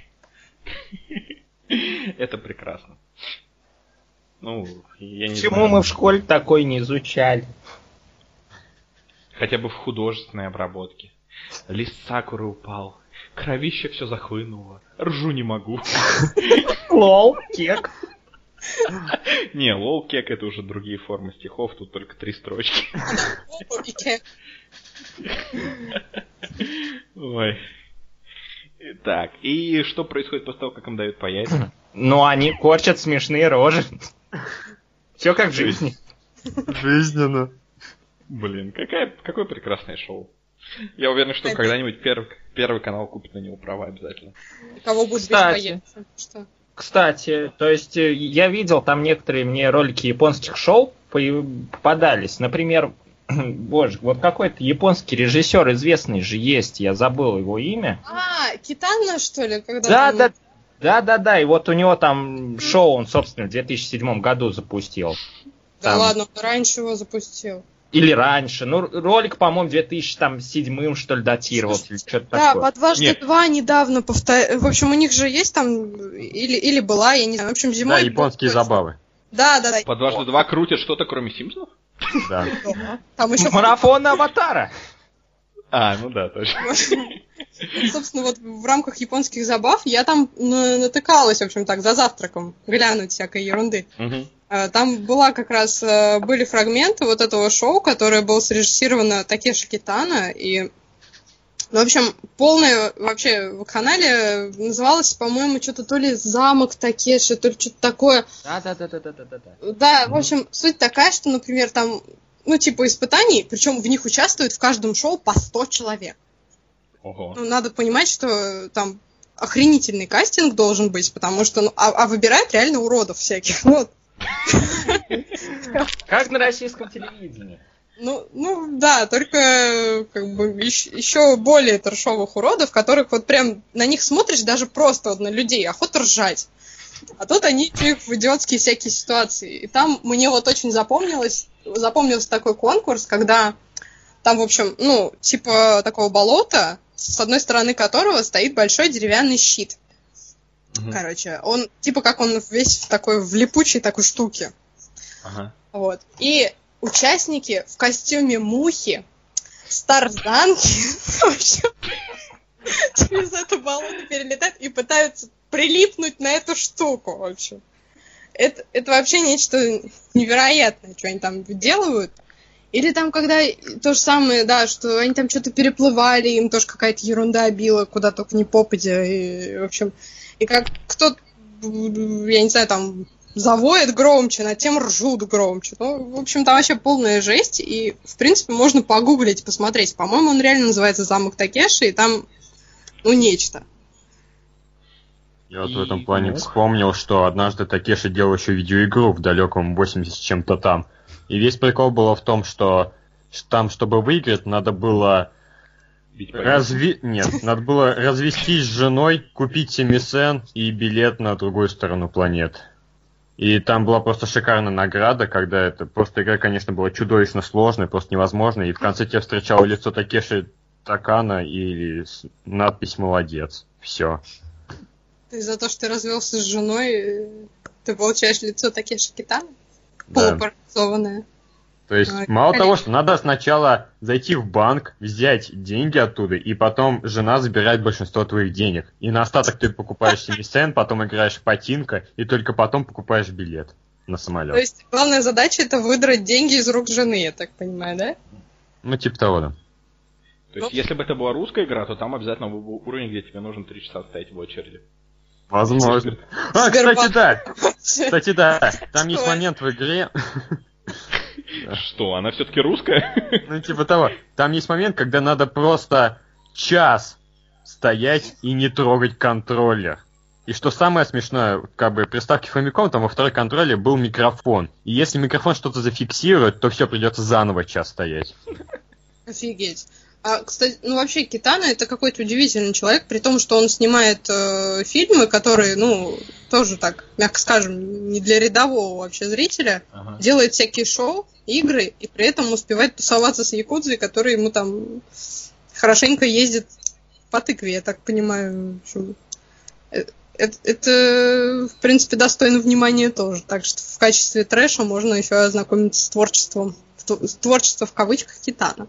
Это прекрасно. Ну, я не Почему знаю. мы в школе такой не изучали? Хотя бы в художественной обработке. Лист сакуры упал. Кровище все захлынуло. Ржу не могу. Лол, кек. Не, лол, кек — это уже другие формы стихов, тут только три строчки. Ой. Так, и что происходит после того, как им дают по яйцам? Ну, они корчат смешные рожи. Все как в жизни. Жизненно. Блин, какая, какое прекрасное шоу. Я уверен, что Это- когда-нибудь первый, первый канал купит на него права обязательно. Кого будет Кстати. беспоясно. Что? Кстати, то есть э, я видел там некоторые мне ролики японских шоу по- попадались. Например, боже, вот какой-то японский режиссер известный же есть, я забыл его имя. А, Китана, что ли? Когда Да, там- да, да, да, да. И вот у него там шоу он, собственно, в две тысячи седьмом году запустил. Да Там- ладно, он раньше его запустил. Или раньше. Ну, ролик, по-моему, две тысячи седьмым, что ли, датировался. Или что-то Да, такое. по дважды Нет. два недавно повторяю. В общем, у них же есть там, или, или была, я не знаю. В общем, Да, зимой... японские был точно. забавы. Да, да, да. По дважды два крутят что-то, кроме Симпсонов? Да. Там еще... Марафон Аватара. А, ну да, точно. Собственно, вот в рамках японских забав я там на- натыкалась, в общем, так, за завтраком, глянуть всякой ерунды. Мгм. А, Там была как раз, э, были фрагменты вот этого шоу, которое было срежиссировано Такеши Китано, и, ну, в общем, полное вообще в канале называлось, по-моему, что-то то ли «Замок Такеши», то ли что-то такое. Да, да, да, да, да, да, да. Да, в общем, суть такая, что, например, там, ну, типа испытаний, причем в них участвует в каждом шоу по сто человек. Ого. Ну, надо понимать, что там охренительный кастинг должен быть, потому что, ну, а, а выбирают реально уродов всяких. Вот. Как на российском телевидении. Ну, ну да, только как бы еще, еще более трэшовых уродов, которых вот прям на них смотришь даже просто вот на людей, охота ржать. А тут они их в идиотские всякие ситуации. И там мне вот очень запомнилось, запомнился такой конкурс, когда там, в общем, ну, типа такого болота, с одной стороны которого стоит большой деревянный щит. Угу. Короче, он, типа как он весь в такой, в липучей такой штуке. Ага. Вот. И участники в костюме мухи с тарзанки в общем, через это болото перелетают и пытаются прилипнуть на эту штуку, в общем. Это, это вообще нечто невероятное, что они там делают. Или там, когда то же самое, да, что они там что-то переплывали, им тоже какая-то ерунда била, куда только не попадя. И, в общем, и как кто-то, я не знаю, там завоет громче, над тем ржут громче. Ну, в общем, там вообще полная жесть. И, в принципе, можно погуглить, посмотреть. По-моему, он реально называется «Замок Такеши», и там, ну, нечто. Я вот в этом плане вспомнил, что однажды Такеши делал еще видеоигру в далеком восьмидесятом с чем-то там. И весь прикол был в том, что там, чтобы выиграть, надо было разви... Нет, надо было развестись с женой, купить семисен и билет на другую сторону планеты. И там была просто шикарная награда, когда это просто игра, конечно, была чудовищно сложной, просто невозможной. И в конце тебе встречало лицо Такеши Такана и надпись «Молодец». Все. То есть за то, что ты развелся с женой, ты получаешь лицо Такеши Китана? Да. Полупарализованное. То есть, а, мало конечно. того, что надо сначала зайти в банк, взять деньги оттуда, и потом жена забирает большинство твоих денег. И на остаток ты покупаешь семисен, потом играешь в патинко, и только потом покупаешь билет на самолет. То есть, главная задача — это выдрать деньги из рук жены, я так понимаю, да? Ну, типа того, да. То есть, если бы это была русская игра, то там обязательно был уровень, где тебе нужно три часа стоять в очереди. Возможно. А, кстати, да. Кстати, да. Там есть момент в игре. Что, она все-таки русская? Ну, типа того. Там есть момент, когда надо просто час стоять и не трогать контроллер. И что самое смешное, как бы приставки Famicom, там во второй контроллере был микрофон. И если микрофон что-то зафиксирует, то все, придется заново час стоять. Офигеть. А, кстати, ну вообще Китана это какой-то удивительный человек, при том, что он снимает э, фильмы, которые, ну, тоже так, мягко скажем, не для рядового вообще зрителя, ага. Делает всякие шоу, игры, и при этом успевает тусоваться с якудзой, который ему там хорошенько ездит по тыкве, я так понимаю. Это, это, в принципе, достойно внимания тоже. Так что в качестве трэша можно еще ознакомиться с творчеством, с творчеством в кавычках Китана.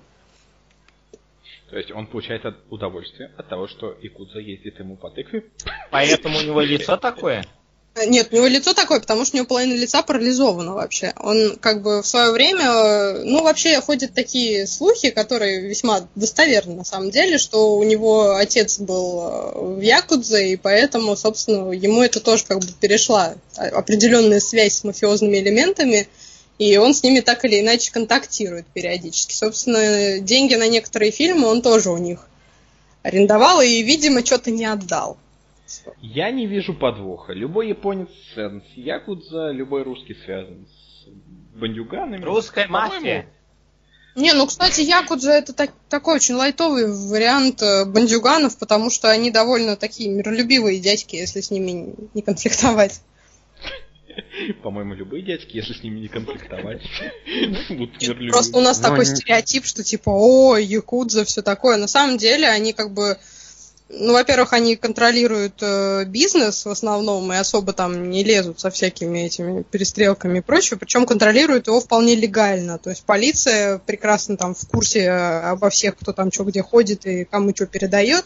То есть он получает удовольствие от того, что якудза ездит ему по тыкве. Поэтому у него лицо такое? Нет, у него лицо такое, потому что у него половина лица парализована вообще. Он как бы в свое время... Ну, вообще ходят такие слухи, которые весьма достоверны на самом деле, что у него отец был в якудзе, и поэтому, собственно, ему это тоже как бы перешла определенная связь с мафиозными элементами, и он с ними так или иначе контактирует периодически. Собственно, деньги на некоторые фильмы он тоже у них арендовал и, видимо, что-то не отдал. Я не вижу подвоха. Любой японец связан с якудза, любой русский связан с бандюганами. Русская мафия. Не, ну, кстати, якудза это так, такой очень лайтовый вариант бандюганов, потому что они довольно такие миролюбивые дядьки, если с ними не конфликтовать. По-моему, любые дядьки, если с ними не конфликтовать, будут миролюбивы. Просто у нас ну, такой не... стереотип, что типа, ой, якудза, все такое. На самом деле они как бы, ну, во-первых, они контролируют э, бизнес в основном и особо там не лезут со всякими этими перестрелками и прочее, причем контролируют его вполне легально. То есть полиция прекрасно там в курсе обо всех, кто там что где ходит и кому что передает.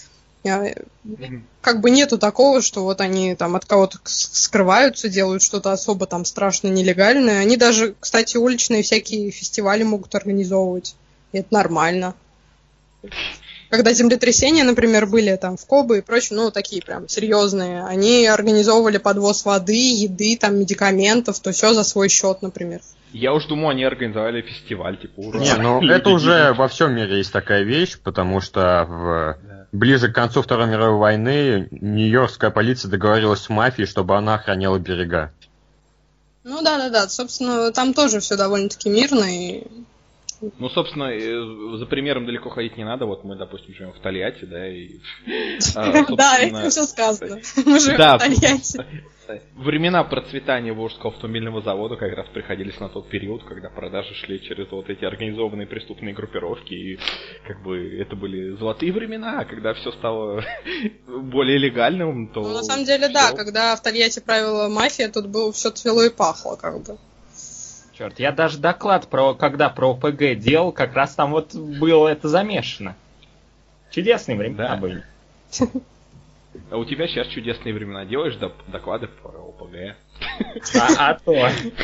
Как бы нету такого, что вот они там от кого-то скрываются, делают что-то особо там страшно нелегальное. Они даже, кстати, уличные всякие фестивали могут организовывать. И это нормально. Когда землетрясения, например, были там в Кобе и прочее, ну, такие прям серьезные, они организовывали подвоз воды, еды, там, медикаментов, то все за свой счет, например. Я уж думаю, они организовали фестиваль, типа, ура. Не, ну это уже во всем мире есть такая вещь, потому что в... да. ближе к концу Второй мировой войны нью-йоркская полиция договорилась с мафией, чтобы она охраняла берега. Ну да-да-да, собственно, там тоже все довольно-таки мирно, и Ну, собственно, э, за примером далеко ходить не надо. Вот мы, допустим, живем в Тольятти, да, и... Да, этим все сказано. Мы живем в Тольятти. Времена процветания Волжского автомобильного завода как раз приходились на тот период, когда продажи шли через вот эти организованные преступные группировки, и как бы это были золотые времена, а когда все стало более легальным, то... Ну, на самом деле, да, когда в Тольятти правила мафия, тут было все цвело и пахло, как бы. Черт, я даже доклад про, когда про ОПГ делал, как раз там вот было это замешано. Чудесные времена да. были. А у тебя сейчас чудесные времена. Делаешь доклады про ОПГ. А, а то.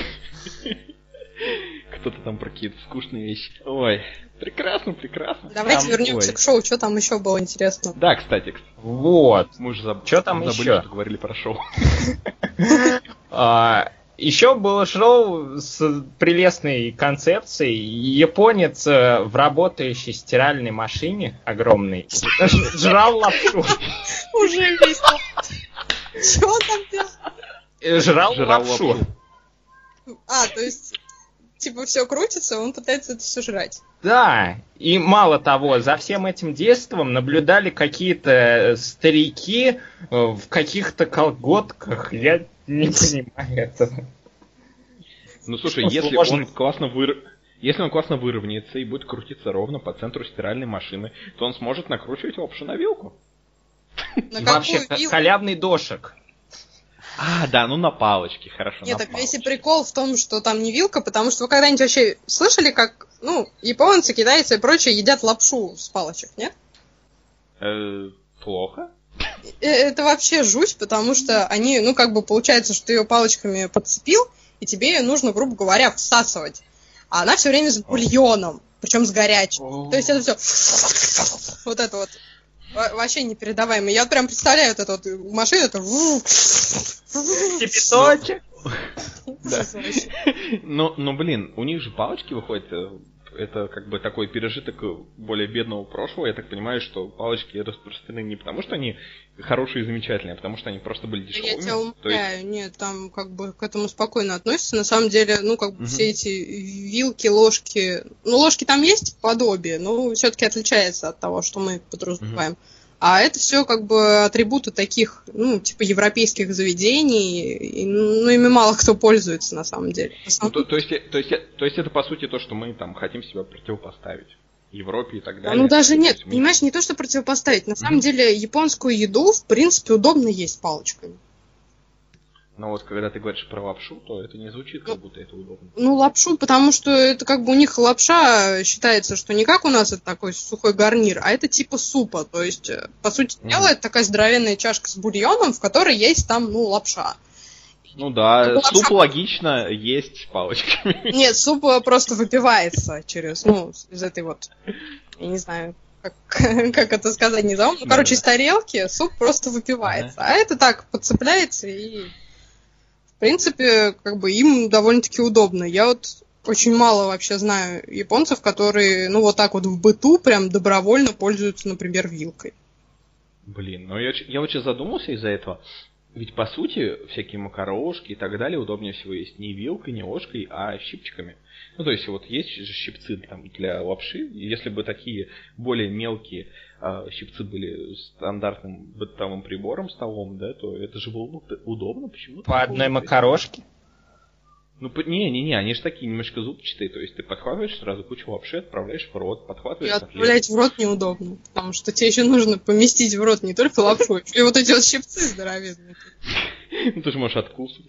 Кто-то там про какие-то скучные вещи. Ой, прекрасно, прекрасно. Давайте там, вернемся ой. к шоу, что там еще было интересно. Да, кстати. Вот. Мы уже заб... Что там забыли, еще? что говорили про шоу. Еще было шоу с прелестной концепцией. Японец в работающей стиральной машине огромной жрал лапшу. Уже весело. Чего он там делал? Жрал лапшу. А, то есть, типа, все крутится, он пытается это все жрать. Да, и мало того, за всем этим действом наблюдали какие-то старики в каких-то колготках. Я не понимаю этого. Ну слушай, если он классно выр... если он классно выровняется и будет крутиться ровно по центру стиральной машины, то он сможет накручивать лапшу на вилку. На вообще вилку? халявный дошек. А, да, ну на палочке, хорошо. Нет, так весь и прикол в том, что там не вилка, потому что вы когда-нибудь вообще слышали, как, ну, японцы, китайцы и прочие едят лапшу с палочек, нет? Э, плохо. Это вообще жуть, потому что они, ну, как бы получается, что ты ее палочками подцепил, и тебе ее нужно, грубо говоря, всасывать. А она все время с бульоном, причем с горячим. То есть это все вот это вот вообще непередаваемо. Я прям представляю вот эту вот машину, это кипяточек. Но, но, блин, у них же палочки выходят. Это как бы такой пережиток более бедного прошлого. Я так понимаю, что палочки распространены не потому, что они хорошие и замечательные, а потому что они просто были дешевыми. Я тебя умоляю, есть... нет, там как бы к этому спокойно относятся. На самом деле, ну, как бы угу. все эти вилки, ложки... Ну, ложки там есть подобие, но все-таки отличается от того, что мы подразумеваем. Угу. А это все как бы атрибуты таких, ну, типа европейских заведений, и, ну, ими мало кто пользуется на самом деле. Ну, то, то, есть, то, есть, то есть это по сути то, что мы там хотим себя противопоставить Европе и так далее. Ну даже нет, мы... понимаешь, не то, что противопоставить. На mm-hmm. самом деле японскую еду, в принципе, удобно есть палочками. Но вот когда ты говоришь про лапшу, то это не звучит, как будто это удобно. Ну, лапшу, потому что это как бы у них лапша считается, что не как у нас это такой сухой гарнир, а это типа супа. То есть, по сути mm-hmm. дела, это такая здоровенная чашка с бульоном, в которой есть там, ну, лапша. Ну да, ну, суп лапша... логично есть палочками. Нет, суп просто выпивается через, ну, из этой вот, я не знаю, как, как это сказать, не знаю. Ну, короче, из тарелки суп просто выпивается. А это так, подцепляется и... В принципе, как бы им довольно-таки удобно. Я вот очень мало вообще знаю японцев, которые, ну, вот так вот в быту прям добровольно пользуются, например, вилкой. Блин, ну я, я вот сейчас задумался из-за этого. Ведь, по сути, всякие макарошки и так далее удобнее всего есть не вилкой, не ложкой, а щипчиками. Ну, то есть, вот есть же щипцы там, для лапши. И если бы такие более мелкие э, щипцы были стандартным бытовым прибором, столом, да, то это же было удобно. Почему? По одной макарошке? Ну, не-не-не, они же такие немножко зубчатые, то есть ты подхватываешь сразу кучу лапши, отправляешь в рот, подхватываешь... И отправлять в рот неудобно, потому что тебе еще нужно поместить в рот не только лапшу, и вот эти вот щипцы здоровенные. Ну, ты же можешь откусывать.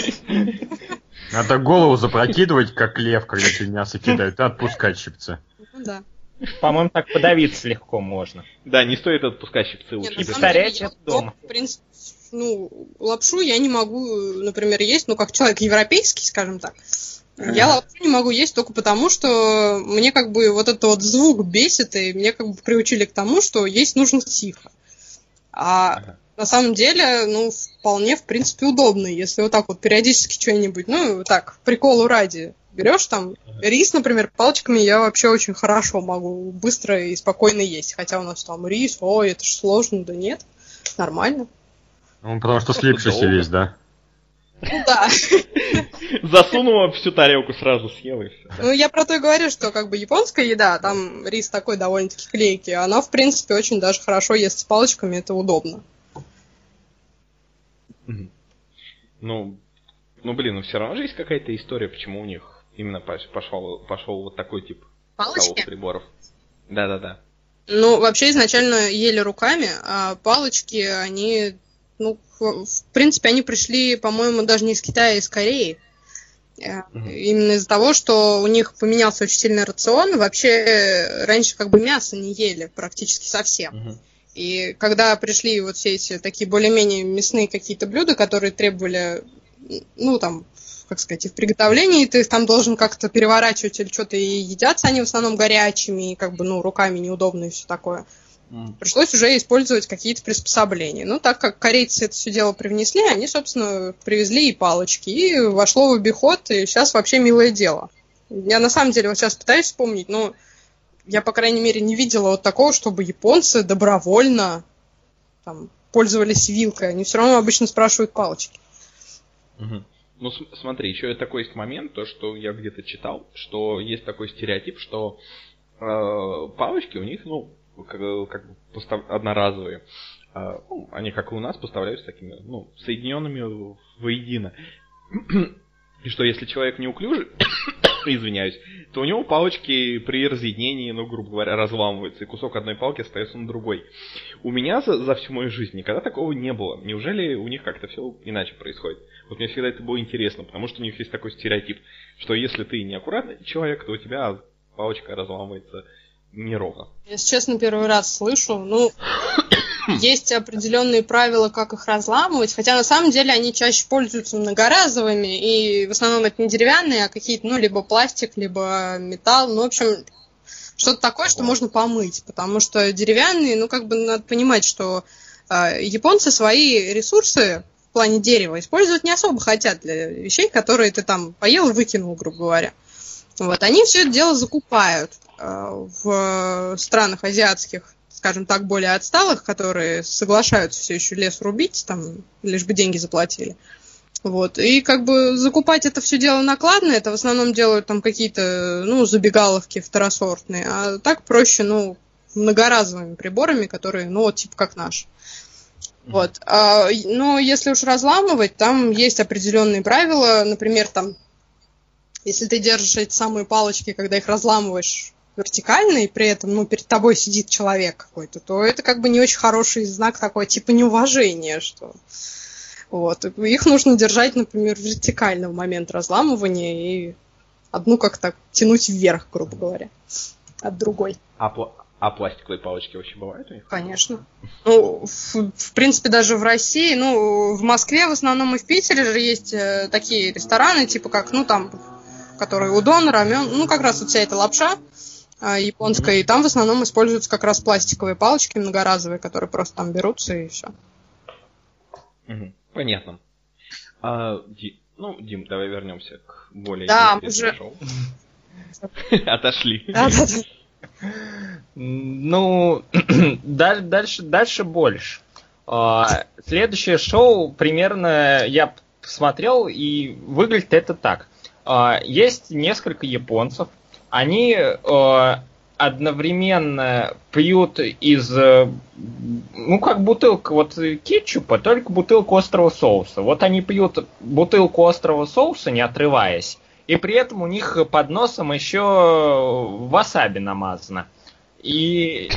Надо голову запрокидывать, как лев, когда тебе мясо кидают, и отпускать щипцы. Ну да. По-моему, так подавиться легко можно. Да, не стоит отпускать щипцы лучше. Не повторять это дома. В принципе, ну, лапшу я не могу, например, есть, ну, как человек европейский, скажем так. А-а-а. Я лапшу не могу есть только потому, что мне как бы вот этот вот звук бесит, и мне как бы приучили к тому, что есть нужно тихо. А ага. на самом деле, ну, вполне, в принципе, удобно, если вот так вот периодически что-нибудь, ну, так, приколу ради, берешь там рис, например, палочками я вообще очень хорошо могу быстро и спокойно есть. Хотя у нас там рис, ой, это ж сложно, да нет, нормально. Ну, потому что слипшийся весь, да? Ну да. Засунула всю тарелку, сразу съела и все. Ну, я про то и говорю, что как бы японская еда, там рис такой довольно-таки клейкий, она, в принципе, очень даже хорошо ест с палочками, это удобно. Ну, ну блин, ну все равно же есть какая-то история, почему у них именно пошел, пошел вот такой тип Палочки? приборов. Да-да-да. Ну, вообще изначально ели руками, а палочки, они, ну, в принципе, они пришли, по-моему, даже не из Китая, а из Кореи. Uh-huh. Именно из-за того, что у них поменялся очень сильный рацион. Вообще, раньше как бы мясо не ели практически совсем. Uh-huh. И когда пришли вот все эти такие более-менее мясные какие-то блюда, которые требовали, ну, там, как сказать, их приготовления, и ты их там должен как-то переворачивать или что-то, и едятся они в основном горячими, и как бы, ну, руками неудобно и все такое. Mm. Пришлось уже использовать какие-то приспособления. Ну, так как корейцы это все дело привнесли, они, собственно, привезли и палочки, и вошло в обиход, и сейчас вообще милое дело. Я на самом деле вот сейчас пытаюсь вспомнить, но я, по крайней мере, не видела вот такого, чтобы японцы добровольно там пользовались вилкой. Они все равно обычно спрашивают палочки. Mm-hmm. Ну, с- смотри, еще такой есть момент, то, что я где-то читал, что есть такой стереотип, что э, палочки у них, ну, как, как бы постав... одноразовые. Э, ну, они, как и у нас, поставляются такими, ну, соединенными воедино. И что если человек неуклюжий, извиняюсь, то у него палочки при разъединении, ну, грубо говоря, разламываются, и кусок одной палки остается на другой. У меня за, за всю мою жизнь никогда такого не было. Неужели у них как-то все иначе происходит? Вот мне всегда это было интересно, потому что у них есть такой стереотип, что если ты неаккуратный человек, то у тебя палочка разламывается неровно. Если честно, первый раз слышу. Ну, есть определенные правила, как их разламывать, хотя на самом деле они чаще пользуются многоразовыми, и в основном это не деревянные, а какие-то, ну, либо пластик, либо металл, ну, в общем, что-то такое, что можно помыть, потому что деревянные, ну, как бы надо понимать, что э, японцы свои ресурсы в плане дерева использовать не особо хотят для вещей, которые ты там поел и выкинул, грубо говоря. Вот, они все это дело закупают э, в странах азиатских, скажем так, более отсталых, которые соглашаются все еще лес рубить, там, лишь бы деньги заплатили. Вот. И как бы закупать это все дело накладно, это в основном делают там какие-то, ну, забегаловки второсортные, а так проще, ну, многоразовыми приборами, которые, ну, вот типа как наш. Вот. А, но если уж разламывать, там есть определенные правила, например, там, если ты держишь эти самые палочки, когда их разламываешь вертикально, и при этом, ну, перед тобой сидит человек какой-то, то это как бы не очень хороший знак такой, типа неуважения, что... Вот. Их нужно держать, например, вертикально в момент разламывания и одну как-то тянуть вверх, грубо говоря, от другой. А, пла- а пластиковые палочки вообще бывают у них? Конечно. Ну, в, в принципе, даже в России, ну, в Москве в основном и в Питере же есть э, такие рестораны, типа как, ну, там, которые удон, рамен, ну, как раз вот вся эта лапша э, японская, mm-hmm. и там в основном используются как раз пластиковые палочки многоразовые, которые просто там берутся и все. Mm-hmm. Понятно. А, Ди... Ну, Дим, давай вернемся к более да, интересному уже... шоу. Отошли. Да-да-да. Ну, дальше, дальше больше. Следующее шоу примерно я посмотрел, и выглядит это так. Есть несколько японцев. Они одновременно пьют из, ну, как бутылка вот кетчупа, только бутылку острого соуса. Вот они пьют бутылку острого соуса, не отрываясь, и при этом у них под носом еще васаби намазано. И...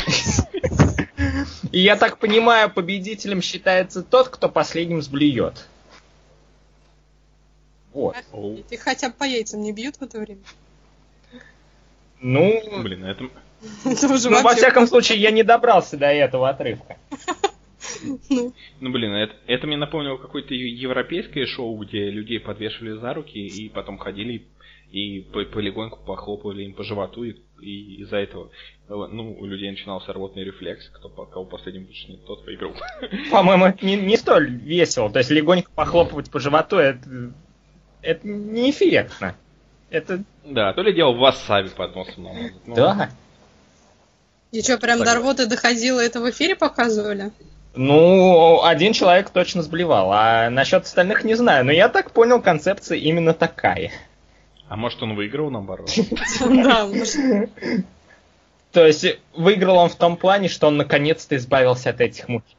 и я так понимаю, победителем считается тот, кто последним сблюет. Вот. И хотя бы по яйцам не бьют в это время? Ну, блин, это... это уже ну, вообще... во всяком случае, я не добрался до этого отрывка. Ну, блин, это, это мне напомнило какое-то европейское шоу, где людей подвешивали за руки и потом ходили и полегоньку похлопывали им по животу, и, и из-за этого, ну, у людей начинался рвотный рефлекс, кто кого последним вычнет, тот выиграл. По-моему, это не, не столь весело. То есть легонько похлопывать по животу, это, это неэффектно. Это... Да, то ли дело васаби под носом намазать. Ну, да. И что, прям так до вот. рвоты доходило, это в эфире показывали? Ну, один человек точно сблевал, а насчет остальных не знаю. Но я так понял, концепция именно такая. А может, он выиграл, наоборот? Да, может. То есть, выиграл он в том плане, что он наконец-то избавился от этих мук.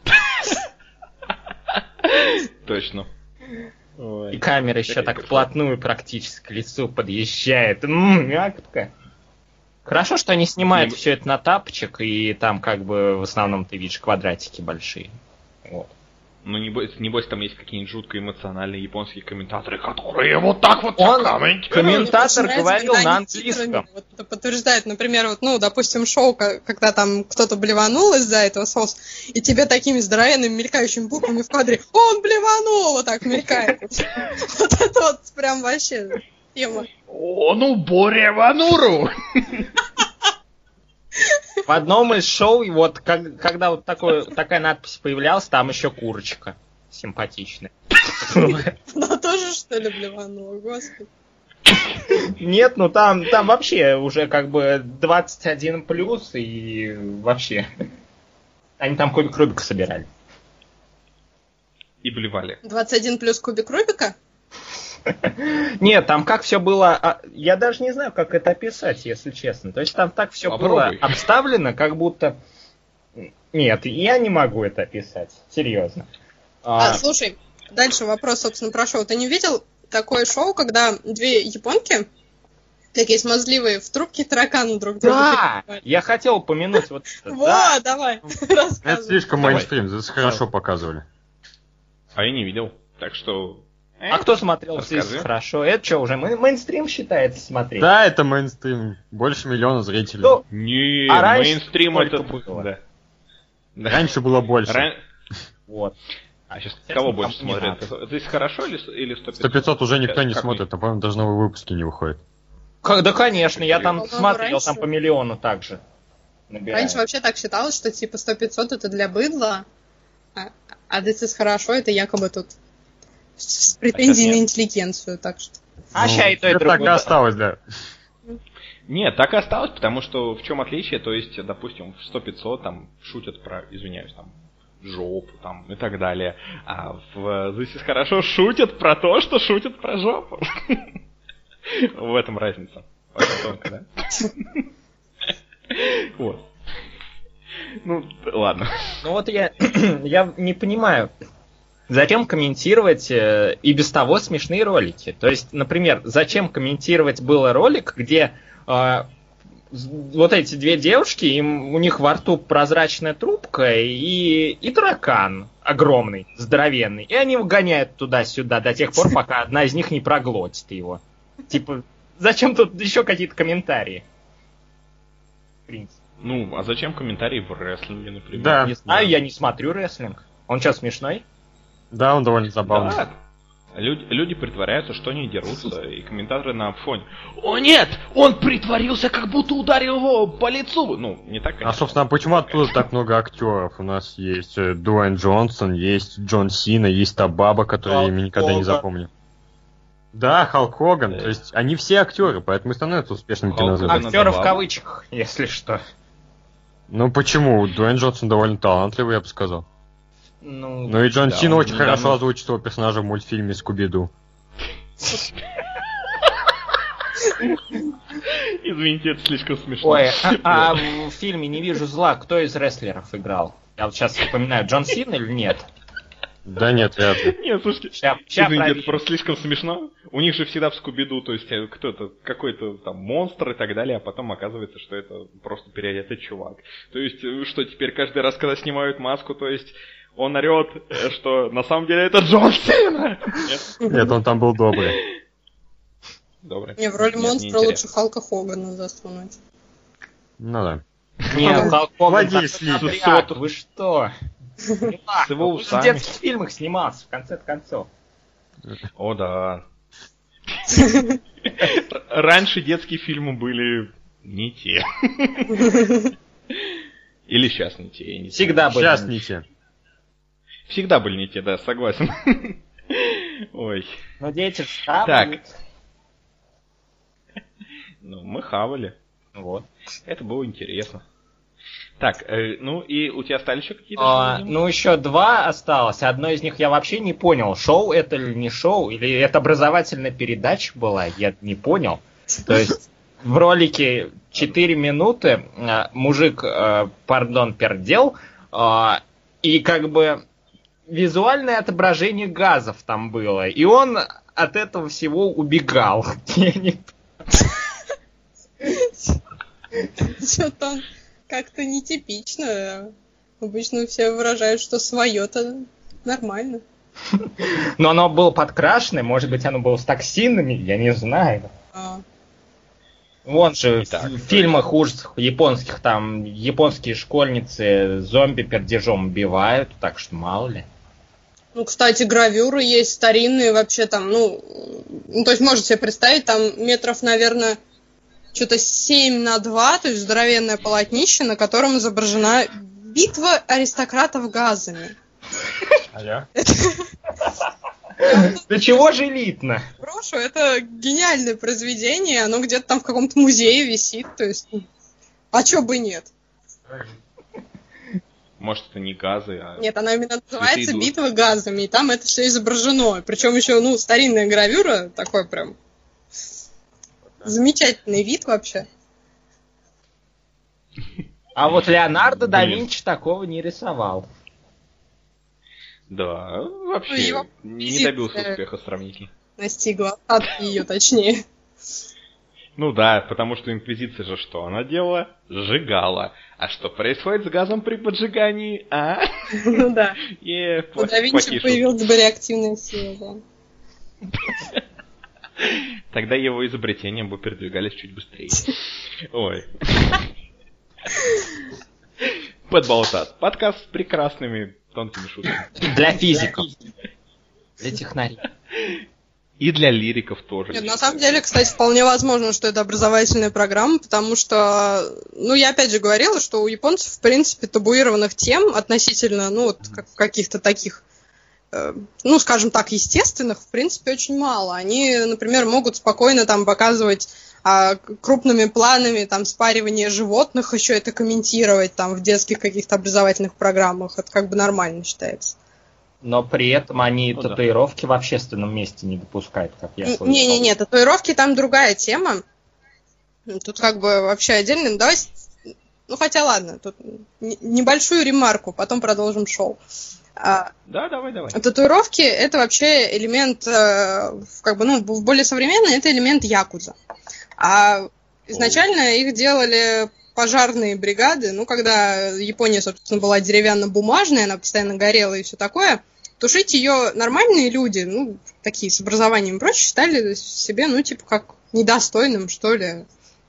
Точно. И камера еще так вплотную практически к лицу подъезжает. Ммм, мягко. Хорошо, что они снимают все это на тапочек, и там как бы в основном ты видишь квадратики большие. Вот. Ну, небось, небось, там есть какие-нибудь жутко эмоциональные японские комментаторы, которые вот так вот Он, комментируют. комментатор, говорил на английском. Вот это подтверждает, например, вот, ну, допустим, шоу, когда там кто-то блеванул из-за этого соуса, и тебе такими здоровенными мелькающими буквами в кадре «Он блеванул!» вот так мелькает. Вот это вот прям вообще тема. О, ну, Боря Вануру! В одном из шоу, вот как, когда вот такой, такая надпись появлялась, там еще курочка симпатичная. Она тоже, что ли, блеванула, господи. Нет, ну там, там вообще уже как бы двадцать один плюс и вообще. Они там кубик Рубика собирали. И блевали. двадцать один плюс кубик Рубика? Нет, там как все было... Я даже не знаю, как это описать, если честно. То есть там так все было обставлено, как будто... Нет, я не могу это описать. Серьезно. А, слушай, дальше вопрос, собственно, про шоу. Ты не видел такое шоу, когда две японки, такие смазливые, в трубке тараканы друг друга? Да! Я хотел упомянуть вот это. Вот, давай, рассказывай. Это слишком мейнстрим, здесь хорошо показывали. А я не видел, так что... А кто смотрел здесь хорошо? Это что, уже мейнстрим считается смотреть? Да, это мейнстрим. Больше миллиона зрителей. Ну, не, а раньше мейнстрим это... было? Да. Да. Раньше было больше. Ран... Вот. А сейчас Честно, кого больше там не смотрят? надо. Здесь хорошо или, или сто пятьсот? сто пятьсот уже никто не Как смотрит, по-моему, даже новые выпуски не выходят. Как, да, конечно, я там По-моему, смотрел, раньше- там по миллиону также. набирают. Раньше вообще так считалось, что типа сто пятьсот это для быдла, а, а This is хорошо, это якобы тут с претензией нет. на интеллигенцию, так что... А ща и то, и это так и другое. осталось, да. Нет, так и осталось, потому что в чем отличие, то есть, допустим, в сто пятьсот там шутят про, извиняюсь, там, жопу там и так далее, а в This is хорошо шутят про то, что шутят про жопу. В этом разница. Очень тонко, да? Вот. Ну, ладно. Ну вот я, я не понимаю, зачем комментировать э, и без того смешные ролики? То есть, например, зачем комментировать было ролик, где э, вот эти две девушки, им, у них во рту прозрачная трубка и, и таракан огромный, здоровенный, и они его гоняют туда-сюда до тех пор, пока одна из них не проглотит его. Типа, зачем тут еще какие-то комментарии? В принципе. Ну, а зачем комментарии в рестлинге, например? Да. Не знаю, я не смотрю рестлинг. Он что, смешной? Да, он довольно забавный. Да. Люди, люди притворяются, что они дерутся, и комментаторы на фоне: «О нет! Он притворился, как будто ударил его по лицу!» Ну, не так, конечно. А, собственно, почему оттуда так много актеров? У нас есть э, Дуэйн Джонсон, есть Джон Сина, есть та баба, которую я имя никогда не Хоган. запомню. Да, Халк Хоган. Да. То есть они все актеры, поэтому и становятся успешными Халк кинозвездами. Хоган. Актеры в забавно. кавычках, если что. Ну почему? Дуэйн Джонсон довольно талантливый, я бы сказал. Ну, Ну и Джон да, Сина он очень недавно- хорошо озвучит своего персонажа в мультфильме Скуби-Ду. Извините, это слишком смешно. ой, а, а в фильме «Не вижу зла» кто из рестлеров играл? Я вот сейчас вспоминаю, Джон Сина или нет? Да нет, вряд ли. Нет, слушайте, Ща, ща извините, это проверим. просто слишком смешно. У них же всегда в Скуби-Ду, то есть э, кто-то, какой-то там монстр и так далее, а потом оказывается, что это просто переодетый чувак. То есть, э, что теперь каждый раз, когда снимают маску, то есть он орет, э, что на самом деле это Джон Сина! Нет? Нет, он там был добрый. Добрый. Не, в роли Нет, монстра неинтересно. лучше Халка Хогана засунуть. Ну да. Не, Халк Хоган Влади такой слив. добряк, вы что? С его Он в усами. детских фильмах снимался, в конце концов. О, да. Раньше детские фильмы были не те. Или сейчас не те, я не знаю. Всегда были. Сейчас не те. Всегда были не те, да, согласен. Ой. Но дети Так. хавают. Ну, мы хавали. Вот. Это было интересно. Так, э, ну и у тебя остались еще какие-то? А, ну, еще два осталось. Одно из них я вообще не понял, шоу это или не шоу, или это образовательная передача была, я не понял. То есть в ролике четыре минуты мужик, пардон, пердел, и как бы визуальное отображение газов там было, и он от этого всего убегал. Что-то как-то нетипично. Обычно все выражают, что свое-то нормально. Но оно было подкрашено, может быть, оно было с токсинами, я не знаю. А. Вон же так, в фильмах ужасах японских, там японские школьницы зомби пердежом убивают, так что мало ли. Ну, кстати, гравюры есть старинные вообще там, ну, ну, то есть можете себе представить, там метров, наверное, что-то семь на два, то есть здоровенное полотнище, на котором изображена битва аристократов газами. Алло. Да чего же элитно? Прошу, это гениальное произведение, оно где-то там в каком-то музее висит, то есть, а чё бы нет? Может, это не газы, а... Нет, она именно называется «Битва газами», и там это все изображено. Причем еще, ну, старинная гравюра, такой прям замечательный вид вообще. А вот Леонардо да Винчи такого не рисовал. Да, вообще ну, не добился успеха сравнительно. Настигла, от ее точнее. Ну да, потому что инквизиция же что она делала? Сжигала. А что происходит с газом при поджигании? А? Ну да. И у да Винчи появилась бы реактивная сила, да. Тогда его изобретения бы передвигались чуть быстрее. Ой. Подболтат. Подкаст с прекрасными тонкими шутками. Для физиков. Для технарей. И для лириков тоже. Нет, на самом деле, кстати, вполне возможно, что это образовательная программа, потому что, ну, я опять же говорила, что у японцев, в принципе, табуированных тем относительно, ну, вот, как, каких-то таких, э, ну, скажем так, естественных, в принципе, очень мало. Они, например, могут спокойно там показывать а, крупными планами, там, спаривание животных, еще это комментировать, там, в детских каких-то образовательных программах. Это как бы нормально считается. Но при этом они ну, татуировки да. в общественном месте не допускают, как я слышал. Не-не-не, татуировки там другая тема. Тут как бы вообще отдельно. Давай, ну хотя ладно, тут небольшую ремарку, потом продолжим шоу. Да, давай, давай. Татуировки это вообще элемент, как бы, ну, более современный, это элемент якудза. А изначально О. их делали пожарные бригады, ну, когда Япония, собственно, была деревянно-бумажная, она постоянно горела и все такое, тушить ее нормальные люди, ну, такие с образованием и прочее, считали себе, ну, типа, как недостойным, что ли.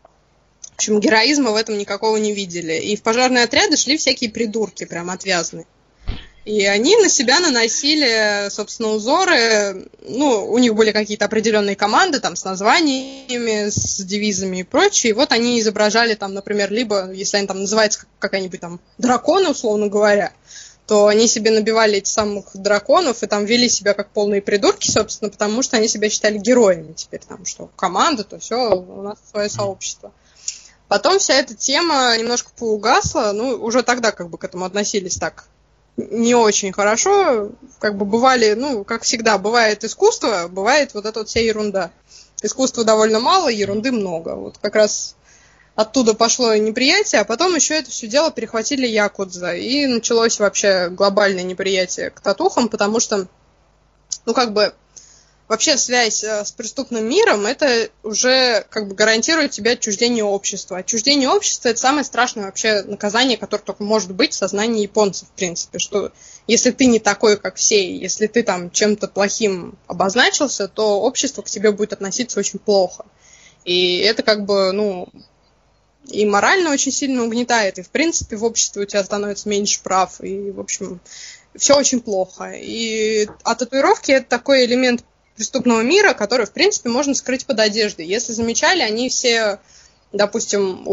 В общем, героизма в этом никакого не видели. И в пожарные отряды шли всякие придурки, прям отвязные. И они на себя наносили, собственно, узоры, ну, у них были какие-то определенные команды, там, с названиями, с девизами и прочее, и вот они изображали, там, например, либо, если они там называются какая-нибудь там драконы, условно говоря, то они себе набивали этих самых драконов и там вели себя как полные придурки, собственно, потому что они себя считали героями теперь, там, что команда, то все, у нас свое сообщество. Потом вся эта тема немножко поугасла, ну, уже тогда как бы к этому относились так не очень хорошо, как бы бывали, ну, как всегда, бывает искусство, бывает вот эта вот вся ерунда. Искусства довольно мало, ерунды много. Вот как раз оттуда пошло неприятие, а потом еще это все дело перехватили якудза, и началось вообще глобальное неприятие к татухам, потому что, ну, как бы, вообще связь с преступным миром, это уже как бы гарантирует тебе отчуждение общества. Отчуждение общества – это самое страшное вообще наказание, которое только может быть в сознании японцев, в принципе, что если ты не такой, как все, если ты там чем-то плохим обозначился, то общество к тебе будет относиться очень плохо. И это как бы, ну, и морально очень сильно угнетает, и в принципе в обществе у тебя становится меньше прав, и, в общем, все очень плохо. И, а татуировки – это такой элемент преступного мира, который, в принципе, можно скрыть под одеждой. Если замечали, они все, допустим,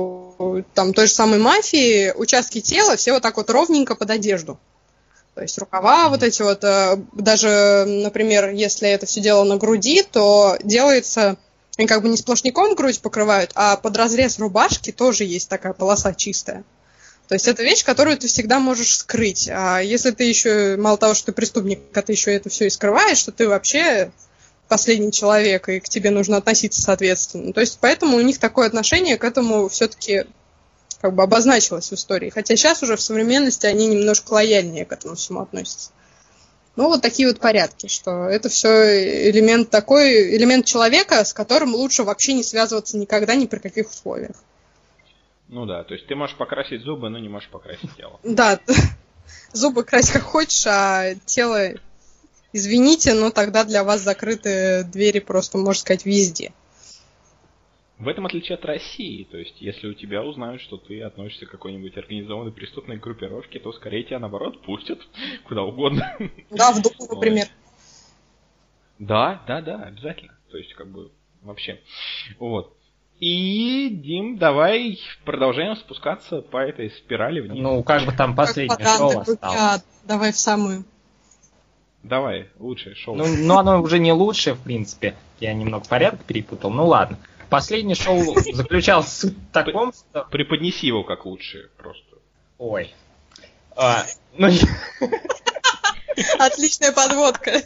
у там, той же самой мафии, участки тела все вот так вот ровненько под одежду. То есть рукава вот эти вот, даже, например, если это все дело на груди, то делается, они как бы не сплошняком грудь покрывают, а под разрез рубашки тоже есть такая полоса чистая. То есть это вещь, которую ты всегда можешь скрыть. А если ты еще, мало того, что ты преступник, а ты еще это все и скрываешь, то ты вообще последний человек, и к тебе нужно относиться соответственно. То есть поэтому у них такое отношение к этому все-таки как бы обозначилось в истории. Хотя сейчас уже в современности они немножко лояльнее к этому всему относятся. Ну, вот такие вот порядки, что это все элемент такой, элемент человека, с которым лучше вообще не связываться никогда, ни при каких условиях. Ну да, то есть ты можешь покрасить зубы, но не можешь покрасить тело. Да, зубы крась как хочешь, а тело, извините, но тогда для вас закрыты двери просто, можно сказать, везде. В этом отличие от России, то есть если у тебя узнают, что ты относишься к какой-нибудь организованной преступной группировке, то скорее тебя, наоборот, пустят куда угодно. Да, в Дубу, например. Да, да, да, обязательно. То есть как бы вообще. Вот. И, Дим, давай продолжаем спускаться по этой спирали вниз. Ну, как бы там последнее как шоу такой, осталось. а, давай в самую. Давай, лучшее шоу. Ну, ну, оно уже не лучшее, в принципе. Я немного порядок перепутал. Ну ладно. Последнее шоу заключалось в таком, что... Преподнеси его как лучшее просто. Ой. А, ну... Отличная подводка.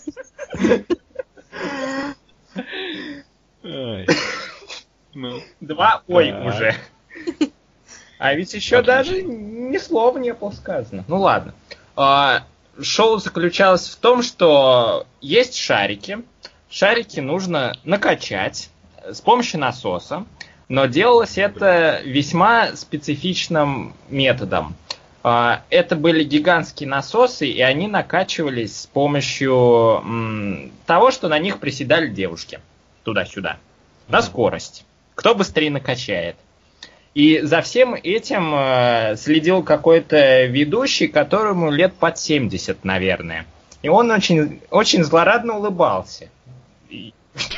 Ай. Ну, Два ой да. уже. А ведь еще Отлично. даже ни слова не было сказано. Ну ладно. А, шоу заключалось в том, что есть шарики. Шарики нужно накачать с помощью насоса. Но делалось это весьма специфичным методом. А, это были гигантские насосы, и они накачивались с помощью м, того, что на них приседали девушки. Туда-сюда. На скорость. Кто быстрее накачает. И за всем этим э, следил какой-то ведущий, которому лет под семьдесят, наверное. И он очень, очень злорадно улыбался. И...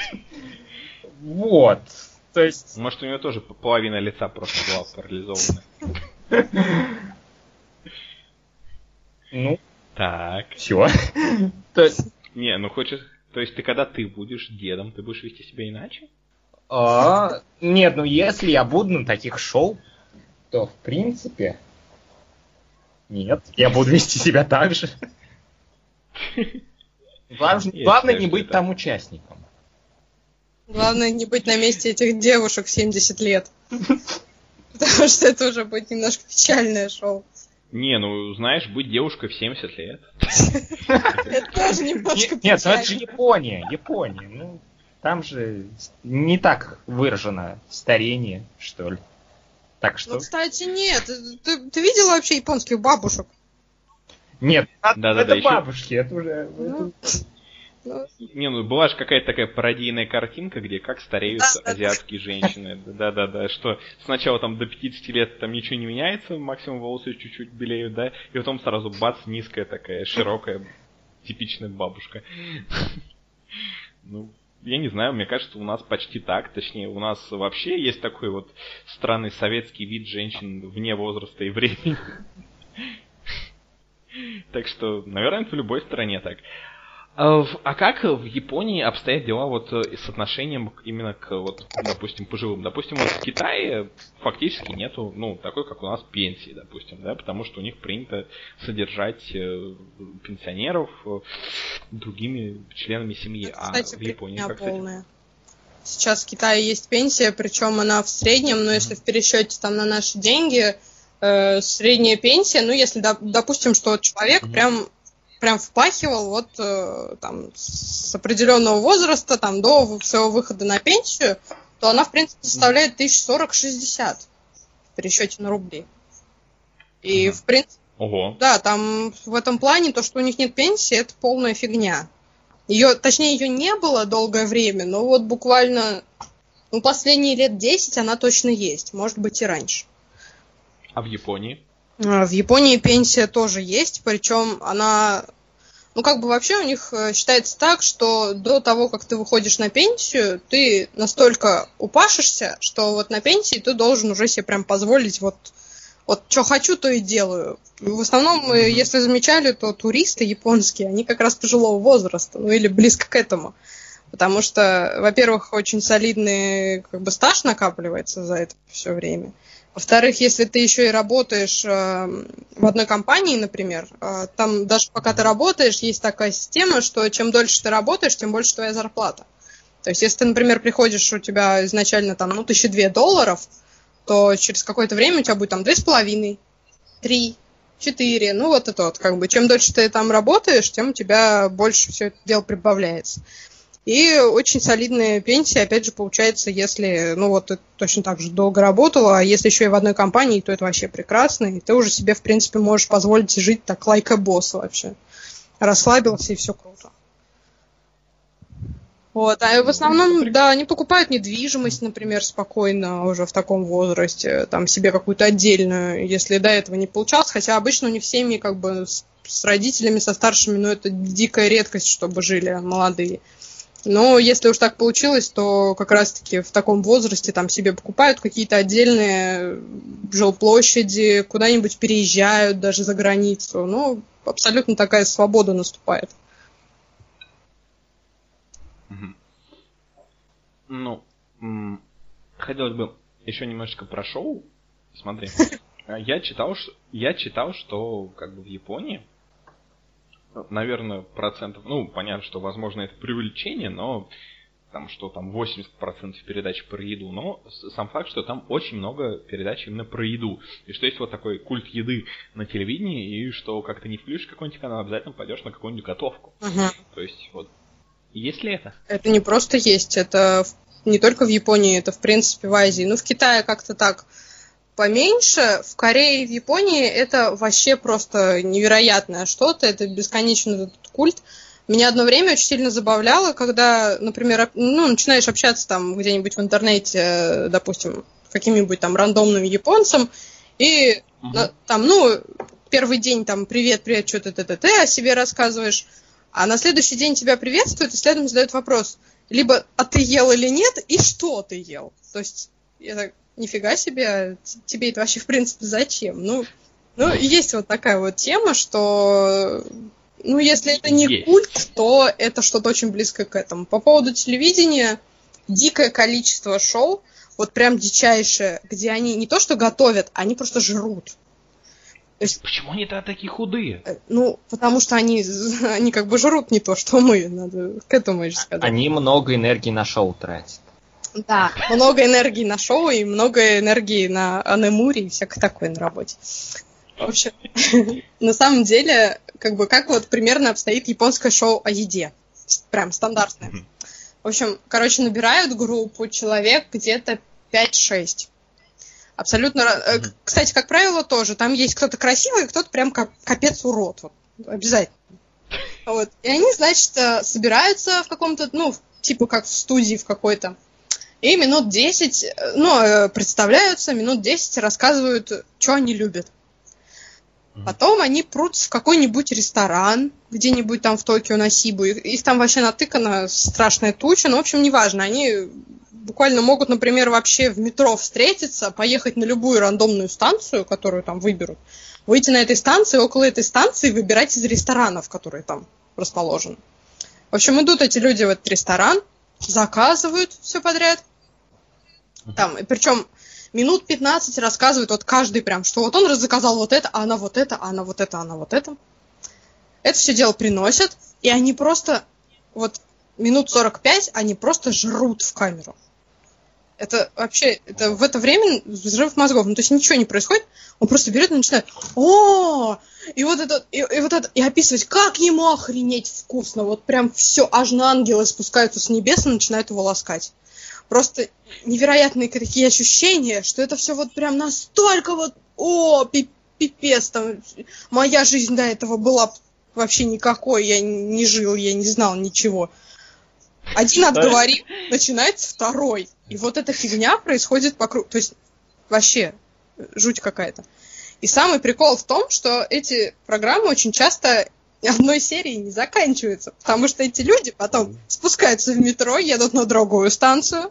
Вот. То есть... Может, у него тоже половина лица просто была парализована. Ну, Так. все. То есть... Не, ну хочешь... То есть ты когда ты будешь дедом, ты будешь вести себя иначе? А, нет, ну если я буду на таких шоу, то в принципе... Нет, я буду вести себя так же. Главное, Я главное считаю, не что быть это- там участником. Главное не быть на месте этих девушек в семьдесят лет. Потому что это уже будет немножко печальное шоу. Не, ну знаешь, быть девушкой в семьдесят лет. Это тоже немножко Нет, нет, ну это же печально. Япония, Япония. Ну, там же не так выражено старение, что ли. Так что... Ну, кстати, нет. Ты, ты видела вообще японских бабушек? Нет, Да-да-да, это ещё- бабушки, это уже... Ну, ну, Не, ну была же какая-то такая пародийная картинка, где как стареют Да-да-да. азиатские женщины. Да-да-да, что сначала там до пятидесяти лет там ничего не меняется, максимум волосы чуть-чуть белеют, да, и потом сразу бац, низкая такая, широкая, типичная бабушка. Ну, я не знаю, мне кажется, у нас почти так, точнее, у нас вообще есть такой вот странный советский вид женщин вне возраста и времени. Так что, наверное, это в любой стране так. А в- а как в Японии обстоят дела вот э, с отношением к- именно к, вот, допустим, пожилым? Допустим, вот в Китае фактически нету, ну, такой, как у нас, пенсии, допустим, да, потому что у них принято содержать э, пенсионеров э, другими членами семьи. это, А кстати, в Японии брехня как с этим? полная. Сейчас в Китае есть пенсия, причем она в среднем, но если в пересчете там на наши деньги, э, средняя пенсия, ну, если, доп- допустим, что человек Мгм. прям прям впахивал вот э, там с определенного возраста там до своего выхода на пенсию, то она в принципе составляет тысяч сорок шестьдесят в пересчете на рубли. И Мгм. в принципе, Ого. да, там в этом плане то, что у них нет пенсии, это полная фигня. Ее, точнее, ее не было долгое время, но вот буквально ну, последние лет десять она точно есть, может быть и раньше. А в Японии? А, В Японии пенсия тоже есть, причем она, ну как бы вообще у них э, считается так, что до того, как ты выходишь на пенсию, ты настолько упашешься, что вот на пенсии ты должен уже себе прям позволить вот, вот что хочу, то и делаю. И в основном, мы, Мгм. если замечали, то туристы японские, они как раз пожилого возраста, ну или близко к этому. Потому что, во-первых, очень солидный как бы стаж накапливается за это все время. Во-вторых, если ты еще и работаешь э, в одной компании, например, э, там даже пока ты работаешь, есть такая система, что чем дольше ты работаешь, тем больше твоя зарплата. То есть, если ты, например, приходишь, у тебя изначально там, ну, тысяча две долларов, то через какое-то время у тебя будет там две с половиной, три, четыре, ну, вот это вот, как бы, чем дольше ты там работаешь, тем у тебя больше все это дело прибавляется. И очень солидная пенсия, опять же, получается, если, ну, вот ты точно так же долго работала, а если еще и в одной компании, то это вообще прекрасно, и ты уже себе, в принципе, можешь позволить жить так like a boss вообще. Расслабился, и все круто. Вот, а в основном, да, они покупают недвижимость, например, спокойно уже в таком возрасте, там себе какую-то отдельную, если до этого не получалось, хотя обычно у них семьи как бы с, с родителями, со старшими, ну, это дикая редкость, чтобы жили молодые. Но если уж так получилось, то как раз-таки в таком возрасте там себе покупают какие-то отдельные жилплощади, куда-нибудь переезжают даже за границу. Ну, абсолютно такая свобода наступает. Ну, м- хотелось бы еще немножечко про шоу. Смотри, я читал, что, я читал, что как бы в Японии, наверное, процентов, ну, понятно, что, возможно, это преувеличение, но там, что там восемьдесят процентов передач про еду, но сам факт, что там очень много передач именно про еду, и что есть вот такой культ еды на телевидении, и что как ты не включишь какой-нибудь канал, обязательно пойдешь на какую-нибудь готовку. Угу. То есть, вот, есть ли это? Это не просто есть, это не только в Японии, это, в принципе, в Азии. Ну, в Китае как-то так поменьше, в Корее и в Японии это вообще просто невероятное что-то, это бесконечный этот культ. Меня одно время очень сильно забавляло, когда, например, ну, начинаешь общаться там где-нибудь в интернете, допустим, с каким-нибудь там рандомным японцем, и uh-huh. там, ну, первый день там привет, привет, что-то ты о себе рассказываешь, а на следующий день тебя приветствуют и следом задают вопрос, либо а ты ел или нет, и что ты ел. То есть, я так, нифига себе, тебе это вообще в принципе зачем? Ну, ну, есть вот такая вот тема, что, ну, если это не есть культ, то это что-то очень близко к этому. По поводу телевидения, дикое количество шоу, вот прям дичайшее, где они не то что готовят, они просто жрут. То есть, почему они тогда такие худые? Ну, потому что они, они как бы жрут не то, что мы, надо к этому еще сказать. Они много энергии на шоу тратят. Да, много энергии на шоу и много энергии на анемури и всякое такое на работе. В общем, на самом деле, как бы, как вот примерно обстоит японское шоу о еде. Прям стандартное. В общем, короче, набирают группу человек где-то пять-шесть. Абсолютно. Mm-hmm. Кстати, как правило, тоже. Там есть кто-то красивый, кто-то прям капец урод. Вот. Обязательно. Вот. И они, значит, собираются в каком-то, ну, типа как в студии в какой-то. И минут десять, ну, представляются, минут десять рассказывают, что они любят. Потом они прут в какой-нибудь ресторан, где-нибудь там в Токио на Сибу. Их там вообще натыкана страшная туча, но, в общем, неважно. Они буквально могут, например, вообще в метро встретиться, поехать на любую рандомную станцию, которую там выберут, выйти на этой станции, около этой станции выбирать из ресторанов, которые там расположены. В общем, идут эти люди в этот ресторан, заказывают все подряд. Там, и причем минут пятнадцать рассказывают вот каждый прям, что вот он заказал вот это, а она вот это, а она вот это, а она вот это. Это все дело приносят, и они просто, вот минут сорок пять они просто жрут в камеру. Это вообще, это в это время взрыв мозгов. Ну, то есть ничего не происходит, он просто берет и начинает, о, и вот это, и, и вот это, и описывать, как ему охренеть вкусно. Вот прям все, аж на ангелы спускаются с небес и начинают его ласкать. Просто невероятные такие ощущения, что это все вот прям настолько вот, о, пипец, там, моя жизнь до этого была вообще никакой, я не жил, я не знал ничего. Один отговорил, начинается второй. И вот эта фигня происходит по кругу. То есть вообще жуть какая-то. И самый прикол в том, что эти программы очень часто одной серии не заканчиваются. Потому что эти люди потом спускаются в метро, едут на другую станцию,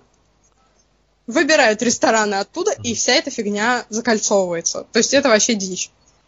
выбирают рестораны оттуда, и вся эта фигня закольцовывается. То есть это вообще дичь.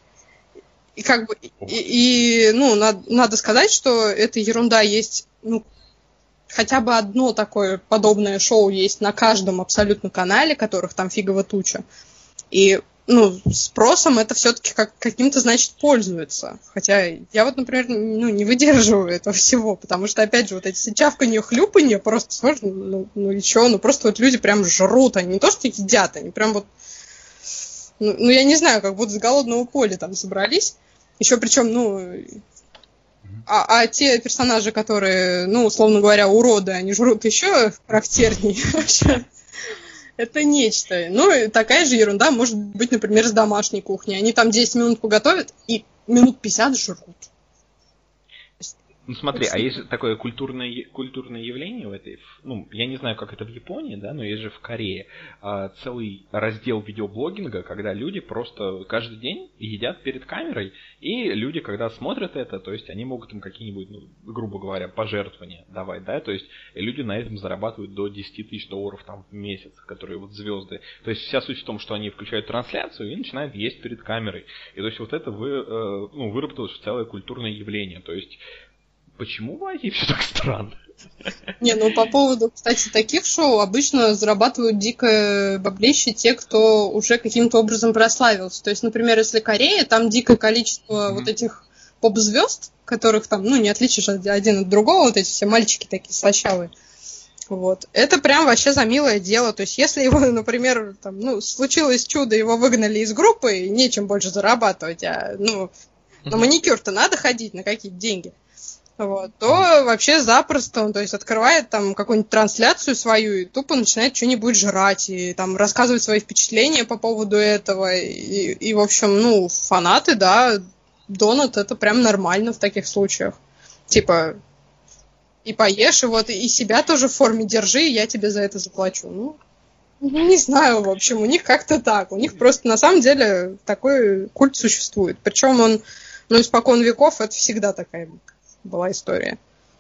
И как бы, и, и ну, надо, надо сказать, что эта ерунда есть, ну, хотя бы одно такое подобное шоу есть на каждом абсолютно канале, которых там фигово туча. И, ну, спросом это все-таки как, каким-то, значит, пользуется. Хотя я вот, например, ну, не выдерживаю этого всего, потому что, опять же, вот эти чавканье, хлюпанье, просто смотришь, ну, ну и чё, ну просто вот люди прям жрут, они не то что едят, они прям вот, ну, ну я не знаю, как будто с голодного поля там собрались. Еще причем, ну, а, а те персонажи, которые, ну, условно говоря, уроды, они жрут еще характернее вообще. Это нечто. Ну, и такая же ерунда может быть, например, с домашней кухней. Они там десять минут поготовят и минут пятьдесят жрут. Ну смотри, а есть же такое культурное, культурное явление в этой, ну, я не знаю, как это в Японии, да, но есть же в Корее а, целый раздел видеоблогинга, когда люди просто каждый день едят перед камерой, и люди, когда смотрят это, то есть они могут им какие-нибудь, ну, грубо говоря, пожертвования давать, да, то есть люди на этом зарабатывают до десять тысяч долларов там в месяц, которые вот звезды. То есть вся суть в том, что они включают трансляцию и начинают есть перед камерой. И то есть вот это вы, э, ну, выработалось в целое культурное явление, то есть почему в Азии все так странно? Не, ну по поводу, кстати, таких шоу обычно зарабатывают дикое баблище те, кто уже каким-то образом прославился. То есть, например, если Корея, там дикое количество mm-hmm. вот этих поп-звезд, которых там, ну, не отличишь один от другого, вот эти все мальчики такие слащавые. Вот. Это прям вообще за милое дело. То есть, если его, например, там, ну, случилось чудо, его выгнали из группы, и нечем больше зарабатывать, а, ну, на маникюр-то надо ходить, на какие-то деньги. Вот, то вообще запросто, он, то есть, открывает там какую-нибудь трансляцию свою и тупо начинает что-нибудь жрать и там рассказывать свои впечатления по поводу этого. И, и в общем, ну, фанаты, да, донат, это прям нормально в таких случаях. Типа, и поешь, и вот, и себя тоже в форме держи, и я тебе за это заплачу. Ну, не знаю, в общем, у них как-то так. У них просто, на самом деле, такой культ существует. Причем он, ну, испокон веков, это всегда такая была история.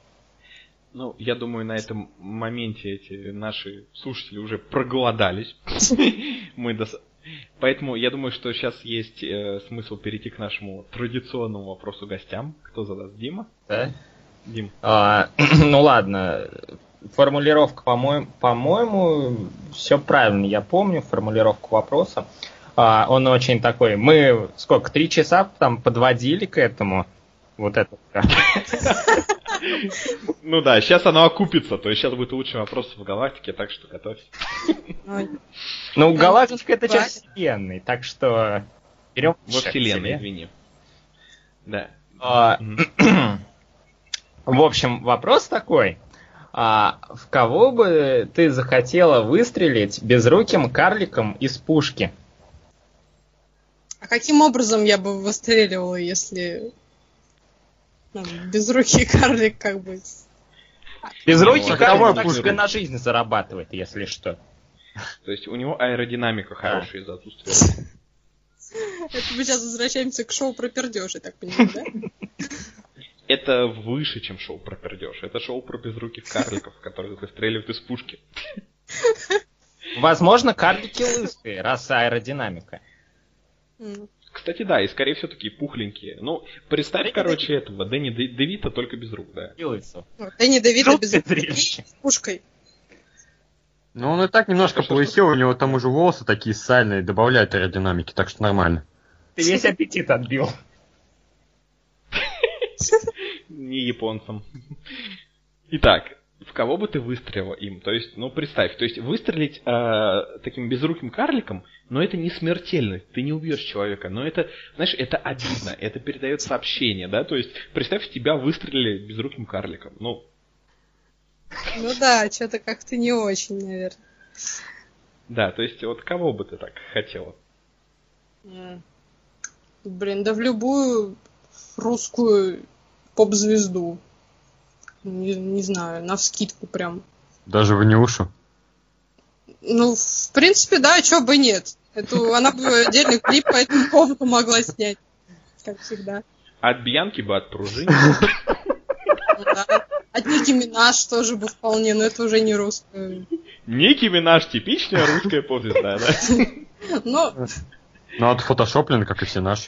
Ну, я думаю, на этом моменте эти наши слушатели уже проголодались. Мы до... Поэтому я думаю, что сейчас есть э, смысл перейти к нашему традиционному вопросу гостям. Кто задаст? Дима? Да. Дим. А, ну ладно. Формулировка, по-моему, по-моему, все правильно. Я помню формулировку вопроса. А, он очень такой. Мы сколько? Три часа там подводили к этому. Вот это. Ну да, сейчас оно окупится, то есть сейчас будет лучший вопрос в галактике, так что готовься. Ну, галактика это часть вселенной, так что берем во вселенной, извини. Да. В общем, вопрос такой. А в кого бы ты захотела выстрелить безруким карликом из пушки? А каким образом я бы выстреливала, если... Безрукий карлик, как бы. Безрукий ну, карлик так себе на жизнь зарабатывает, если что. То есть у него аэродинамика хорошая из-за отсутствия. Это мы сейчас возвращаемся к шоу про пердеж, я так понимаю, да? Это выше, чем шоу про пердеж. Это шоу про безруких карликов, которые выстреливают из пушки. Возможно, карлики лысые, раз аэродинамика. Кстати, да, и скорее всего такие пухленькие. Ну, представь, Дэнни короче, Дэвид. этого, Дэнни Девита только без рук, да. Дэнни Девита без рук и с пушкой. Ну, он и так немножко полысел, у него там уже волосы такие сальные, добавляют аэродинамики, так что нормально. Ты весь аппетит отбил. Не японцам. Итак, в кого бы ты выстрелил им? То есть, ну, представь, то есть выстрелить э, таким безруким карликом, но это не смертельно, ты не убьешь человека, но это, знаешь, это обидно, это передает сообщение, да, то есть, представь, тебя выстрелили безруким карликом, ну... Ну да, что-то как-то не очень, наверное. Да, то есть, вот кого бы ты так хотела? Mm. Блин, да в любую русскую поп-звезду. Не, не знаю, навскидку прям. Даже в Нюшу? Ну, в принципе, да, чё бы нет. Это, она бы отдельный клип по этому поводу могла снять, как всегда. От Бьянки бы отпружинить. Ну, да. От Ники Минаж тоже бы вполне, но это уже не русская. Ники Минаж типичная русская поп-звезда, да? Ну, ну, от фотошоплен, как и все наши.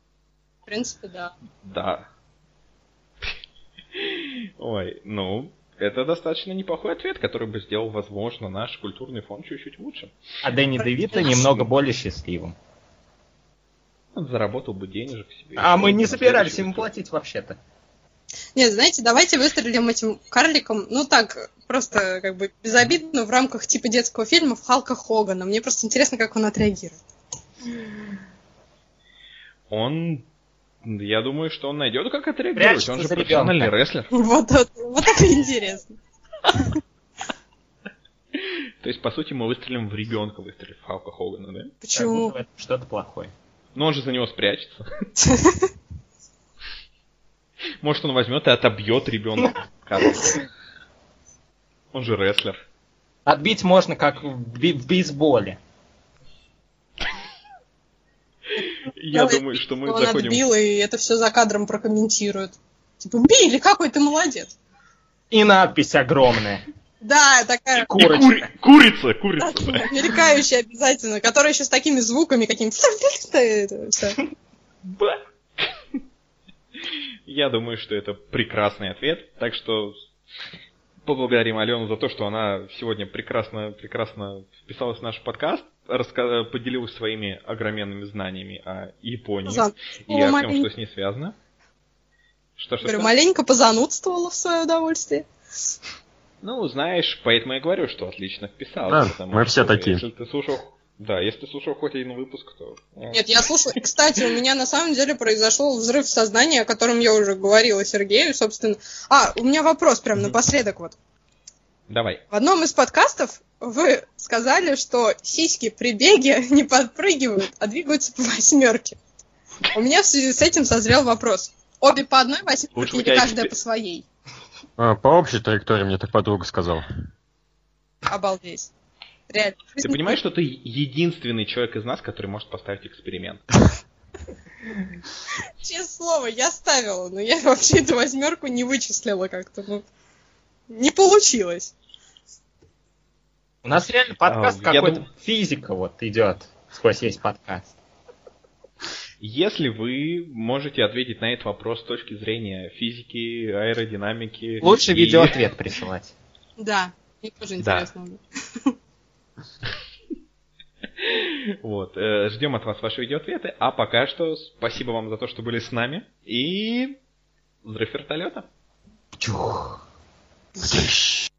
В принципе, да. Да. Ой, ну, Это достаточно неплохой ответ, который бы сделал, возможно, наш культурный фон чуть-чуть лучше. А Дэнни Девито немного более счастливым. Он заработал бы денежек себе. А мы не собирались ему платить вообще-то. Нет, знаете, давайте выстрелим этим карликом, ну так, просто как бы безобидно в рамках типа детского фильма в Халка Хогана. Мне просто интересно, как он отреагирует. Он... Я думаю, что он найдет, как отреагировать. Прячется Он же за профессиональный ребенка. рестлер. Вот, вот, вот это интересно. То есть, по сути, мы выстрелим в ребенка, выстрелив в Халка Хогана, да? Почему? Как будто это что-то плохое. Но он же за него спрячется. Может, он возьмет и отобьет ребенка. Он же рестлер. Отбить можно, как в, би- в бейсболе. Я Давай, думаю, что мы Он заходим... отбил, и это все за кадром прокомментирует. Типа, Билли, какой ты молодец. И надпись огромная. Да, такая И кури- Курица, курица, да. мелькающая обязательно, которая еще с такими звуками какими-то. Ба. Я думаю, что это прекрасный ответ. Так что поблагодарим Алену за то, что она сегодня прекрасно, прекрасно вписалась в наш подкаст, раска... поделилась своими огроменными знаниями о Японии За- и о всем, маленько. что с ней связано. Что, что, Говорю, что? маленько позанудствовала в свое удовольствие. Ну, знаешь, поэтому я говорю, что отлично вписалась. Да, потому мы что все такие. Если ты слушал... Да, если ты слушал хоть один выпуск, то... Нет, я слушала. Кстати, у меня на самом деле произошел взрыв сознания, о котором я уже говорила Сергею, собственно. А, у меня вопрос прям напоследок вот. Давай. В одном из подкастов вы сказали, что сиськи при беге не подпрыгивают, а двигаются по восьмерке. У меня в связи с этим созрел вопрос. Обе по одной Лучше восьмерке у или тебя каждая экспе- по своей? А, по общей траектории мне так подруга сказала. Обалдеть. Реально. Ты понимаешь, что ты единственный человек из нас, который может поставить эксперимент? Честное слово, я ставила, но я вообще эту восьмерку не вычислила как-то. Ну, не получилось. У нас реально подкаст А, я какой-то дум- физика вот идет сквозь весь подкаст. Если вы можете ответить на этот вопрос с точки зрения физики, аэродинамики... Лучше и- видеоответ присылать. Да, мне тоже Да. интересно. Вот, э, ждем от вас ваши видеоответы, а пока что спасибо вам за то, что были с нами, и взрыв вертолета. Чух.